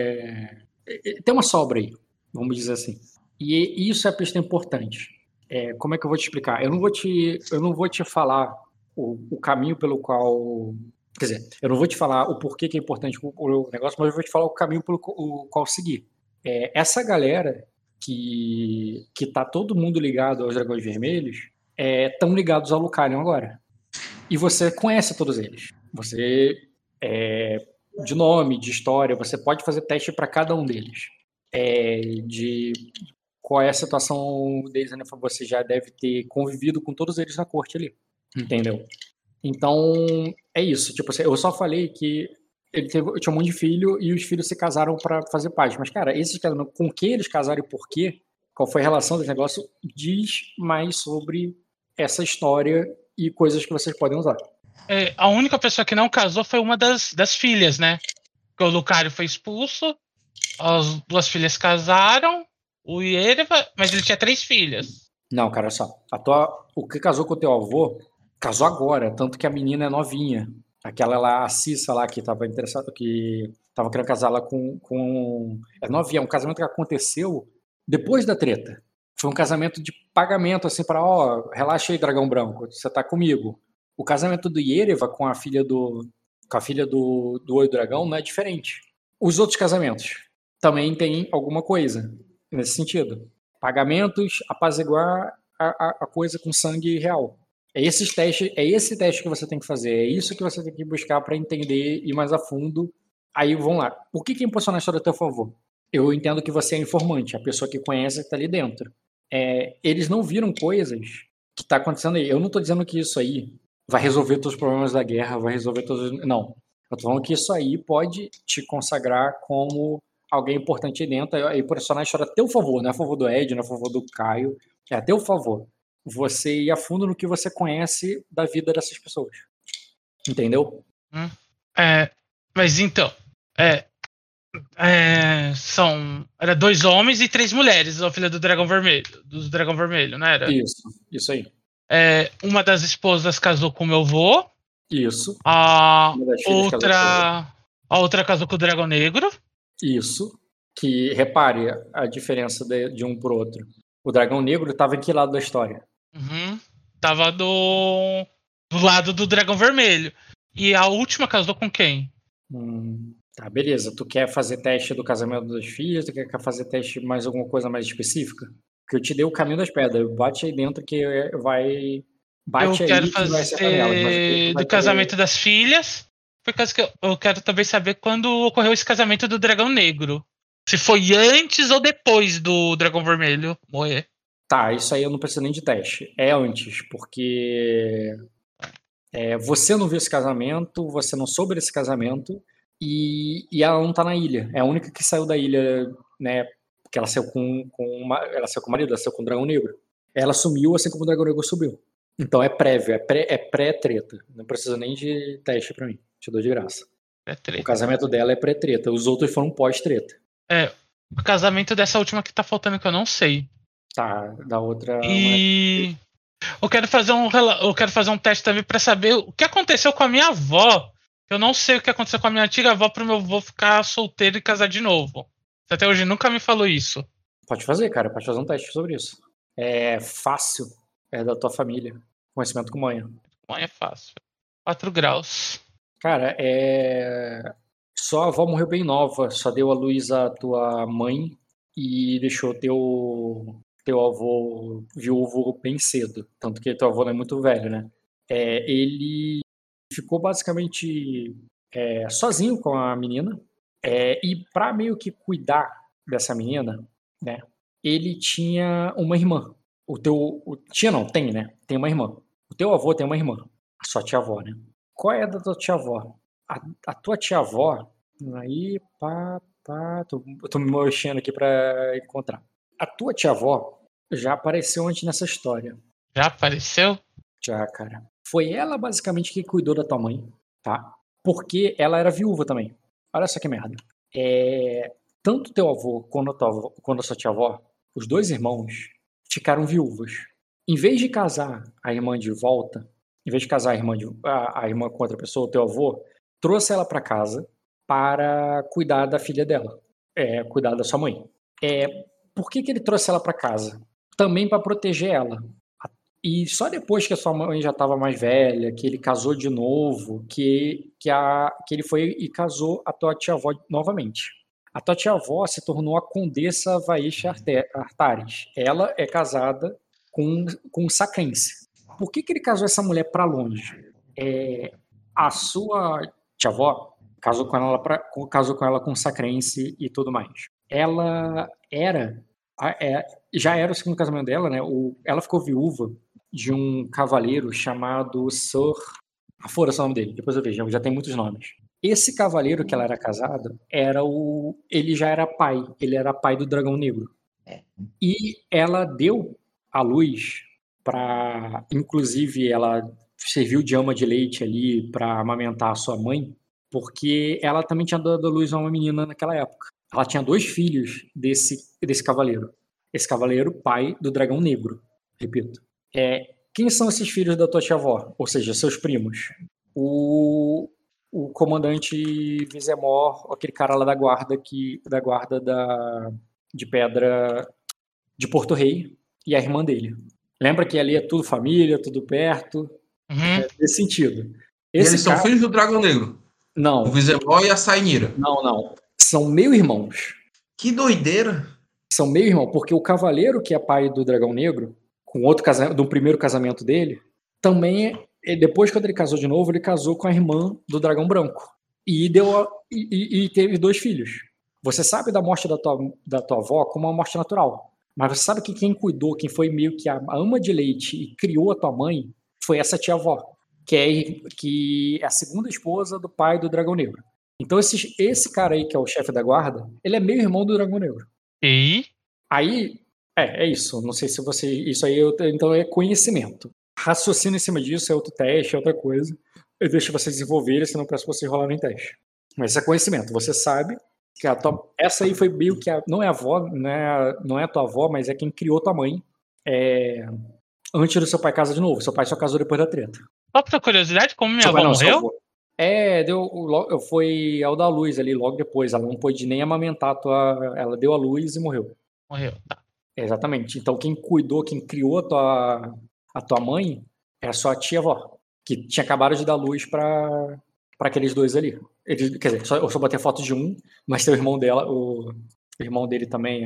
tem uma sobra aí, vamos dizer assim. E isso é a pista importante. Como é que eu vou te explicar? Eu não vou te falar o caminho pelo qual... Quer dizer, eu não vou te falar o porquê que é importante o negócio, mas eu vou te falar o caminho pelo qual seguir. Essa galera que tá todo mundo ligado aos Dragões Vermelhos estão ligados ao Lucarion agora. E você conhece todos eles. Você, de nome, de história, você pode fazer teste para cada um deles. De qual é a situação deles, né? Você já deve ter convivido com todos eles na corte ali. Entendeu? Então, é isso. Tipo, eu só falei que tinha um monte de filho e os filhos se casaram para fazer paz. Mas, cara, esses caras, com quem eles casaram e por quê, qual foi a relação desse negócio, diz mais sobre essa história e coisas que vocês podem usar. A única pessoa que não casou foi uma das filhas, né? Porque o Lucario foi expulso, as duas filhas casaram, o Yereva, mas ele tinha 3 filhas. Não, cara, só. O que casou com o teu avô casou agora, tanto que a menina é novinha. Aquela lá, a Cissa lá, que tava interessada, que tava querendo casar lá com... É novinha, é um casamento que aconteceu depois da treta. Foi um casamento de pagamento, assim, para, relaxa aí, dragão branco, você tá comigo. O casamento do Yereva com a filha do Olho Dragão não é diferente. Os outros casamentos também tem alguma coisa nesse sentido. Pagamentos, apaziguar a coisa com sangue real. É esse teste que você tem que fazer, é isso que você tem que buscar para entender e ir mais a fundo. Aí vamos lá. O que impulsionar a história a teu favor? Eu entendo que você é informante, a pessoa que conhece que está ali dentro. Eles não viram coisas que está acontecendo aí. Eu não estou dizendo que isso aí vai resolver todos os problemas da guerra, vai resolver todos... Não. Eu estou falando que isso aí pode te consagrar como alguém importante aí dentro e impulsionar a história a teu favor, não é a favor do Ed, não é a favor do Caio, é a teu favor. Você ir a fundo no que você conhece da vida dessas pessoas. Entendeu? Mas então, era 2 homens e 3 mulheres, a filha do Dragão Vermelho, não era? Isso aí. Uma das esposas casou com o meu avô. Isso. A outra casou com o Dragão Negro. Isso. Que, repare a diferença de um pro outro. O dragão negro tava em que lado da história? Uhum. Tava do lado do dragão vermelho. E a última casou com quem? Tá, beleza. Tu quer fazer teste do casamento das filhas? Tu quer fazer teste de mais alguma coisa mais específica? Porque eu te dei o caminho das pedras. Bate aí dentro que vai... Bate Eu aí quero que vai acertar nelas. Mas o que fazer tu vai do casamento das filhas. Por causa que eu quero também saber quando ocorreu esse casamento do dragão negro. Se foi antes ou depois do dragão vermelho morrer. Tá, isso aí eu não preciso nem de teste. É antes, porque você não viu esse casamento, você não soube desse casamento e ela não tá na ilha. É a única que saiu da ilha, né? Porque ela saiu ela saiu com o marido, ela saiu com o dragão negro. Ela sumiu assim como o dragão negro subiu. Então é prévio, é pré-treta. Não precisa nem de teste pra mim. Te dou de graça. O casamento dela é pré-treta. Os outros foram pós-treta. O casamento dessa última que tá faltando que eu não sei. Tá, da outra. E eu quero fazer um teste também pra saber o que aconteceu com a minha avó. Eu não sei o que aconteceu com a minha antiga avó pro meu avô ficar solteiro e casar de novo. Você até hoje nunca me falou isso. Pode fazer, cara. Pode fazer um teste sobre isso. É fácil. É da tua família. Conhecimento com manha. Manha é fácil. 4 graus. Cara, sua avó morreu bem nova. Só deu à luz a tua mãe e deixou teu avô viúvo bem cedo. Tanto que teu avô não é muito velho, né? Ele ficou basicamente sozinho com a menina. E pra meio que cuidar dessa menina, né? Ele tinha uma irmã. Tem, né? Tem uma irmã. O teu avô tem uma irmã. A sua tia-avó, né? Qual é a da tua tia-avó? A tua tia-avó... Aí, tô me mexendo aqui pra encontrar. A tua tia-avó já apareceu antes nessa história. Já apareceu? Já, cara. Foi ela basicamente que cuidou da tua mãe, tá? Porque ela era viúva também. Olha só que merda. Tanto teu avô quanto a sua tia-avó, os dois irmãos, ficaram viúvos. Em vez de casar a irmã de volta, em vez de casar a irmã com outra pessoa, o teu avô trouxe ela pra casa para cuidar da filha dela, cuidar da sua mãe. Por que ele trouxe ela para casa? Também para proteger ela. E só depois que a sua mãe já estava mais velha, que ele casou de novo, que ele foi e casou a tua tia-avó novamente. A tua tia-avó se tornou a Condessa Vaisha Artares. Ela é casada com um sacrense. Por que ele casou essa mulher para longe? A sua tia-avó casou com ela com sacrense e tudo mais. Ela já era o segundo casamento dela, né? Ela ficou viúva de um cavaleiro chamado Sir... Foda-se o nome dele, depois eu vejo, já tem muitos nomes. Esse cavaleiro que ela era casada, ele já era pai, ele era pai do dragão negro. E ela deu à luz para... Inclusive, ela serviu de ama de leite ali para amamentar a sua mãe, porque ela também tinha dado à luz a uma menina naquela época. Ela tinha 2 filhos desse cavaleiro. Esse cavaleiro, pai do dragão negro. Repito. Quem são esses filhos da tua tia-avó? Ou seja, seus primos. O comandante Vizemor, aquele cara lá da guarda de pedra de Porto Rei, e a irmã dele. Lembra que ali é tudo família, tudo perto? Nesse sentido. Eles são filhos do dragão negro? Não. O Vizemor e a Sainira? Não. São meio-irmãos. Que doideira! São meio-irmão, porque o cavaleiro que é pai do dragão negro, com outro casamento, do primeiro casamento dele, também, depois quando ele casou de novo, ele casou com a irmã do dragão branco. E teve 2 filhos. Você sabe da morte da tua avó como uma morte natural. Mas você sabe que quem cuidou, quem foi meio que a ama de leite e criou a tua mãe, foi essa tia-avó, que é a segunda esposa do pai do dragão negro. Então esse cara aí, que é o chefe da guarda, ele é meio irmão do dragão negro. E? Aí, é isso. Não sei se você... Isso aí, então, é conhecimento. Raciocínio em cima disso é outro teste, é outra coisa. Eu deixo vocês desenvolverem, senão eu peço pra vocês rolarem teste. Mas isso é conhecimento. Você sabe que essa aí foi meio que... Não é a avó, não é a tua avó, mas é quem criou tua mãe antes do seu pai casar de novo. Seu pai só casou depois da treta. Só por curiosidade, como minha avó morreu? Foi ao da luz ali logo depois. Ela não pôde nem amamentar ela deu a luz e morreu. Morreu, tá. Exatamente. Então quem criou a tua mãe é a sua tia-avó, que tinha acabado de dar luz para aqueles dois ali. Quer dizer, eu só botei a foto de um, mas tem o irmão dela, o irmão dele também,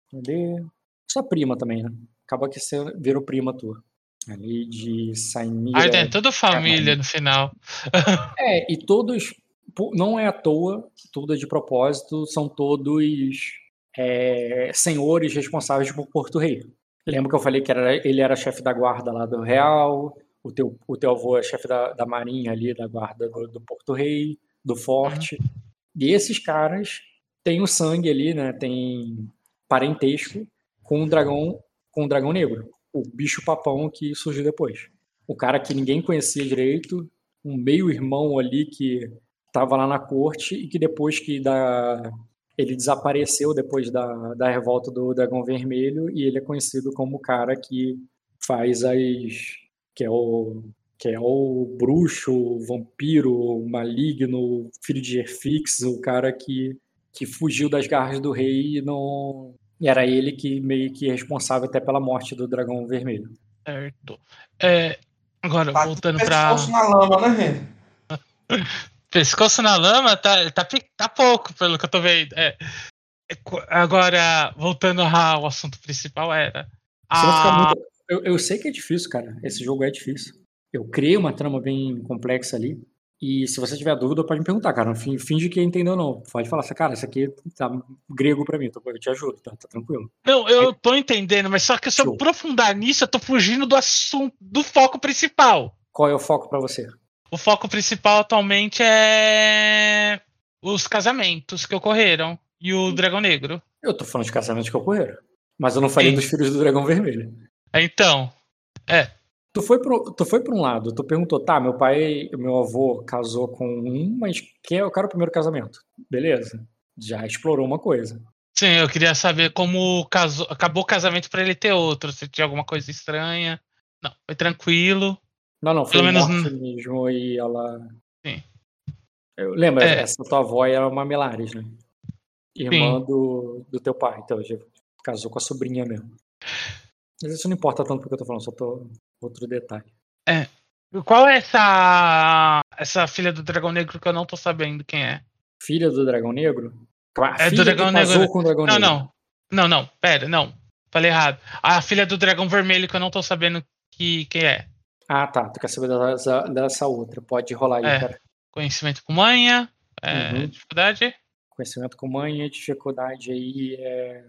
sua prima também, né? Acaba que você virou prima tua. Ali de Saimira. Aí tem toda a família no final. E todos, não é à toa, tudo é de propósito, são todos senhores responsáveis por Porto Rei. Lembra que eu falei que ele era chefe da guarda lá do Real, o teu avô é chefe da marinha ali, da guarda do Porto Rei, do forte. E esses caras têm o sangue ali, né? Tem parentesco com o dragão negro, o bicho papão que surgiu depois. O cara que ninguém conhecia direito, um meio-irmão ali que estava lá na corte e que depois ele desapareceu depois da revolta do Dragão Vermelho, e ele é conhecido como o cara que faz que é o bruxo, o vampiro, o maligno, o filho de Gerfix, o cara que fugiu das garras do rei e era ele que meio que é responsável até pela morte do Dragão Vermelho. Certo. Agora, voltando pra... Pescoço na lama, né, gente? Pescoço na lama tá pouco, pelo que eu tô vendo. Agora, voltando ao assunto principal, era... Você vai ficar muito... eu sei que é difícil, cara. Esse jogo é difícil. Eu criei uma trama bem complexa ali. E se você tiver dúvida, pode me perguntar, cara. Não finge que entendeu, não. Pode falar assim, cara, isso aqui tá grego pra mim. Eu te ajudo, tá tranquilo. Não, eu tô entendendo, mas só que se eu aprofundar nisso, eu tô fugindo do assunto, do foco principal. Qual é o foco pra você? O foco principal atualmente é os casamentos que ocorreram e o Dragão Negro. Eu tô falando de casamentos que ocorreram. Mas eu não falei dos filhos do Dragão Vermelho. Então, Tu foi pra um lado, tu perguntou, tá, meu avô casou com mas eu quero o primeiro casamento. Beleza. Já explorou uma coisa. Sim, eu queria saber como acabou o casamento pra ele ter outro, se tinha alguma coisa estranha. Não, foi tranquilo. Não, foi morte mesmo e ela... Sim. Eu lembro, essa tua avó era uma Melares, né? Irmã do teu pai, então já casou com a sobrinha mesmo. Mas isso não importa tanto porque eu tô falando, só outro detalhe. Qual é essa filha do Dragão Negro que eu não tô sabendo quem é? Filha do Dragão Negro? A filha do Dragão que casou Negro. Com o Dragão Negro. Não, pera, não. Falei errado. A filha do Dragão Vermelho que eu não tô sabendo quem é. Ah, tá. Tu quer saber dessa outra. Pode rolar aí, cara. Conhecimento com manha. Dificuldade. Conhecimento com manha, dificuldade aí é...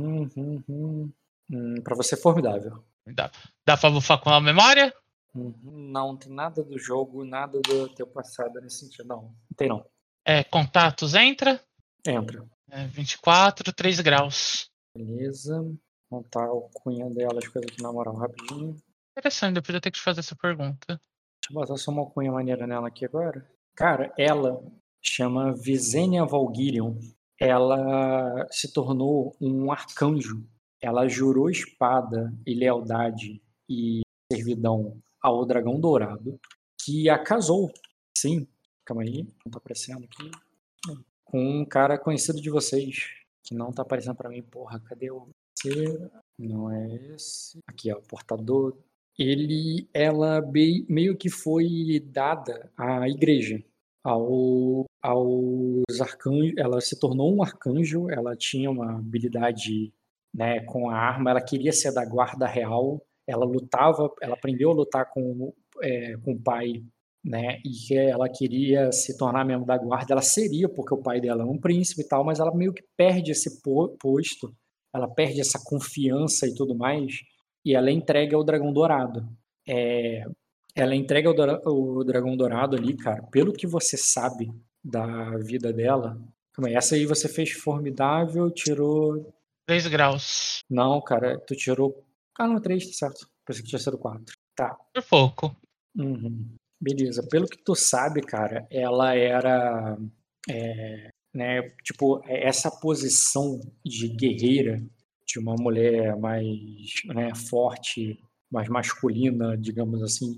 Pra você, formidável. Dá pra bufar com a memória? Não tem nada do jogo, nada do teu passado nesse sentido. Não tem não. Contatos entra? Entra. 24, 3 graus. Beleza. Montar o cunha dela, as coisas aqui na moral rapidinho. Interessante, depois eu tenho que te fazer essa pergunta. Deixa eu botar só uma cunha maneira nela aqui agora. Cara, ela chama Visenya Valgyrion. Ela se tornou um arcanjo. Ela jurou espada e lealdade e servidão ao Dragão Dourado, que a casou, sim, calma aí, não tá aparecendo aqui, com um cara conhecido de vocês, que não tá aparecendo pra mim, porra, cadê você? Não é esse. Aqui, ó, o portador. Ela meio que foi dada à igreja, aos arcanjos. Ela se tornou um arcanjo, ela tinha uma habilidade, né, com a arma, ela queria ser da guarda real, ela aprendeu a lutar com o pai, né, e que ela queria se tornar membro da guarda. Ela seria, porque o pai dela é um príncipe e tal, mas ela meio que perde esse posto, ela perde essa confiança e tudo mais, e ela entrega ao Dragão Dourado. Ela entrega o Dragão Dourado ali, cara, pelo que você sabe da vida dela. Essa aí você fez formidável, tirou... 3 graus. Não, cara, tu tirou... não, 3, tá certo. Pensei que tinha sido 4. Tá. Por pouco. Beleza. Pelo que tu sabe, cara, ela era... né, tipo, essa posição de guerreira, de uma mulher mais, né, forte, mais masculina, digamos assim,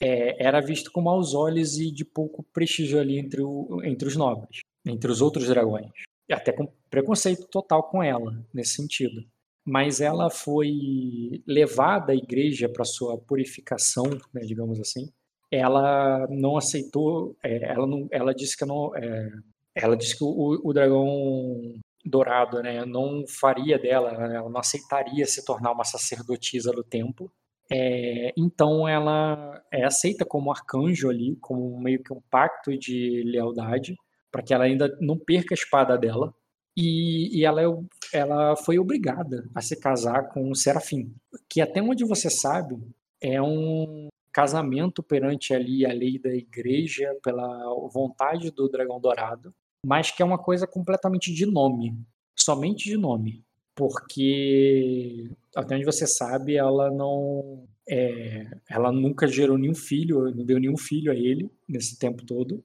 era visto com maus olhos e de pouco prestígio ali entre os nobres, entre os outros dragões. E até com preconceito total com ela, nesse sentido. Mas ela foi levada à igreja para sua purificação, né, digamos assim. Ela não aceitou, ela disse que ela disse que o dragão dourado, né, não faria dela, ela não aceitaria se tornar uma sacerdotisa do templo. Então ela é aceita como arcanjo ali, como meio que um pacto de lealdade, para que ela ainda não perca a espada dela. E ela foi obrigada a se casar com o Serafim, que até onde você sabe é um casamento perante ali a lei da igreja, pela vontade do dragão dourado, mas que é uma coisa completamente de nome, somente de nome, porque até onde você sabe ela nunca gerou nenhum filho, não deu nenhum filho a ele nesse tempo todo.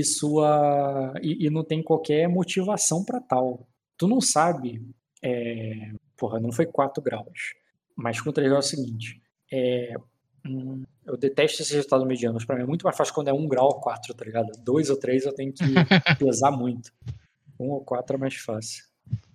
E não tem qualquer motivação para tal. Tu não sabe, não foi 4 graus, mas com 3 graus é o seguinte, eu detesto esses resultados medianos, pra mim é muito mais fácil quando é 1 grau ou 4, tá ligado? 2 ou 3 eu tenho que pesar muito. 1 ou 4 é mais fácil.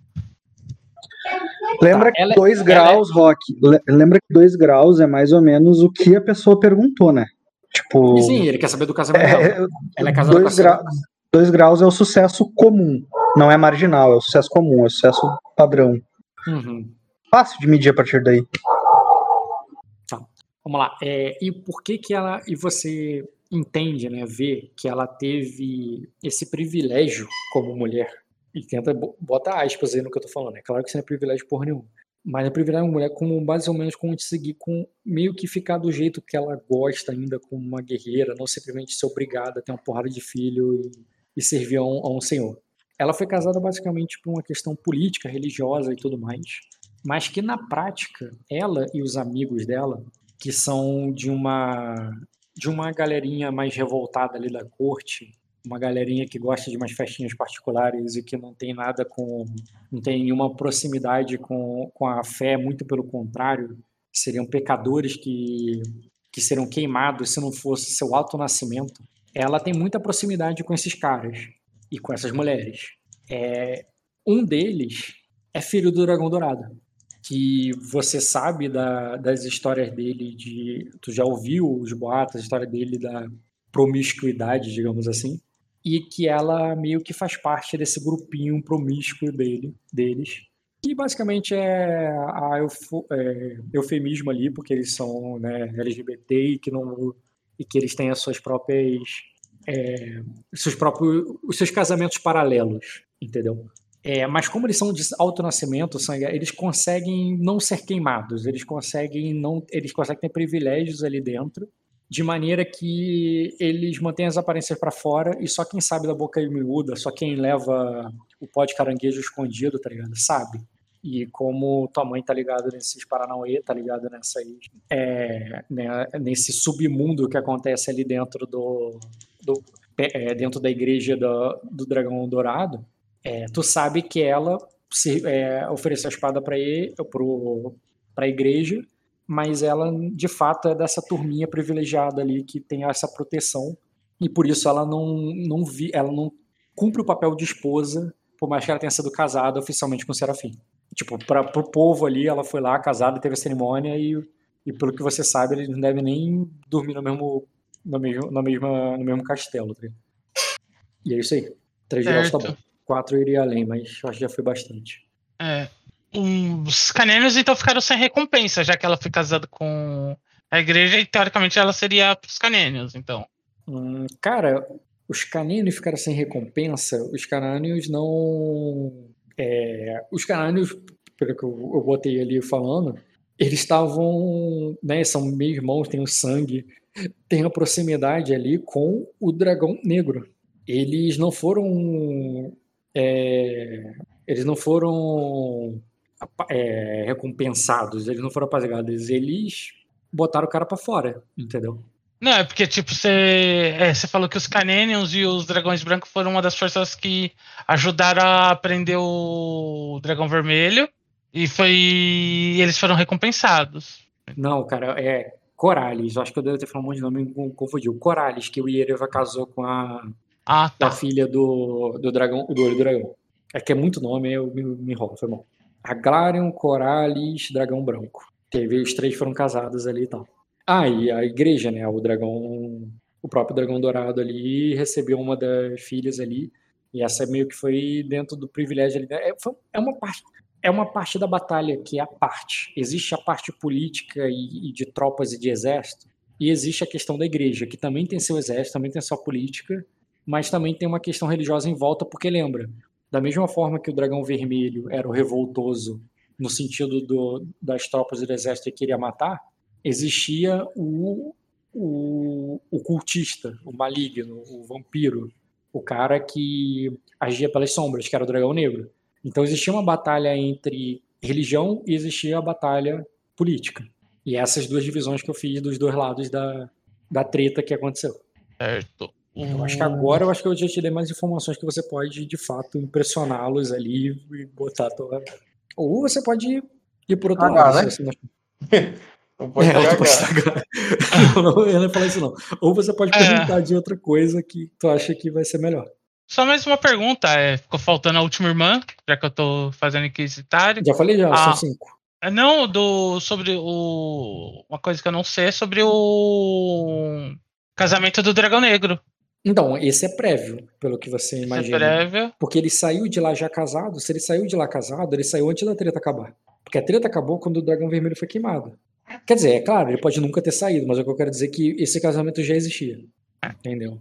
Lembra que 2 graus, Rock, lembra que 2 graus é mais ou menos o que a pessoa perguntou, né? Tipo, sim, ele quer saber do casamento dela. Ela é casada com 2 graus é o sucesso comum, não é marginal, é o sucesso comum, é o sucesso padrão. Uhum. Fácil de medir a partir daí. Tá, vamos lá. E por que ela... E você entende, né, vê que ela teve esse privilégio como mulher, e tenta botar aspas aí no que eu tô falando, é claro que isso não é privilégio porra nenhuma. Mas a privilégio de uma mulher como mais ou menos conseguir meio que ficar do jeito que ela gosta ainda como uma guerreira, não simplesmente ser obrigada a ter uma porrada de filho e servir a um senhor. Ela foi casada basicamente por uma questão política, religiosa e tudo mais, mas que na prática, ela e os amigos dela, que são de uma galerinha mais revoltada ali da corte, uma galerinha que gosta de umas festinhas particulares e que não tem não tem nenhuma proximidade com a fé, muito pelo contrário, seriam pecadores que seriam queimados se não fosse seu auto-nascimento. Ela tem muita proximidade com esses caras e com essas mulheres. Um deles é filho do Dragão Dourado, que você sabe das histórias dele, tu já ouviu os boatos, a história dele da promiscuidade, digamos assim, e que ela meio que faz parte desse grupinho promíscuo deles, que basicamente é eufemismo ali, porque eles são, né, LGBT e que eles têm as suas próprias os seus casamentos paralelos, entendeu? Mas como eles são de autonascimento, eles conseguem não ser queimados, eles conseguem ter privilégios ali dentro, de maneira que eles mantêm as aparências para fora e só quem sabe da boca miúda, só quem leva o pó de caranguejo escondido, tá ligado? Sabe. E como tua mãe tá ligado nesses Paranauê, tá ligado nesse submundo que acontece ali dentro dentro da igreja do Dragão Dourado, tu sabe que ela ofereceu a espada para a igreja, mas ela de fato é dessa turminha privilegiada ali que tem essa proteção, e por isso ela não cumpre o papel de esposa, por mais que ela tenha sido casada oficialmente com o Serafim. Tipo, pro povo ali, ela foi lá casada, teve a cerimônia e pelo que você sabe, eles não devem nem dormir no mesmo castelo. Tá? E é isso aí. 3 graus tá bom. 4 eu iria além, mas eu acho que já foi bastante. Os canênios então ficaram sem recompensa, já que ela foi casada com a igreja e teoricamente ela seria pros canênios, então. Cara, os canênios ficaram sem recompensa. Os canâneos não... os canâneos, pelo que eu botei ali falando, eles estavam, né, são meio irmãos, tem o sangue, tem a proximidade ali com o dragão negro. Eles não foram recompensados, eles não foram apaziguados, eles botaram o cara pra fora, entendeu? Não, é porque, tipo, você falou que os Canênions e os Dragões Brancos foram uma das forças que ajudaram a prender o Dragão Vermelho e eles foram recompensados. Não, cara, Corallis, eu acho que eu devo ter falado um monte de nome e me confundiu. Corallis, que o Yereva casou com a tá. filha do dragão, do olho do dragão. É que é muito nome, eu me enrolo, foi bom. Aglarion, Corallis, Dragão Branco. Teve, os 3 foram casados ali e tal. E a igreja, né? O próprio Dragão Dourado ali recebeu uma das filhas ali. E essa meio que foi dentro do privilégio ali. É uma parte da batalha que é a parte. Existe a parte política e de tropas e de exército. E existe a questão da igreja, que também tem seu exército, também tem sua política, mas também tem uma questão religiosa em volta, porque lembra, da mesma forma que o Dragão Vermelho era o revoltoso no sentido das tropas do exército que queria matar, existia o cultista, o maligno, o vampiro, o cara que agia pelas sombras, que era o Dragão Negro. Então existia uma batalha entre religião e existia a batalha política. E essas 2 divisões que eu fiz dos 2 lados da treta que aconteceu. Certo. Eu acho que agora eu já te dei mais informações que você pode, de fato, impressioná-los ali e botar a tua... Ou você pode ir por outro lado. Né? Se você não pode não, eu não ia falar isso não. Ou você pode perguntar de outra coisa que tu acha que vai ser melhor. Só mais uma pergunta. Ficou faltando a última irmã, já que eu tô fazendo inquisitário. Já falei são 5. Não, sobre uma coisa que eu não sei é sobre o casamento do Dragão Negro. Então, esse é prévio, pelo que você imagina. É prévio. Porque ele saiu de lá já casado. Se ele saiu de lá casado, ele saiu antes da treta acabar. Porque a treta acabou quando o Dragão Vermelho foi queimado. Quer dizer, é claro, ele pode nunca ter saído, mas o que eu quero dizer é que esse casamento já existia. Entendeu?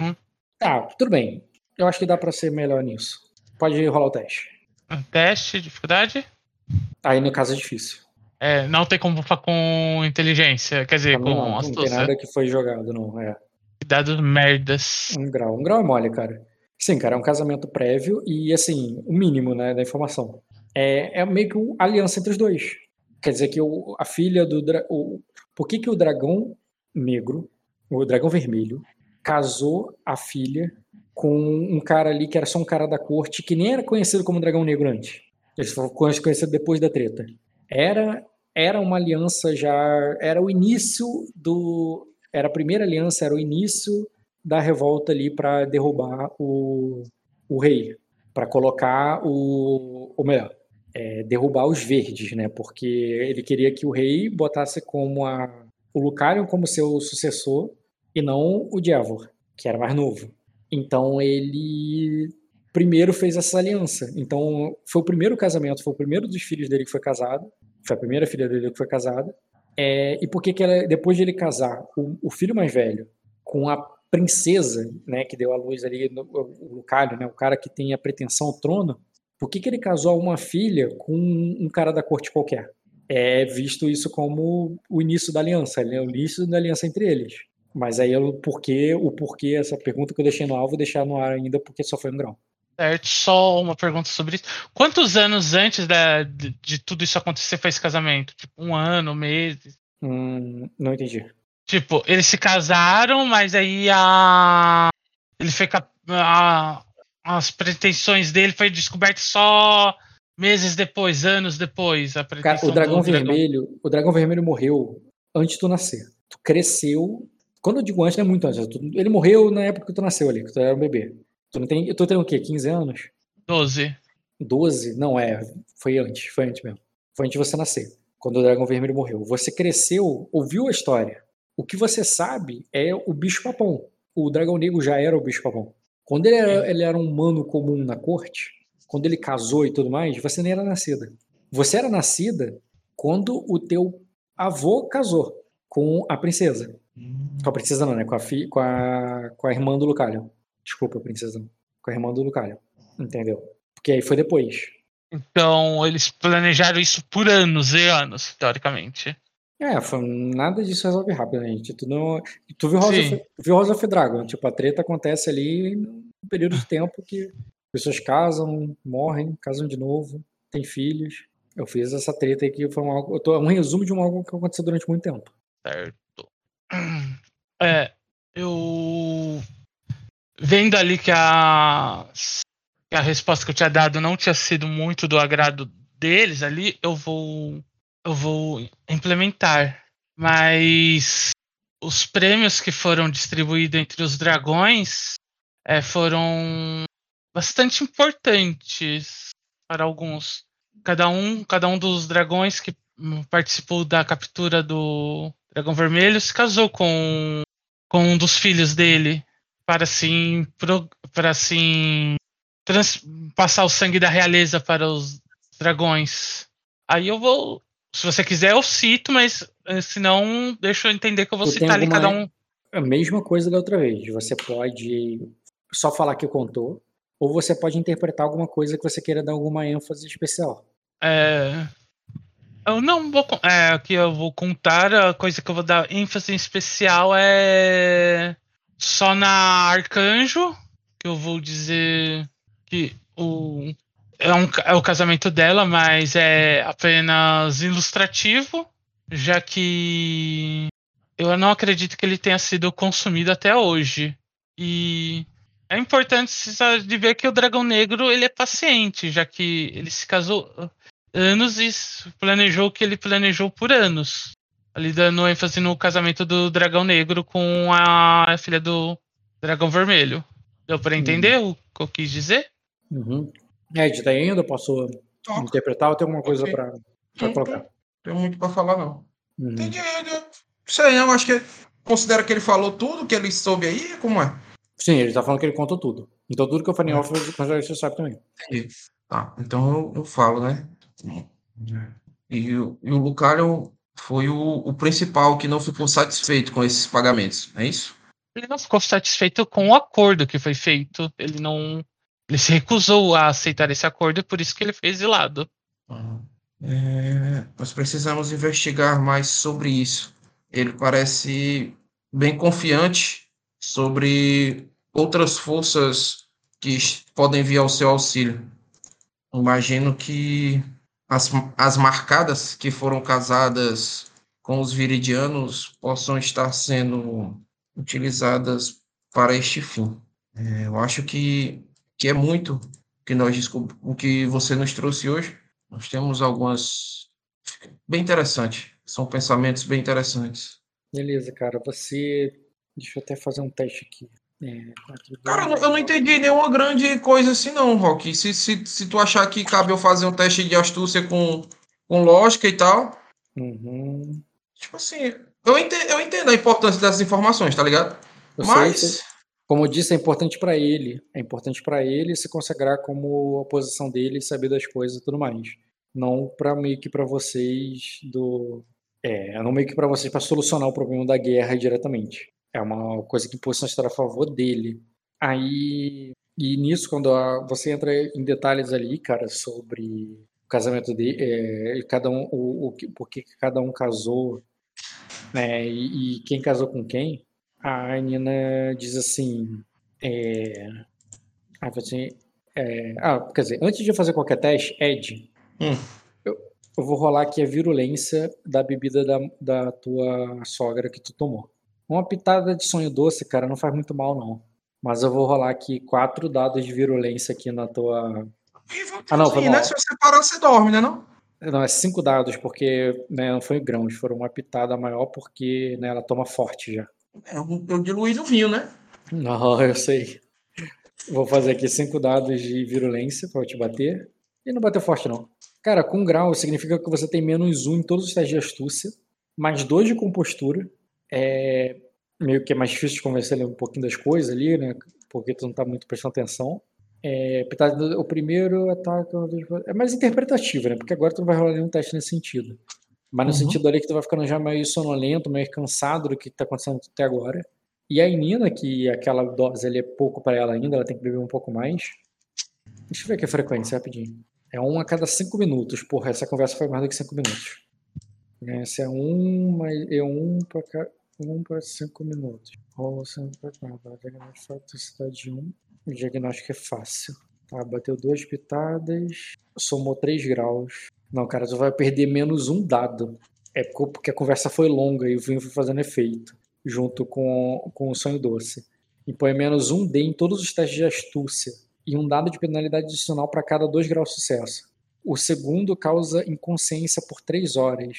Tudo bem. Eu acho que dá pra ser melhor nisso. Pode rolar o teste. Teste, dificuldade? Aí no caso é difícil. Não tem como falar com inteligência, quer dizer, com astúcia. Não tem nada que foi jogado, não. Dados merdas. Um grau é mole, cara. Sim, cara, é um casamento prévio e, assim, o mínimo, né, da informação. É meio que uma aliança entre os 2. Quer dizer que a filha do... Por que o Dragão Negro, o Dragão Vermelho, casou a filha com um cara ali que era só um cara da corte, que nem era conhecido como Dragão Negro antes. Ele foi conhecido depois da treta. Era uma aliança já... Era o início do... Era a primeira aliança, era o início da revolta ali para derrubar o rei. Para colocar ou melhor, derrubar os verdes, né? Porque ele queria que o rei botasse como o Lucarion como seu sucessor e não o Diavor, que era mais novo. Então ele primeiro fez essa aliança. Então foi o primeiro casamento, foi o primeiro dos filhos dele que foi casado, foi a primeira filha dele que foi casada. E por que depois de ele casar o filho mais velho com a princesa, né, que deu à luz ali, o Lucarion, né, o cara que tem a pretensão ao trono, por que ele casou uma filha com um cara da corte qualquer? É visto isso como o início da aliança, né, o início da aliança entre eles. Mas aí o porquê, essa pergunta que eu deixei no ar, vou deixar no ar ainda, porque só foi um grau. Certo, só uma pergunta sobre isso. Quantos anos antes de tudo isso acontecer foi esse casamento? Tipo, 1 ano, meses? Não entendi. Tipo, eles se casaram, mas aí ele foi as pretensões dele foi descoberto só meses depois, anos depois. Cara, o Dragão Vermelho morreu antes de tu nascer. Tu cresceu. Quando eu digo antes, não é muito antes. Ele morreu na época que tu nasceu ali, que tu era um bebê. Tu tem o quê? 15 anos? 12. 12? Não, foi antes mesmo. Foi antes de você nascer, quando o Dragão Vermelho morreu. Você cresceu, ouviu a história. O que você sabe é o bicho-papão. O Dragão Negro já era o bicho-papão. Quando ele era um humano comum na corte, quando ele casou e tudo mais, você nem era nascida. Você era nascida quando o teu avô casou com a princesa. Com a princesa não, né? Com a irmã do Lucarion. Desculpa, princesa não. Com a irmã do Lucarion. Entendeu? Porque aí foi depois. Então, eles planejaram isso por anos e anos, teoricamente. Nada disso resolve rápido, né, gente? Tu viu House of Dragon? Tipo, a treta acontece ali num período de tempo que pessoas casam, morrem, casam de novo, têm filhos. Eu fiz essa treta aí que foi um resumo de algo que aconteceu durante muito tempo. Certo. Eu vendo ali que a resposta que eu tinha dado não tinha sido muito do agrado deles ali, eu vou implementar. mas os prêmios que foram distribuídos entre os dragões foram bastante importantes para alguns. Cada um dos dragões que participou da captura do Dragão Vermelho se casou com um dos filhos dele para assim passar o sangue da realeza para os dragões. Aí eu vou, se você quiser eu cito, mas se não, deixa eu entender que eu vou citar ali cada um. A mesma coisa da outra vez. Você pode só falar que contou, ou você pode interpretar alguma coisa que você queira dar alguma ênfase especial. Eu não vou. Que eu vou contar, a coisa que eu vou dar ênfase em especial é só na Arcanjo, que eu vou dizer que é o casamento dela, mas é apenas ilustrativo, já que eu não acredito que ele tenha sido consumido até hoje. E é importante de ver que o Dragão Negro ele é paciente, já que ele se casou anos e planejou o que ele planejou por anos. Ali dando ênfase no casamento do Dragão Negro com a filha do Dragão Vermelho. Deu pra entender o que eu quis dizer? Uhum. Ed, tá ainda? Posso interpretar ou tem alguma coisa pra colocar? Não tenho muito pra falar, não. Uhum. Entendi. Sei, eu acho que considera que ele falou tudo que ele soube aí, como é? Sim, ele tá falando que ele contou tudo. Então tudo que eu falei em off, você sabe também. Entendi. Tá, então eu falo, né? E o Lucario foi o principal que não ficou satisfeito com esses pagamentos, é isso? Ele não ficou satisfeito com o acordo que foi feito. Ele se recusou a aceitar esse acordo e por isso que ele foi exilado. Nós precisamos investigar mais sobre isso. Ele parece bem confiante sobre outras forças que podem vir ao seu auxílio. Imagino que as marcadas que foram casadas com os viridianos possam estar sendo utilizadas para este fim. Eu acho que é muito que o que você nos trouxe hoje. Nós temos algumas bem interessantes. São pensamentos bem interessantes. Beleza, cara. Deixa eu até fazer um teste aqui. Cara, eu não entendi nenhuma grande coisa assim não, Rock. Se tu achar que cabe eu fazer um teste de astúcia com lógica e tal. Uhum. Tipo assim, eu entendo a importância dessas informações, tá ligado? Mas, como eu disse, é importante pra ele. É importante pra ele se consagrar como a posição dele, saber das coisas e tudo mais. Não pra meio que pra vocês não meio que pra vocês pra solucionar o problema da guerra diretamente. É uma coisa que pode estar a favor dele. Aí, e nisso, quando você entra em detalhes ali, cara, sobre o casamento dele, cada um, por que cada um casou, né, e quem casou com quem, a Nina diz assim, quer dizer, antes de eu fazer qualquer teste, Ed, eu vou rolar aqui a virulência da bebida da tua sogra que tu tomou. Uma pitada de sonho doce, cara, não faz muito mal, não. Mas eu vou rolar aqui 4 dados de virulência aqui na tua... não, foi né? Se você parar, você dorme, né, não? Não, é 5 dados, porque não foi grãos, foram uma pitada maior porque ela toma forte já. Eu diluí no vinho, né? Não, eu sei. Vou fazer aqui 5 dados de virulência pra eu te bater. E não bater forte, não. Cara, com grau significa que você tem menos 1 em todos os testes de astúcia, mais 2 de compostura. Meio que é mais difícil de convencer ele um pouquinho das coisas ali, né? Porque tu não tá muito prestando atenção. O primeiro ataque é mais interpretativo, né? Porque agora tu não vai rolar nenhum teste nesse sentido. Mas no sentido ali que tu vai ficando já meio sonolento, meio cansado do que tá acontecendo até agora. E a Nina, que aquela dose ali é pouco pra ela ainda, ela tem que beber um pouco mais. Deixa eu ver aqui a frequência rapidinho. É 1 a cada 5 minutos. Porra, essa conversa foi mais do que 5 minutos. Esse é 1, mas é 1 pra cada... 1 para 5 minutos. Rola sempre para cá. Diagnóstico de toxicidade 1. O diagnóstico é fácil. Tá, bateu 2 pitadas. Somou 3 graus. Não, cara, tu vai perder menos 1 dado. É porque a conversa foi longa e o vinho foi fazendo efeito. Junto com o sonho doce. E põe menos 1D em todos os testes de astúcia. E 1 dado de penalidade adicional para cada 2 graus de sucesso. O segundo causa inconsciência por 3 horas.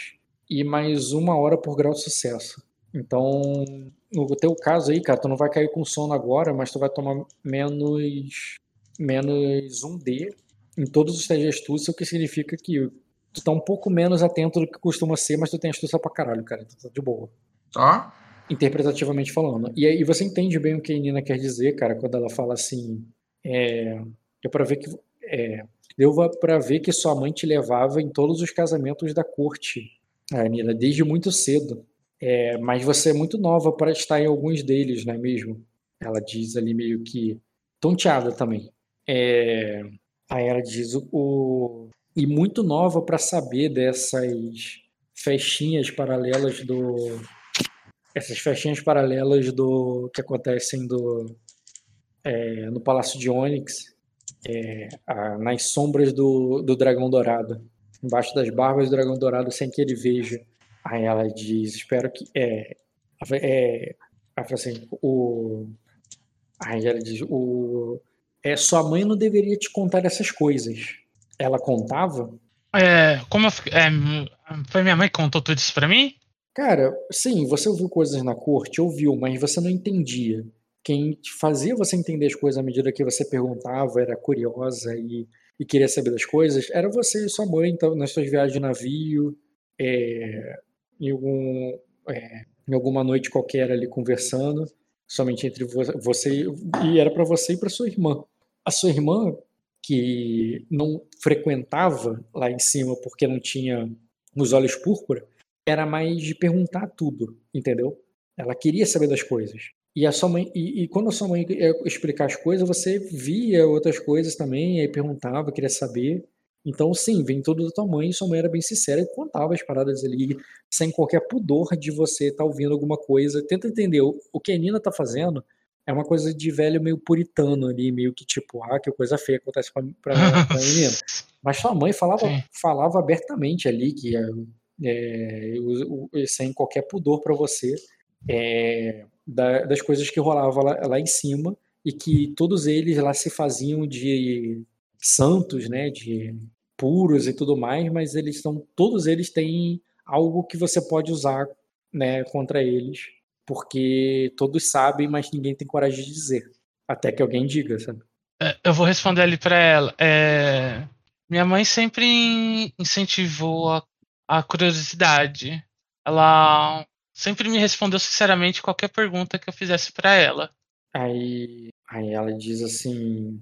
e mais 1 hora por grau de sucesso. Então, no teu caso aí, cara, tu não vai cair com sono agora, mas tu vai tomar menos 1D em todos os testes de astúcia, o que significa que tu tá um pouco menos atento do que costuma ser, mas tu tem astúcia pra caralho, cara. Então tá de boa. Tá? Interpretativamente falando. E aí você entende bem o que a Nina quer dizer, cara, quando ela fala assim, deu pra ver que deu pra ver que sua mãe te levava em todos os casamentos da corte, Nina, desde muito cedo. Mas você é muito nova para estar em alguns deles, não é mesmo? Ela diz ali meio que tonteada também. Aí ela diz e muito nova para saber dessas festinhas paralelas que acontecem no Palácio de Ônix, nas sombras do Dragão Dourado, embaixo das barbas do Dragão Dourado, sem que ele veja. Aí ela diz, espero que... ela fala assim, aí ela diz, sua mãe não deveria te contar essas coisas. Ela contava? Foi minha mãe que contou tudo isso pra mim? Cara, sim, você ouviu coisas na corte, ouviu, mas você não entendia. Quem fazia você entender as coisas à medida que você perguntava, era curiosa e queria saber das coisas, era você e sua mãe, então, nas suas viagens de navio, em alguma noite qualquer ali conversando, somente entre você, e era para você e para sua irmã. A sua irmã, que não frequentava lá em cima porque não tinha os olhos púrpura, era mais de perguntar tudo, entendeu? Ela queria saber das coisas. E a sua mãe, e quando a sua mãe ia explicar as coisas, você via outras coisas também, aí perguntava, queria saber. Então, sim, vem tudo da tua mãe, e sua mãe era bem sincera e contava as paradas ali, sem qualquer pudor de você estar ouvindo alguma coisa. Tenta entender, o que a Nina tá fazendo é uma coisa de velho meio puritano ali, meio que tipo, que coisa feia acontece pra menina. Mas sua mãe falava abertamente ali, que sem qualquer pudor para você, das coisas que rolavam lá em cima, e que todos eles lá se faziam de santos, né, de puros e tudo mais, mas todos eles têm algo que você pode usar, né, contra eles, porque todos sabem, mas ninguém tem coragem de dizer, até que alguém diga, sabe? Eu vou responder ali pra ela. Minha mãe sempre incentivou a curiosidade. Ela sempre me respondeu sinceramente qualquer pergunta que eu fizesse pra ela. Aí ela diz assim,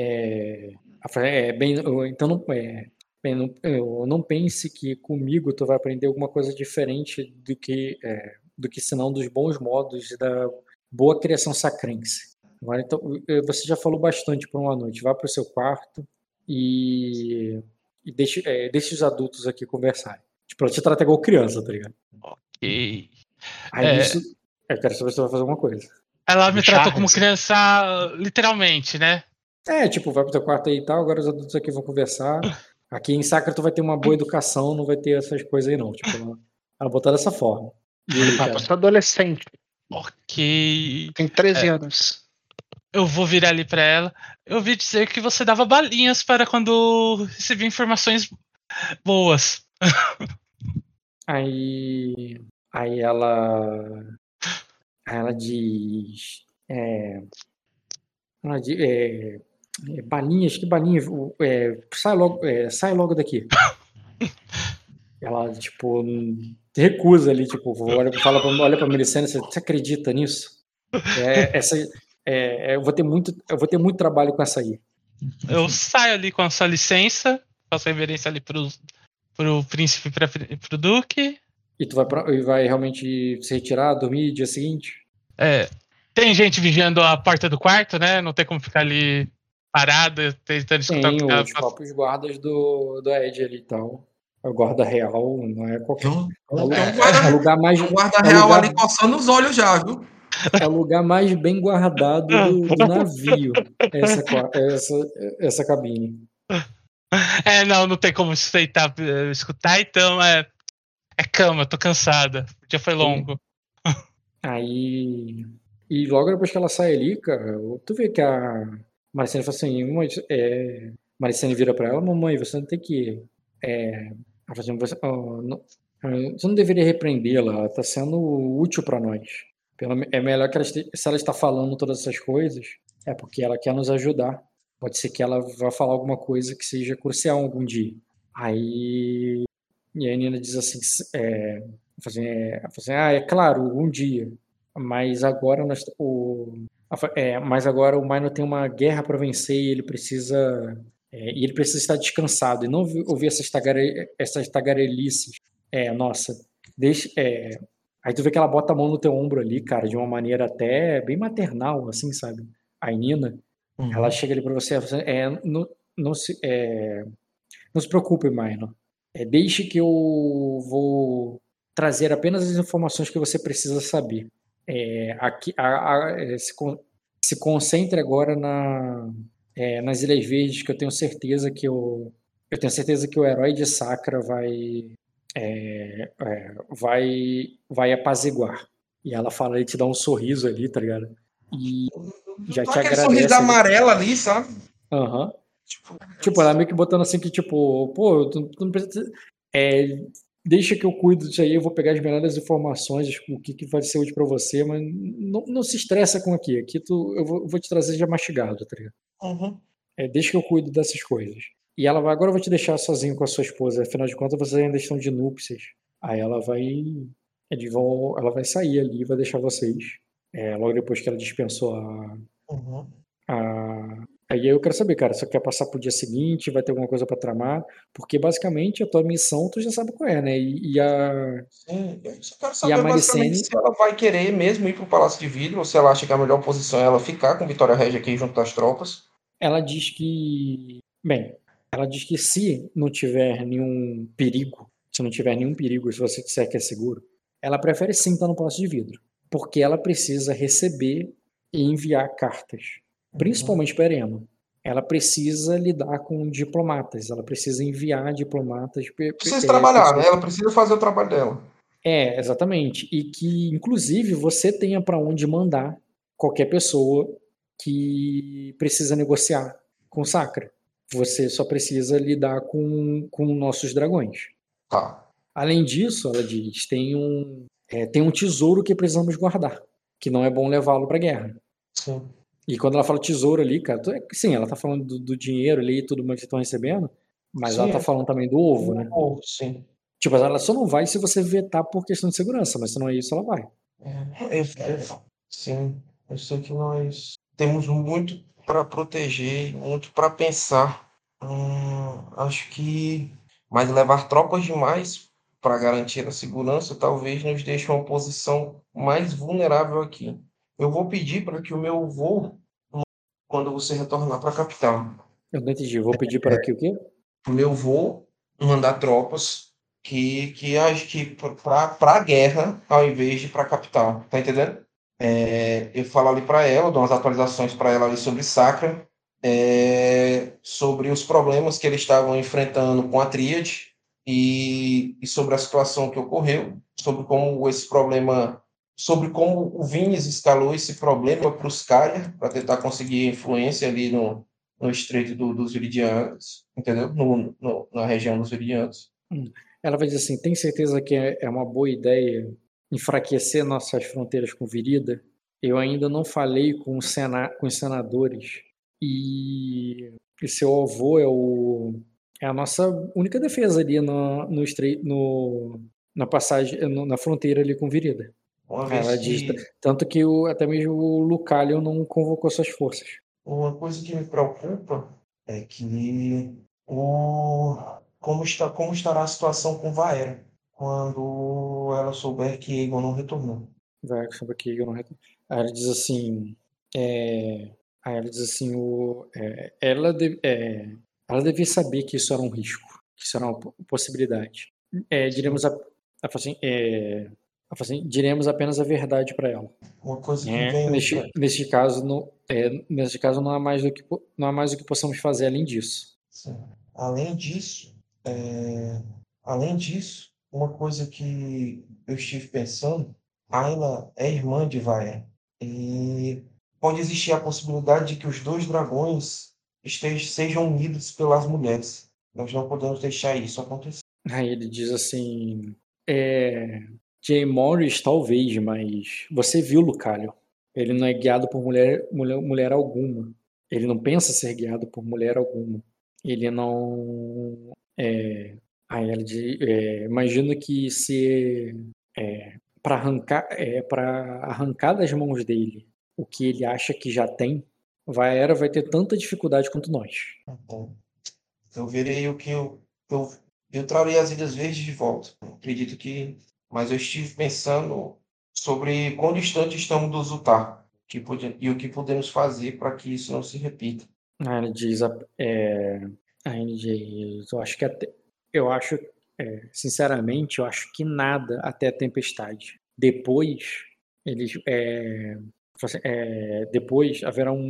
não pense que comigo tu vai aprender alguma coisa diferente do que senão dos bons modos e da boa criação sacrense. Agora, então, você já falou bastante por uma noite. Vá para o seu quarto e deixe os adultos aqui conversarem. Tipo, ela te trata igual criança, tá ligado? Ok. Aí isso, eu quero saber se você vai fazer alguma coisa. Ela me tratou como criança, literalmente, né? Tipo, vai pro teu quarto aí e tal, agora os adultos aqui vão conversar. Aqui em Sacra tu vai ter uma boa educação, não vai ter essas coisas aí não. Tipo, ela botou dessa forma. Eu sou adolescente. Ok. Tem 13 anos. Eu vou virar ali pra ela. Eu ouvi dizer que você dava balinhas para quando recebia informações boas. Aí ela diz... balinhas, que balinha? Sai logo daqui. Ela, tipo, recusa ali, tipo, olha pra Melisandre, você acredita nisso? Eu vou ter muito trabalho com essa aí. Eu saio ali com a sua licença, faço reverência ali pro príncipe e pro duque. E tu vai realmente se retirar, dormir dia seguinte? Tem gente vigiando a porta do quarto, né? Não tem como ficar ali parado, tentando escutar o que os próprios guardas do Ed ali e tal. O guarda real, não é qualquer... O guarda real ali coçando os olhos já, viu? É o lugar mais bem guardado do navio, essa cabine. Não tem como escutar, então é cama, eu tô cansada. O dia foi longo. Aí... E logo depois que ela sai ali, cara, tu vê que a Maricene fala assim, Maricene vira pra ela, mamãe, você não tem que... Você não deveria repreendê-la, ela está sendo útil para nós. É melhor que se ela está falando todas essas coisas, é porque ela quer nos ajudar. Pode ser que ela vá falar alguma coisa que seja crucial algum dia. Aí, e a Nina diz assim, é claro, um dia, mas agora mas agora o Minor tem uma guerra para vencer e ele precisa estar descansado e não ouvir essas tagarelices. Nossa, aí tu vê que ela bota a mão no teu ombro ali, cara, de uma maneira até bem maternal, assim, sabe? A Nina, ela chega ali pra você, não se preocupe, Minor. Deixe que eu vou trazer apenas as informações que você precisa saber. Se concentre agora nas Ilhas Verdes, que eu tenho certeza que o herói de Sacra vai apaziguar. E ela fala e te dá um sorriso ali, tá ligado? E já te agradece. Sorriso amarelo ali, sabe? Aham. Tipo, ela meio que botando assim que, tipo, pô, tu não precisa. Deixa que eu cuido disso aí, eu vou pegar as melhores informações, o que vai ser útil pra você, mas não se estressa com aqui. Aqui eu vou te trazer já mastigado, tá ligado? Uhum. Deixa que eu cuido dessas coisas. E ela vai, agora eu vou te deixar sozinho com a sua esposa, afinal de contas vocês ainda estão de núpcias. Aí ela vai sair ali e vai deixar vocês. Logo depois que ela dispensou Aí eu quero saber, cara, se você quer passar pro dia seguinte, vai ter alguma coisa pra tramar? Porque basicamente a tua missão tu já sabe qual é, né? Sim, eu só quero E saber a basicamente Maricene, se ela vai querer mesmo ir pro Palácio de Vidro ou se ela acha que a melhor posição é ela ficar com Vitória Regia aqui junto das tropas. ela diz que, bem, ela diz que se não tiver nenhum perigo, se você disser que é seguro, ela prefere sim estar no Palácio de Vidro, porque ela precisa receber e enviar cartas, principalmente para Erema. Ela precisa lidar com diplomatas, ela precisa enviar diplomatas. Precisa trabalhar, né? Ela precisa fazer o trabalho dela. Exatamente. E que, inclusive, você tenha para onde mandar qualquer pessoa que precisa negociar com Sacra. Você só precisa lidar com nossos dragões. Tá. Além disso, ela diz, tem um tesouro que precisamos guardar, que não é bom levá-lo para a guerra. Sim. E quando ela fala tesouro ali, cara, sim, ela tá falando do dinheiro ali e tudo mais que estão recebendo, mas ela tá falando também do ovo, né? Sim. Tipo, ela só não vai se você vetar por questão de segurança, mas se não é isso, ela vai. Sim, eu sei que nós temos muito para proteger, muito para pensar. Acho que mas levar tropas demais para garantir a segurança talvez nos deixe uma posição mais vulnerável aqui. Eu vou pedir para que o meu voo, quando você retornar para a capital, Eu não entendi. Vou pedir para que o quê? o meu voo mandar tropas que para a guerra ao invés de para a capital, tá entendendo? Eu falo ali para ela, dou umas atualizações para ela ali sobre Sacra, sobre os problemas que eles estavam enfrentando com a Tríade e sobre a situação que ocorreu, sobre como esse problema, sobre como o Vinícius escalou esse problema para os Caia, para tentar conseguir influência ali no Estreito dos Viridianos, entendeu? Na região dos Viridianos. Ela vai dizer assim, tem certeza que é uma boa ideia enfraquecer nossas fronteiras com Virida? Eu ainda não falei com os senadores e seu avô é a nossa única defesa ali na passagem, na fronteira ali com Virida. Ela diz, tanto que até mesmo o Lucalion não convocou suas forças. Uma coisa que me preocupa é que como estará a situação com Vaera quando ela souber que Aegon não retornou. Vai souber que Aegon não retornou. Aí ela diz assim, ela devia saber que isso era um risco, que isso era uma possibilidade. Diremos apenas a verdade para ela. Uma coisa que vem neste caso não há mais do que possamos fazer além disso. Sim. Além disso, uma coisa que eu estive pensando, Ayla é irmã de Vaera e pode existir a possibilidade de que os dois dragões sejam unidos pelas mulheres. Nós não podemos deixar isso acontecer. Aí ele diz assim, Jay Morris, talvez, mas você viu Lucalho. Ele não é guiado por mulher alguma. Ele não pensa ser guiado por mulher alguma. Ele não. Imagino que se para arrancar das mãos dele o que ele acha que já tem, vai ter tanta dificuldade quanto nós. Então, eu verei o que eu trarei as Ilhas Verdes de volta. Acredito que, mas eu estive pensando sobre quão distante estamos do Zutar e o que podemos fazer para que isso não se repita. Ele diz, sinceramente, eu acho que nada até a tempestade. Depois, depois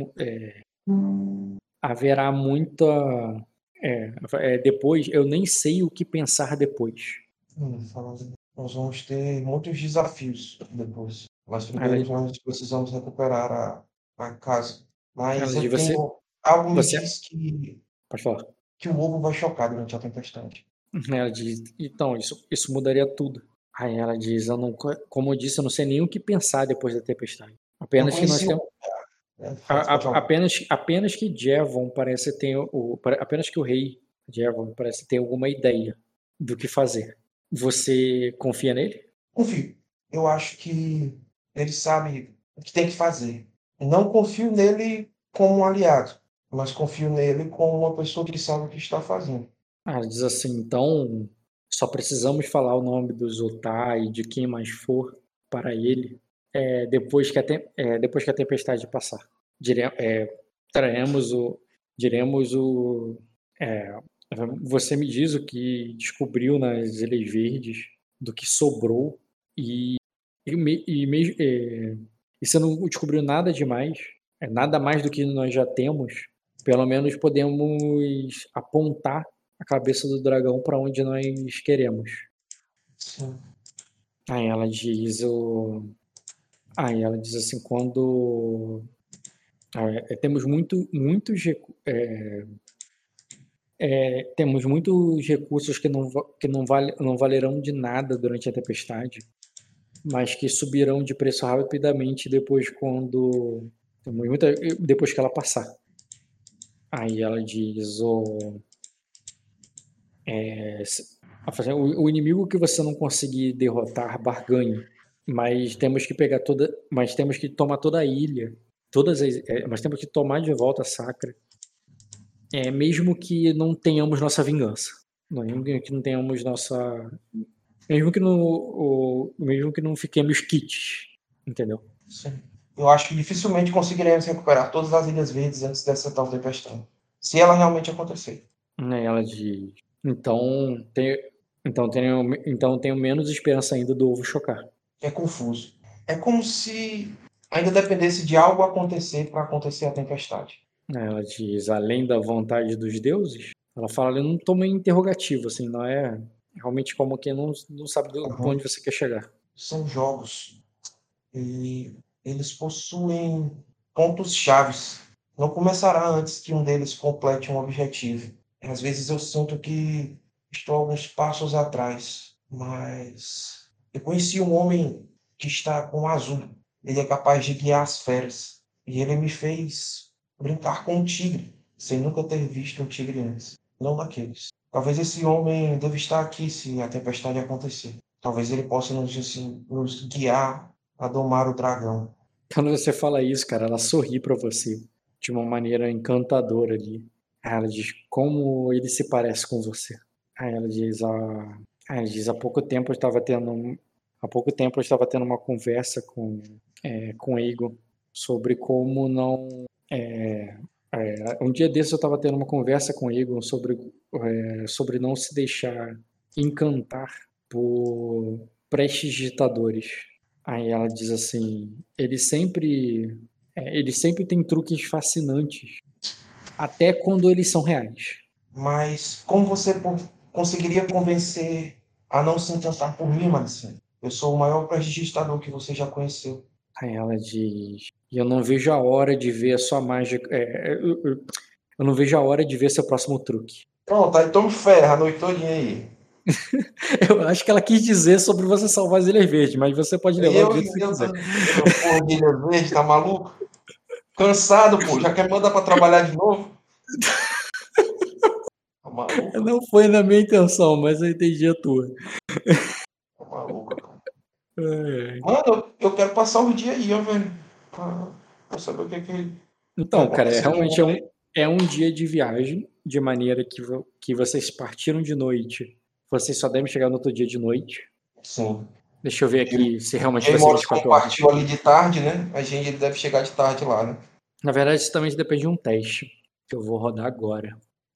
haverá muita. Depois, eu nem sei o que pensar depois. Nós vamos ter muitos desafios depois. Mas primeiro nós precisamos recuperar a casa. Mas algo me diz que Pode falar. Que o ovo vai chocar durante a tempestade. Ela diz, então, isso mudaria tudo. Aí ela diz, como eu disse, eu não sei nem o que pensar depois da tempestade. Apenas que nós temos... Apenas que Jevon parece ter apenas que o rei Jevon parece ter alguma ideia do que fazer. Você confia nele? Confio. Eu acho que ele sabe o que tem que fazer. Não confio nele como um aliado, mas confio nele como uma pessoa que sabe o que está fazendo. Ela diz assim, então só precisamos falar o nome do Zutar e de quem mais for para ele depois que a tempestade passar. Você me diz o que descobriu nas Ilhas Verdes, do que sobrou, e você não descobriu nada demais, nada mais do que nós já temos. Pelo menos podemos apontar a cabeça do dragão para onde nós queremos. Sim. Aí ela diz assim, quando temos muitos recursos que não valerão de nada durante a tempestade, mas que subirão de preço rapidamente depois que ela passar. Aí ela diz o inimigo que você não conseguir derrotar, barganhe, mas temos que tomar toda a ilha, mas temos que tomar de volta a Sacra, mesmo que não tenhamos nossa vingança, mesmo que não tenhamos mesmo que não fiquemos quites, entendeu? Sim. Eu acho que dificilmente conseguiremos recuperar todas as Ilhas Verdes antes dessa tal tempestade, se ela realmente acontecer. Ela diz, então tenho menos esperança ainda do ovo chocar. É confuso. É como se ainda dependesse de algo acontecer para acontecer a tempestade. Ela diz, além da vontade dos deuses, ela fala, eu não tô meio interrogativo, assim, não é realmente como quem não sabe onde você quer chegar. São jogos. E eles possuem pontos chaves. Não começará antes que um deles complete um objetivo. Às vezes eu sinto que estou alguns passos atrás, mas eu conheci um homem que está com azul. Ele é capaz de guiar as feras. E ele me fez brincar com um tigre, sem nunca ter visto um tigre antes. Não daqueles. Talvez esse homem deva estar aqui se a tempestade acontecer. Talvez ele possa nos guiar a domar o dragão. Quando você fala isso, cara, ela sorri pra você de uma maneira encantadora ali. Ela diz, como ele se parece com você. Aí ela diz, há pouco tempo eu estava tendo uma conversa com Egon sobre como não... um dia desses eu estava tendo uma conversa com Egon sobre não se deixar encantar por prestidigitadores. Aí ela diz assim, ele sempre tem truques fascinantes, até quando eles são reais. Mas como você conseguiria convencer a não se encantar por mim, Maricene? Eu sou o maior prestidigitador que você já conheceu. Aí ela diz, e eu não vejo a hora de ver a sua mágica, eu não vejo a hora de ver seu próximo truque. Pronto, aí toma ferro a noite todinha aí. Eu acho que ela quis dizer sobre você salvar as Ilhas Verdes, mas você pode levar do jeito que você quiser. Porra de Ilha Verde, tá maluco? Cansado, pô. Já quer mandar pra trabalhar de novo? Tá maluco? Não foi na minha intenção, mas eu entendi a tua. Tá maluco, cara. É. Mano, eu quero passar o dia aí, ó, velho. Pra saber o que Então, vai cara, acontecer no realmente mundo aí. é um dia de viagem, de maneira que vocês partiram de noite. Vocês só devem chegar no outro dia de noite. Sim. Deixa eu ver aqui se realmente Jay vai ser Morris 24 horas. compartiu ali de tarde, né? A gente ele deve chegar de tarde lá, né? Na verdade, isso também depende de um teste que eu vou rodar agora.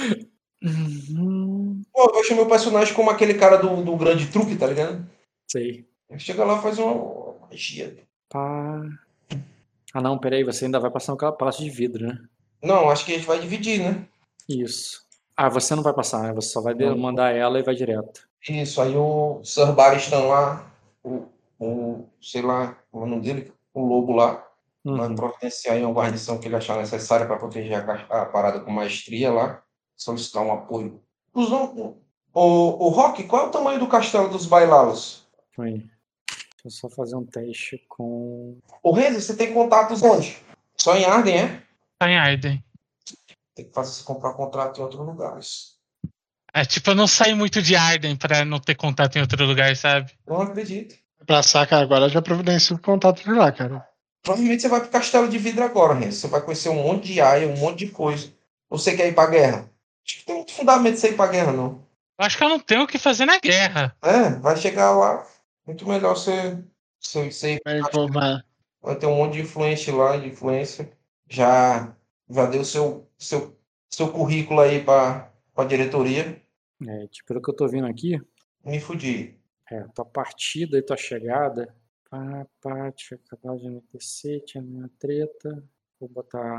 Pô, eu achei meu personagem como aquele cara do grande truque, tá ligado? Sei. Ele chega lá e faz uma magia. Pá. Ah, não, peraí, você ainda vai passar no palácio de vidro, né? Não, acho que a gente vai dividir, né? Isso. Ah, você não vai passar, né? Você só vai Não. mandar ela e vai direto. Isso, aí o Sir Baristan lá, sei lá, o nome dele, o lobo lá, vai providenciar aí uma guarnição que ele achar necessária para proteger a parada com maestria lá, solicitar um apoio. O Rock, qual é o tamanho do castelo dos Bailalos? Aí. Deixa eu só fazer um teste com... O Renzo, você tem contatos onde? Só em Arden, é? Tá em Arden. Tem que comprar contrato em outros lugares. É, tipo, eu não saí muito de Arden pra não ter contato em outro lugar, sabe? Não acredito. Pra sacar agora, já providencia o contato de lá, cara. Provavelmente você vai pro Castelo de Vidro agora, Renzo. Você vai conhecer um monte de aia, um monte de coisa. Ou você quer ir pra guerra? Acho que tem muito fundamento você ir pra guerra, não. Eu acho que eu não tenho o que fazer na guerra. É, vai chegar lá. Muito melhor você ir Vai informar. vai ter um monte de influência. Já deu seu currículo aí pra diretoria. É, tipo, pelo que eu tô vendo aqui, Me fudi. tua partida e tua chegada. Pá, tinha acabado de anoitecer, tinha minha treta. Vou botar...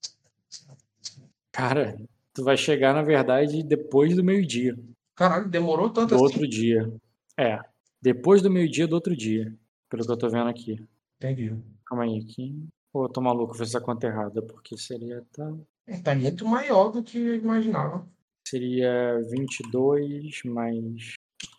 Cara, tu vai chegar, na verdade, depois do meio-dia. Caralho, demorou tanto Do assim. outro dia. Depois do meio-dia do outro dia. Pelo que eu tô vendo aqui. Entendi. Calma aí, aqui. Pô, eu tô maluco, fiz essa conta errada, porque seria... Tá muito maior do que eu imaginava. Seria 22 mais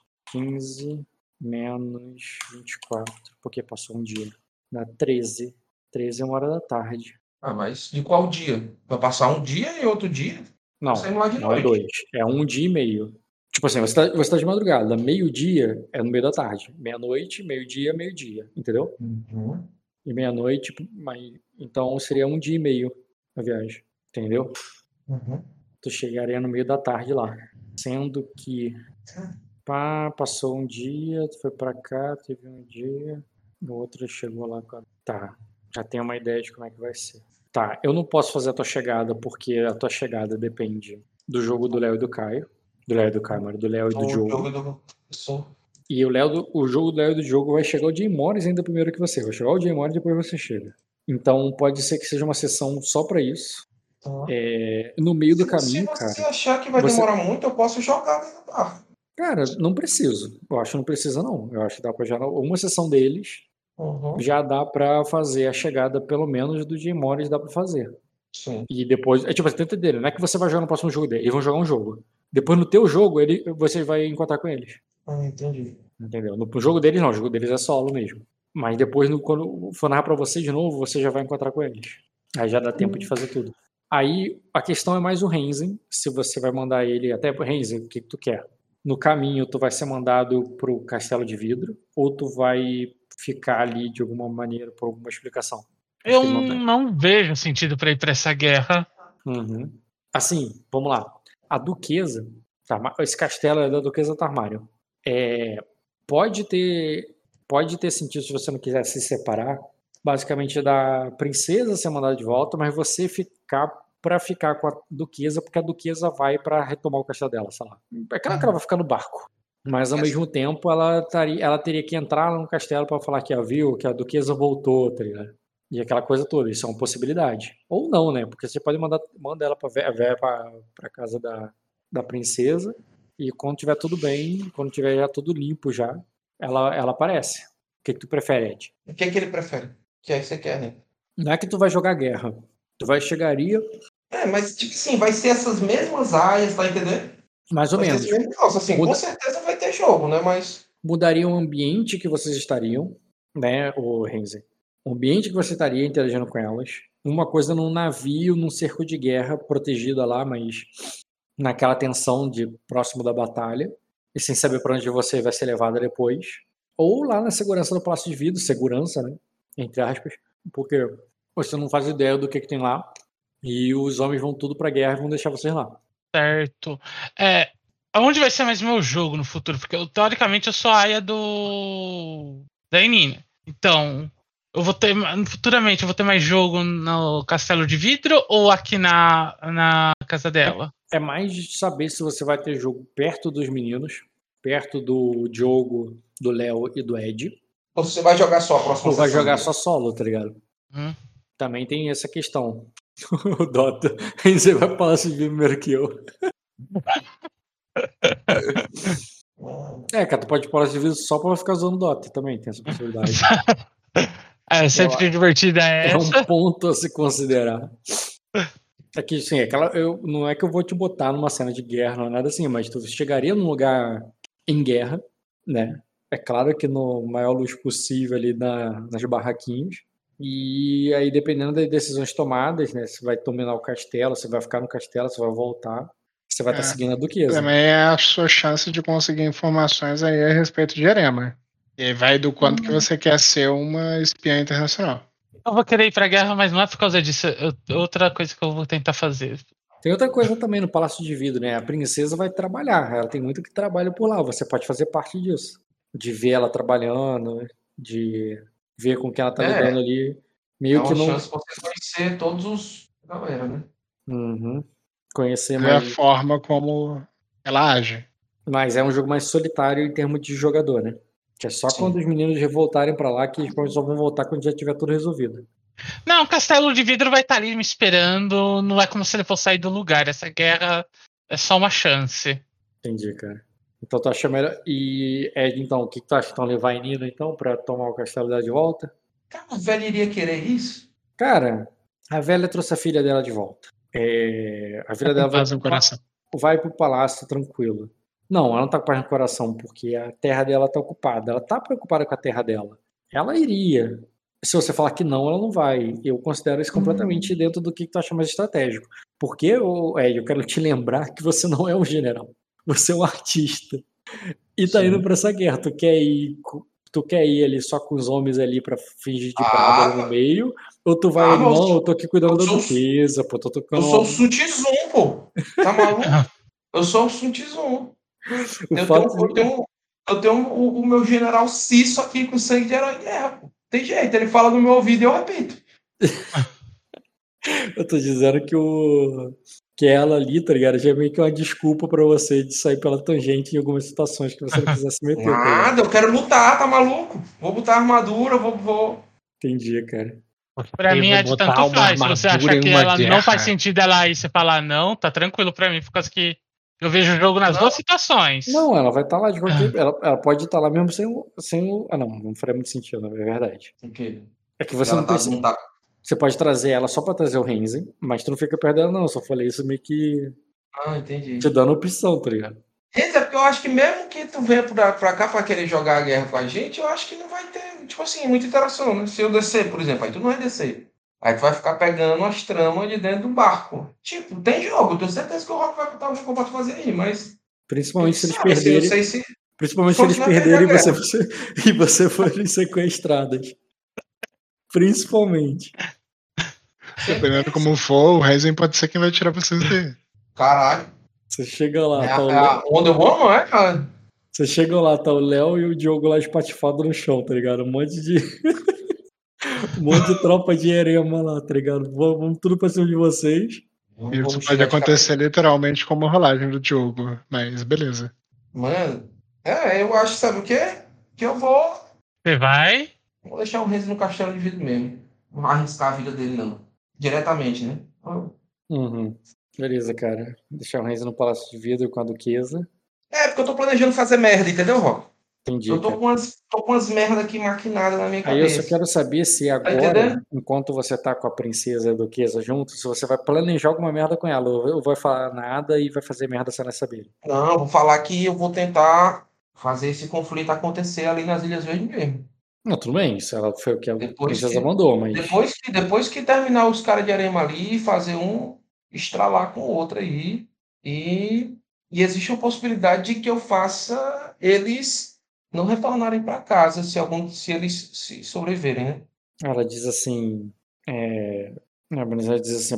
15 menos 24, porque passou um dia. Dá 13. 13 é 1h da tarde. Ah, mas de qual dia? Vai passar um dia e outro dia? Não, Saindo lá de não é noite. 2. É 1 dia e meio. Tipo assim, você tá de madrugada. Meio-dia é no meio da tarde. Meia-noite, meio-dia, meio-dia. Entendeu? Uhum. E meia-noite, então seria 1 dia e meio a viagem. Entendeu? Uhum. Tu chegaria no meio da tarde lá. Sendo que passou um dia, tu foi pra cá, teve um dia, o outro chegou lá. Tá, já tenho uma ideia de como é que vai ser. Tá, eu não posso fazer a tua chegada, porque a tua chegada depende do jogo do Léo e do Caio. Do Léo e do Caio, mas do Léo e do Diogo. E o jogo do Léo e do Diogo vai chegar o Jay Morris ainda primeiro que você. Vai chegar o Jay Morris e depois você chega. Então pode ser que seja uma sessão só pra isso. No meio do caminho, cara... Se você achar que vai demorar muito, eu posso jogar dentro do barco. Cara, não preciso. Eu acho que não precisa, não. Eu acho que dá pra já... Uma sessão deles já dá pra fazer a chegada, pelo menos, do Jay Morris, dá pra fazer. Sim. E depois... tipo, você tenta dele. Não é que você vai jogar no próximo jogo dele. Eles vão jogar um jogo. Depois, no teu jogo, você vai encontrar com eles. Ah, entendi. Entendeu? No jogo deles, não. O jogo deles é solo mesmo. Mas depois, quando for narrar pra você de novo, você já vai encontrar com eles. Aí já dá tempo de fazer tudo. Aí, a questão é mais o Renzen. Se você vai mandar ele... Até pro Renzen, o que tu quer? No caminho, tu vai ser mandado pro Castelo de Vidro, ou tu vai ficar ali de alguma maneira, por alguma explicação? Eu não vejo sentido pra ir pra essa guerra. Uhum. Assim, vamos lá. A Duquesa, esse castelo é da Duquesa Tarmarion. Pode ter sentido se você não quiser se separar, basicamente da princesa ser mandada de volta, mas você ficar com a Duquesa, porque a Duquesa vai pra retomar o castelo dela, sei lá. É claro que ela vai ficar no barco, mas ao mesmo tempo ela teria que entrar no castelo pra falar que viu que a Duquesa voltou, tá ligado? E aquela coisa toda, isso é uma possibilidade. Ou não, né? Porque você pode mandar ela pra casa da princesa, e quando tiver tudo bem, quando tiver já tudo limpo já, ela aparece. O que tu prefere, Ed? O que ele prefere? Que aí você quer, né? Não é que tu vai jogar guerra. Tu chegaria... mas tipo assim, vai ser essas mesmas aias, tá entendendo? Mais ou Vai ter menos. esse mesmo negócio, assim, Muda- com certeza vai ter jogo, né? Mas. Mudaria o ambiente que vocês estariam, né, o Renzi? O ambiente que você estaria interagindo com elas. Uma coisa num navio, num cerco de guerra, protegida lá, mas naquela tensão de próximo da batalha, e sem saber para onde você vai ser levado depois. Ou lá na segurança do Palácio de Vidro, segurança, né? Entre aspas, porque você não faz ideia do que tem lá, e os homens vão tudo pra guerra e vão deixar vocês lá. Certo. Aonde vai ser mais meu jogo no futuro? Porque teoricamente eu sou a aia da Enina. Então, futuramente eu vou ter mais jogo no Castelo de Vidro ou aqui na casa dela? É mais de saber se você vai ter jogo perto dos meninos, perto do Diogo, do Léo e do Ed, Ou você vai jogar só a próxima ou vai sessão, jogar né? só solo, tá ligado? Hum. Também tem essa questão. O Dota, você vai falar assim primeiro que eu. Cara, tu pode parar de vídeo só pra ficar usando Dota também, tem essa possibilidade. Sempre que divertida é É um essa. ponto a se considerar. É que, sim, não é que eu vou te botar numa cena de guerra, não é nada assim, mas tu chegaria num lugar em guerra, né? É claro que no maior luz possível ali nas barraquinhas. E aí, dependendo das decisões tomadas, né? Você vai dominar o castelo, você vai ficar no castelo, você vai voltar, você vai estar seguindo a duquesa. Também é a sua chance de conseguir informações aí a respeito de Erema. E aí vai do quanto que você quer ser uma espiã internacional. Eu vou querer ir pra guerra, mas não é por causa disso. Outra coisa que eu vou tentar fazer. Tem outra coisa também no Palácio de Vidro, né? A princesa vai trabalhar, ela tem muito que trabalha por lá, você pode fazer parte disso. De ver ela trabalhando, de ver com que ela tá lidando ali. Meio É que uma não. chance pra você conhecer todos os galera, né? Uhum. Conhecer É a mais. forma como ela age. Mas é um jogo mais solitário em termos de jogador, né? Que é só quando os meninos voltarem pra lá que eles só vão voltar quando já tiver tudo resolvido. Não, o Castelo de Vidro vai estar ali me esperando. Não é como se ele fosse sair do lugar. Essa guerra é só uma chance. Entendi, cara. Então tu acha melhor. E Ed, então, o que tu acha? Então levar a Nina então pra tomar o castelo dela de volta? Cara, a velha iria querer isso? Cara, a velha trouxe a filha dela de volta. A filha dela Paz no coração. vai pro palácio tranquilo. Não, ela não tá com paz no coração, porque a terra dela tá ocupada. Ela tá preocupada com a terra dela. Ela iria. Se você falar que não, ela não vai. Eu considero isso completamente dentro do que tu acha mais estratégico. Porque, Ed, eu quero te lembrar que você não é um general. Você é um artista. E tá indo pra essa guerra. Tu quer ir ali só com os homens ali pra fingir de brabo no meio? Ou tu vai, não, eu tô aqui cuidando da duquesa, pô, tô tocando. Eu sou o Sun Tzu, pô. Tá maluco? Eu sou o Sun Tzu. Eu tenho o meu general Cisso aqui com sangue de herói de guerra, pô. Tem jeito, ele fala no meu ouvido e eu repito. Eu tô dizendo que ela ali, tá ligado? Já é meio que uma desculpa pra você de sair pela tangente em algumas situações que você não quiser se meter. Nada, eu quero lutar, tá maluco? Vou botar armadura, vou. Entendi, cara. Pra mim é de tanto faz. Se você acha que ela não faz sentido ela ir, você falar não, tá tranquilo pra mim, por causa que eu vejo o jogo nas duas situações. Não, ela vai estar lá de qualquer. Ela pode estar lá mesmo sem o. Ah, não faria muito sentido, é verdade. O quê? É que você não precisa. Você pode trazer ela só pra trazer o Renzi, mas tu não fica perto dela, não. Eu só falei isso meio que. Entendi. Te dando opção, tá ligado? Renzi, é porque eu acho que mesmo que tu venha pra cá pra querer jogar a guerra com a gente, eu acho que não vai ter, tipo assim, muita interação, né? Se eu descer, por exemplo, aí tu não vai descer. Aí tu vai ficar pegando as tramas de dentro do barco. Tipo, tem jogo, eu tenho certeza que o Rock vai botar um jogo pra fazer aí, mas. Principalmente se eles perderem. Principalmente se eles perderem e você forem sequestradas. Principalmente. Dependendo como for, o Rezen pode ser quem vai tirar vocês daí. Caralho. Você chega lá, onde eu vou, não é, cara? Você chega lá, tá o Léo e o Diogo lá espatifado no chão, tá ligado? Um monte de tropa de erema lá, tá ligado? Vamos tudo pra cima de vocês. Isso pode acontecer literalmente como a rolagem do Diogo, mas beleza. Mano, eu acho, sabe o quê? Que eu vou. Você vai? Vou deixar o Renzi no castelo de vidro mesmo. Não vou arriscar a vida dele, não. Diretamente, né? Uhum. Beleza, cara. Deixar o Renzi no Palácio de Vidro com a duquesa. Porque eu tô planejando fazer merda, entendeu, Rock? Entendi, Eu tô cara. com umas merda aqui maquinadas na minha Aí eu só cabeça. quero saber se Tá agora, entendendo? enquanto você tá com a princesa e a duquesa junto, se você vai planejar alguma merda com ela, ou vai falar nada e vai fazer merda sem ela saber. Não, vou falar que eu vou tentar fazer esse conflito acontecer ali nas Ilhas Verdes mesmo. Não, tudo bem, isso ela foi o que a Depois princesa que, mandou, mas depois que terminar os caras de Arema ali, fazer um estralar com o outro aí. E, e existe a possibilidade de que eu faça eles não retornarem para casa se eles se sobreviverem, né? ela diz assim, a princesa diz assim,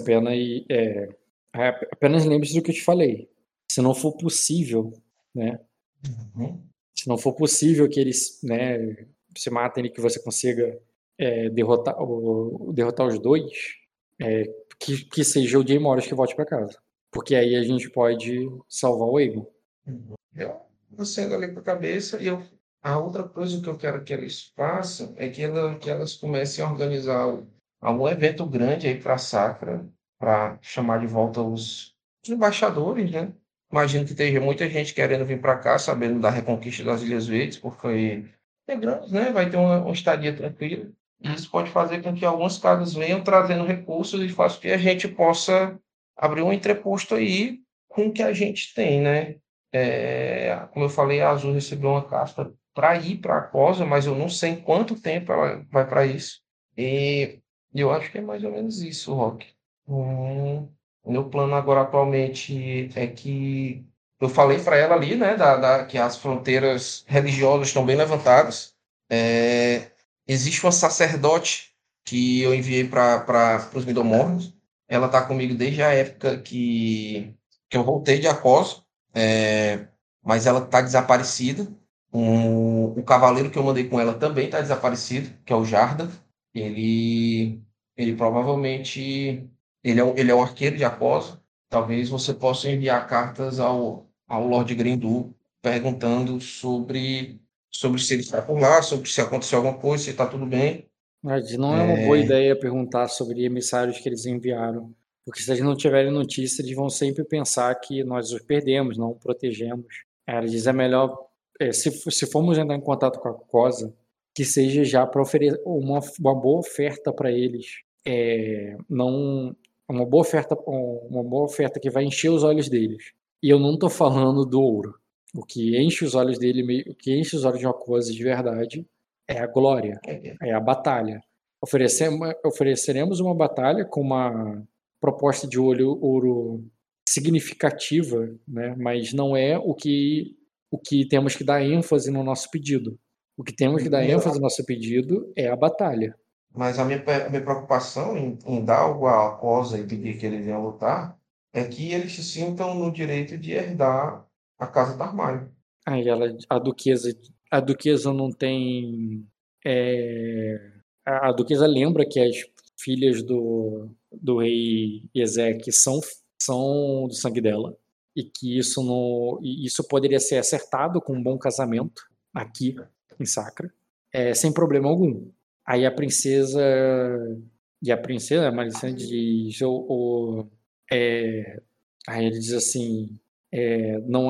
apenas lembre-se do que eu te falei. Se não for possível, né? Uhum. Se não for possível que eles, né, se matem e que você consiga derrotar os dois, que seja o Jay Morris que volte para casa. Porque aí a gente pode salvar o Aegon. Eu acendo ali com a cabeça e a outra coisa que eu quero que eles façam é que elas comecem a organizar algum evento grande aí para a Sacra, para chamar de volta os embaixadores, né? Imagino que esteja muita gente querendo vir para cá, sabendo da reconquista das Ilhas Verdes, porque é grande, né? Vai ter uma estadia tranquila. E isso pode fazer com que algumas casas venham trazendo recursos e faça com que a gente possa abrir um entreposto aí com o que a gente tem, né? Como eu falei, a Azul recebeu uma carta para ir para a COSA, mas eu não sei em quanto tempo ela vai para isso. E eu acho que é mais ou menos isso, Rock. Meu plano agora atualmente é que eu falei para ela ali, né, que as fronteiras religiosas estão bem levantadas. Existe uma sacerdote que eu enviei para os Midomornos. Ela está comigo desde a época que eu voltei de Acosa. Mas ela está desaparecida. O cavaleiro que eu mandei com ela também está desaparecido, que é o Jarda. Ele provavelmente ele é um arqueiro de Acosa. Talvez você possa enviar cartas ao Lord Grindu perguntando sobre se ele está por lá, sobre se aconteceu alguma coisa, se está tudo bem. Mas não é uma boa ideia perguntar sobre emissários que eles enviaram. Porque se eles não tiverem notícia, eles vão sempre pensar que nós os perdemos, não protegemos. Ela diz, é melhor, se formos entrar em contato com a COSA, que seja já para oferecer uma boa oferta para eles. Não uma boa oferta que vai encher os olhos deles. E eu não estou falando do ouro. O que enche os olhos dele, o que enche os olhos de uma COSA de verdade é a glória, é a batalha. Ofereceremos uma batalha com uma proposta de ouro significativa, né? Mas não é o que temos que dar ênfase no nosso pedido. O que temos que dar ênfase no nosso pedido é a batalha. Mas a minha preocupação em dar algo à COSA e pedir que eles venham lutar é que eles se sintam no direito de herdar a Casa Tarmai. Aí a duquesa não tem... A duquesa lembra que as filhas do rei Ezek são do sangue dela e que isso poderia ser acertado com um bom casamento aqui em Sacra, sem problema algum. Aí a princesa a Malicene diz aí ele diz assim, não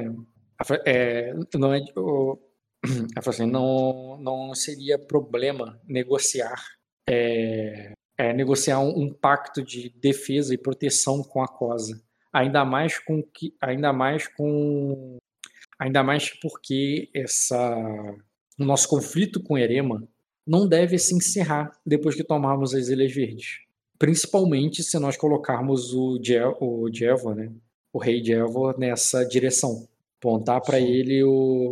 assim, não seria problema negociar um pacto de defesa e proteção com a COSA, ainda mais porque o nosso conflito com Erema não deve se encerrar depois que tomarmos as Ilhas Verdes, principalmente se nós colocarmos o Jevor, né, o rei Jevor nessa direção, apontar para ele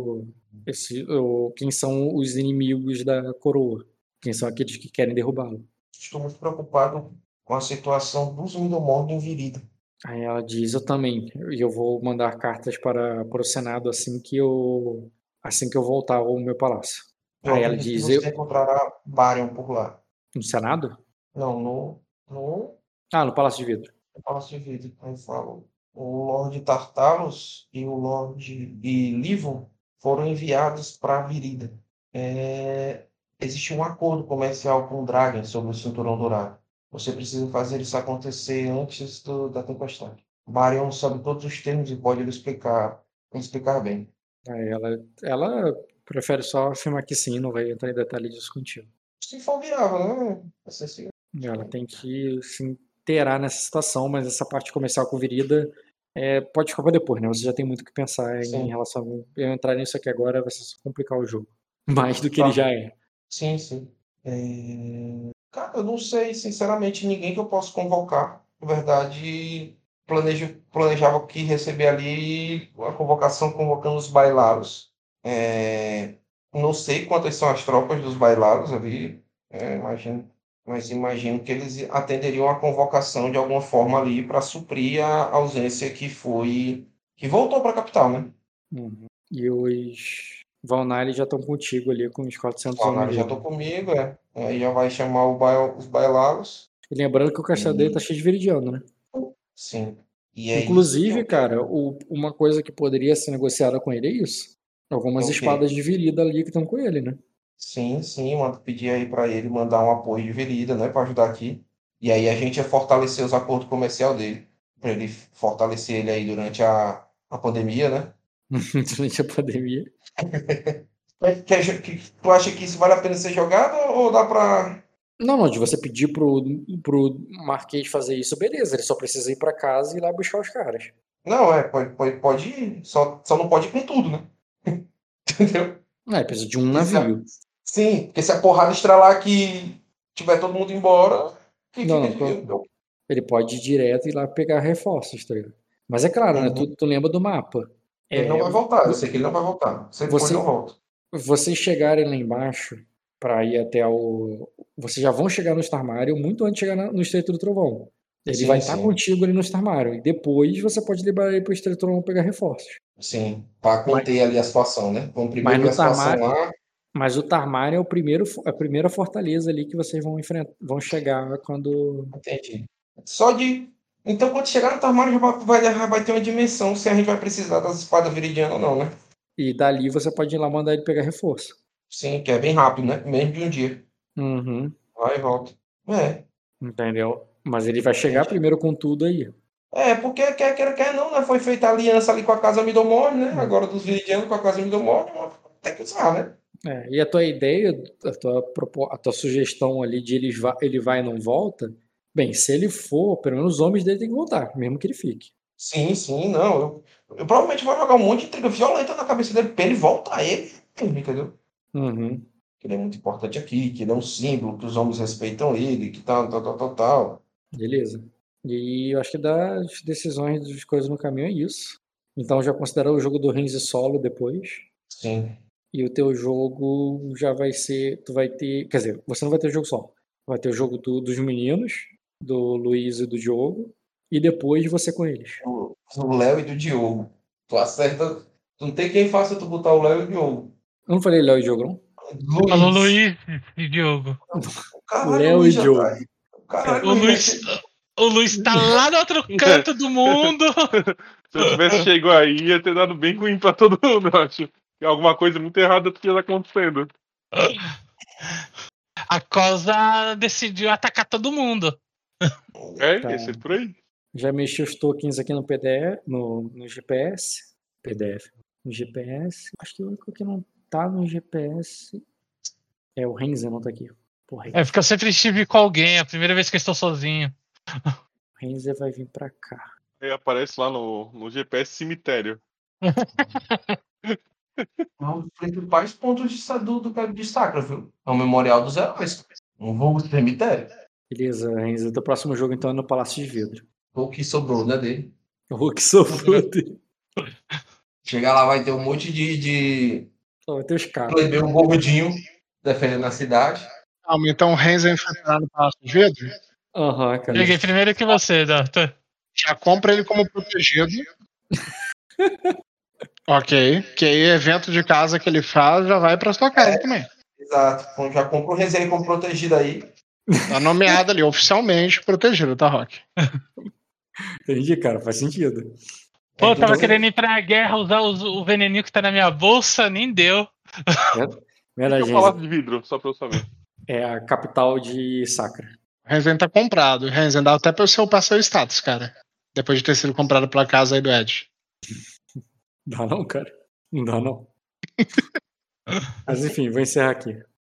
quem são os inimigos da coroa, quem são aqueles que querem derrubá-lo. Estou muito preocupado com a situação dos Midomornos em Virida. Aí ela diz, eu também, e eu vou mandar cartas para o Senado assim que eu voltar ao meu palácio. Aí ela diz, você encontrará Barion por lá. No Senado? Não, no Palácio de Vidro. No Palácio de Vidro. Aí falo, o Lorde Tartalos e o Lorde Livon foram enviados para Virida. Existe um acordo comercial com o Dragon sobre o Cinturão Dourado. Você precisa fazer isso acontecer antes da tempestade. Barion sabe todos os termos e pode lhe explicar bem. Ela prefere só afirmar que sim, não vai entrar em detalhe disso contigo. Se for viável, né? Ela tem que se inteirar nessa situação, mas essa parte comercial com Virida pode ficar pra depois, né? Você já tem muito o que pensar Sim. em relação a eu entrar nisso aqui agora, vai só complicar o jogo. Mais do que ele já é. Sim. Cara, eu não sei, sinceramente, ninguém que eu possa convocar. Na verdade, planejava que receber ali a convocação convocando os bailaros. Não sei quantas são as tropas dos bailaros ali, mas imagino que eles atenderiam a convocação de alguma forma ali para suprir a ausência que voltou para a capital, né? Uhum. E os Valnari já estão contigo ali com os 400 Os Valnari homens já dele. estão comigo, Aí já vai chamar os bailaros. E lembrando que o castelo dele tá cheio de viridiano, né? Sim. E é Inclusive, isso que cara, uma coisa que poderia ser negociada com ele é isso. Algumas É o quê? espadas de virida ali que estão com ele, né? Sim, pedir aí para ele mandar um apoio de Virida, né, para ajudar aqui. E aí a gente ia fortalecer os acordos comerciais dele, para ele fortalecer ele aí durante a pandemia, né? Durante a pandemia. Tu acha que isso vale a pena ser jogado ou dá para... Não, de você pedir pro Marquês fazer isso, beleza. Ele só precisa ir pra casa e ir lá buscar os caras. Não, pode ir, só não pode ir com tudo, né? Entendeu? Precisa de um navio. Sim, porque se a porrada estralar aqui, tiver todo mundo embora... Ele pode ir direto e ir lá pegar reforços, tá ligado? Mas é claro, né? Tu lembra do mapa. Ele não vai voltar, eu sei que ele não vai voltar. Se ele for, ele não volta. Vocês chegarem lá embaixo pra ir até vocês já vão chegar no Starmário muito antes de chegar no Estreito do Trovão. Ele vai estar contigo ali no Starmário. E depois você pode liberar ele pro Estreito do Trovão pegar reforços. Sim, para conter ali a situação, né? Vamos primeiro ver a situação lá. Mas o Tarmário é a primeira fortaleza ali que vocês vão chegar quando... Entendi. Então, quando chegar no Tarmário, já vai ter uma dimensão se a gente vai precisar das espadas viridianas ou não, né? E dali você pode ir lá mandar ele pegar reforço. Sim, que é bem rápido, né? Mesmo de um dia. Uhum. Vai e volta. Entendeu? Mas ele vai chegar primeiro com tudo aí. Porque quer não, né? Foi feita a aliança ali com a Casa Midomore, né? Agora dos viridianos com a Casa Midomore, tem que usar, né? E a tua ideia, a tua sugestão ali de ele vai e não volta, bem, se ele for, pelo menos os homens dele tem que voltar, mesmo que ele fique. Sim, não. Eu provavelmente vou jogar um monte de intriga violenta na cabeça dele pra ele voltar, entendeu? Uhum. Que ele é muito importante aqui, que ele é um símbolo, que os homens respeitam ele, que tal. Beleza. E eu acho que das decisões das coisas no caminho é isso. Então já considera o jogo do Renzi solo depois. Sim. E o teu jogo já vai ser... Tu vai ter... Quer dizer, você não vai ter o jogo solo. Vai ter o jogo dos meninos, do Luiz e do Diogo. E depois você com eles. Do Léo e do Diogo. Tu acerta... Tu não tem quem faça tu botar o Léo e o Diogo. Eu não falei Léo e Diogo, não? Falou Luiz e Diogo. Léo e Diogo. O Luiz tá lá no outro canto do mundo. Se eu tivesse chegado aí, ia ter dado bem ruim pra todo mundo, eu acho. Alguma coisa muito errada tinha acontecendo. A Cosa decidiu atacar todo mundo. Tá. Esse é por aí. Já mexi os tokens aqui no PDF, no GPS. PDF. No GPS. Acho que o único que não tá no GPS é o Renzi, não tá aqui. Porra, porque eu sempre estive com alguém, é a primeira vez que eu estou sozinho. O Renzi vai vir pra cá. Aí aparece lá no GPS cemitério. É um dos principais pontos de Sacra, viu? É o Memorial dos Heróis. Um vulgo cemitério. Beleza, Renzi. O teu próximo jogo então é no Palácio de Vidro. O que sobrou, né, dele? O que sobrou dele. Chegar lá vai ter um monte de Só vai ter os caras. plebeu gordinho defendendo a cidade. Então o Renzo vai enfrentar no Palácio de Vidro? Aham, cara. Peguei primeiro que você, Data. Já compra ele como protegido. Ok. Que aí evento de casa que ele faz já vai pra sua casa também. Exato. Então já compra o resenha como protegido aí. Tá nomeado ali, oficialmente protegido, tá, Rock? Entendi, cara. Faz sentido. Pô, eu tava querendo ir pra guerra, usar o veneninho que tá na minha bolsa, nem deu. Mera gente. Palácio de Vidro, só pra eu saber. É a capital de Sacra. O Renzen tá comprado. O Renzen dá até pra eu passar o status, cara. Depois de ter sido comprado pela casa aí do Ed. Dá não, cara. Não dá não. Mas enfim, vou encerrar aqui.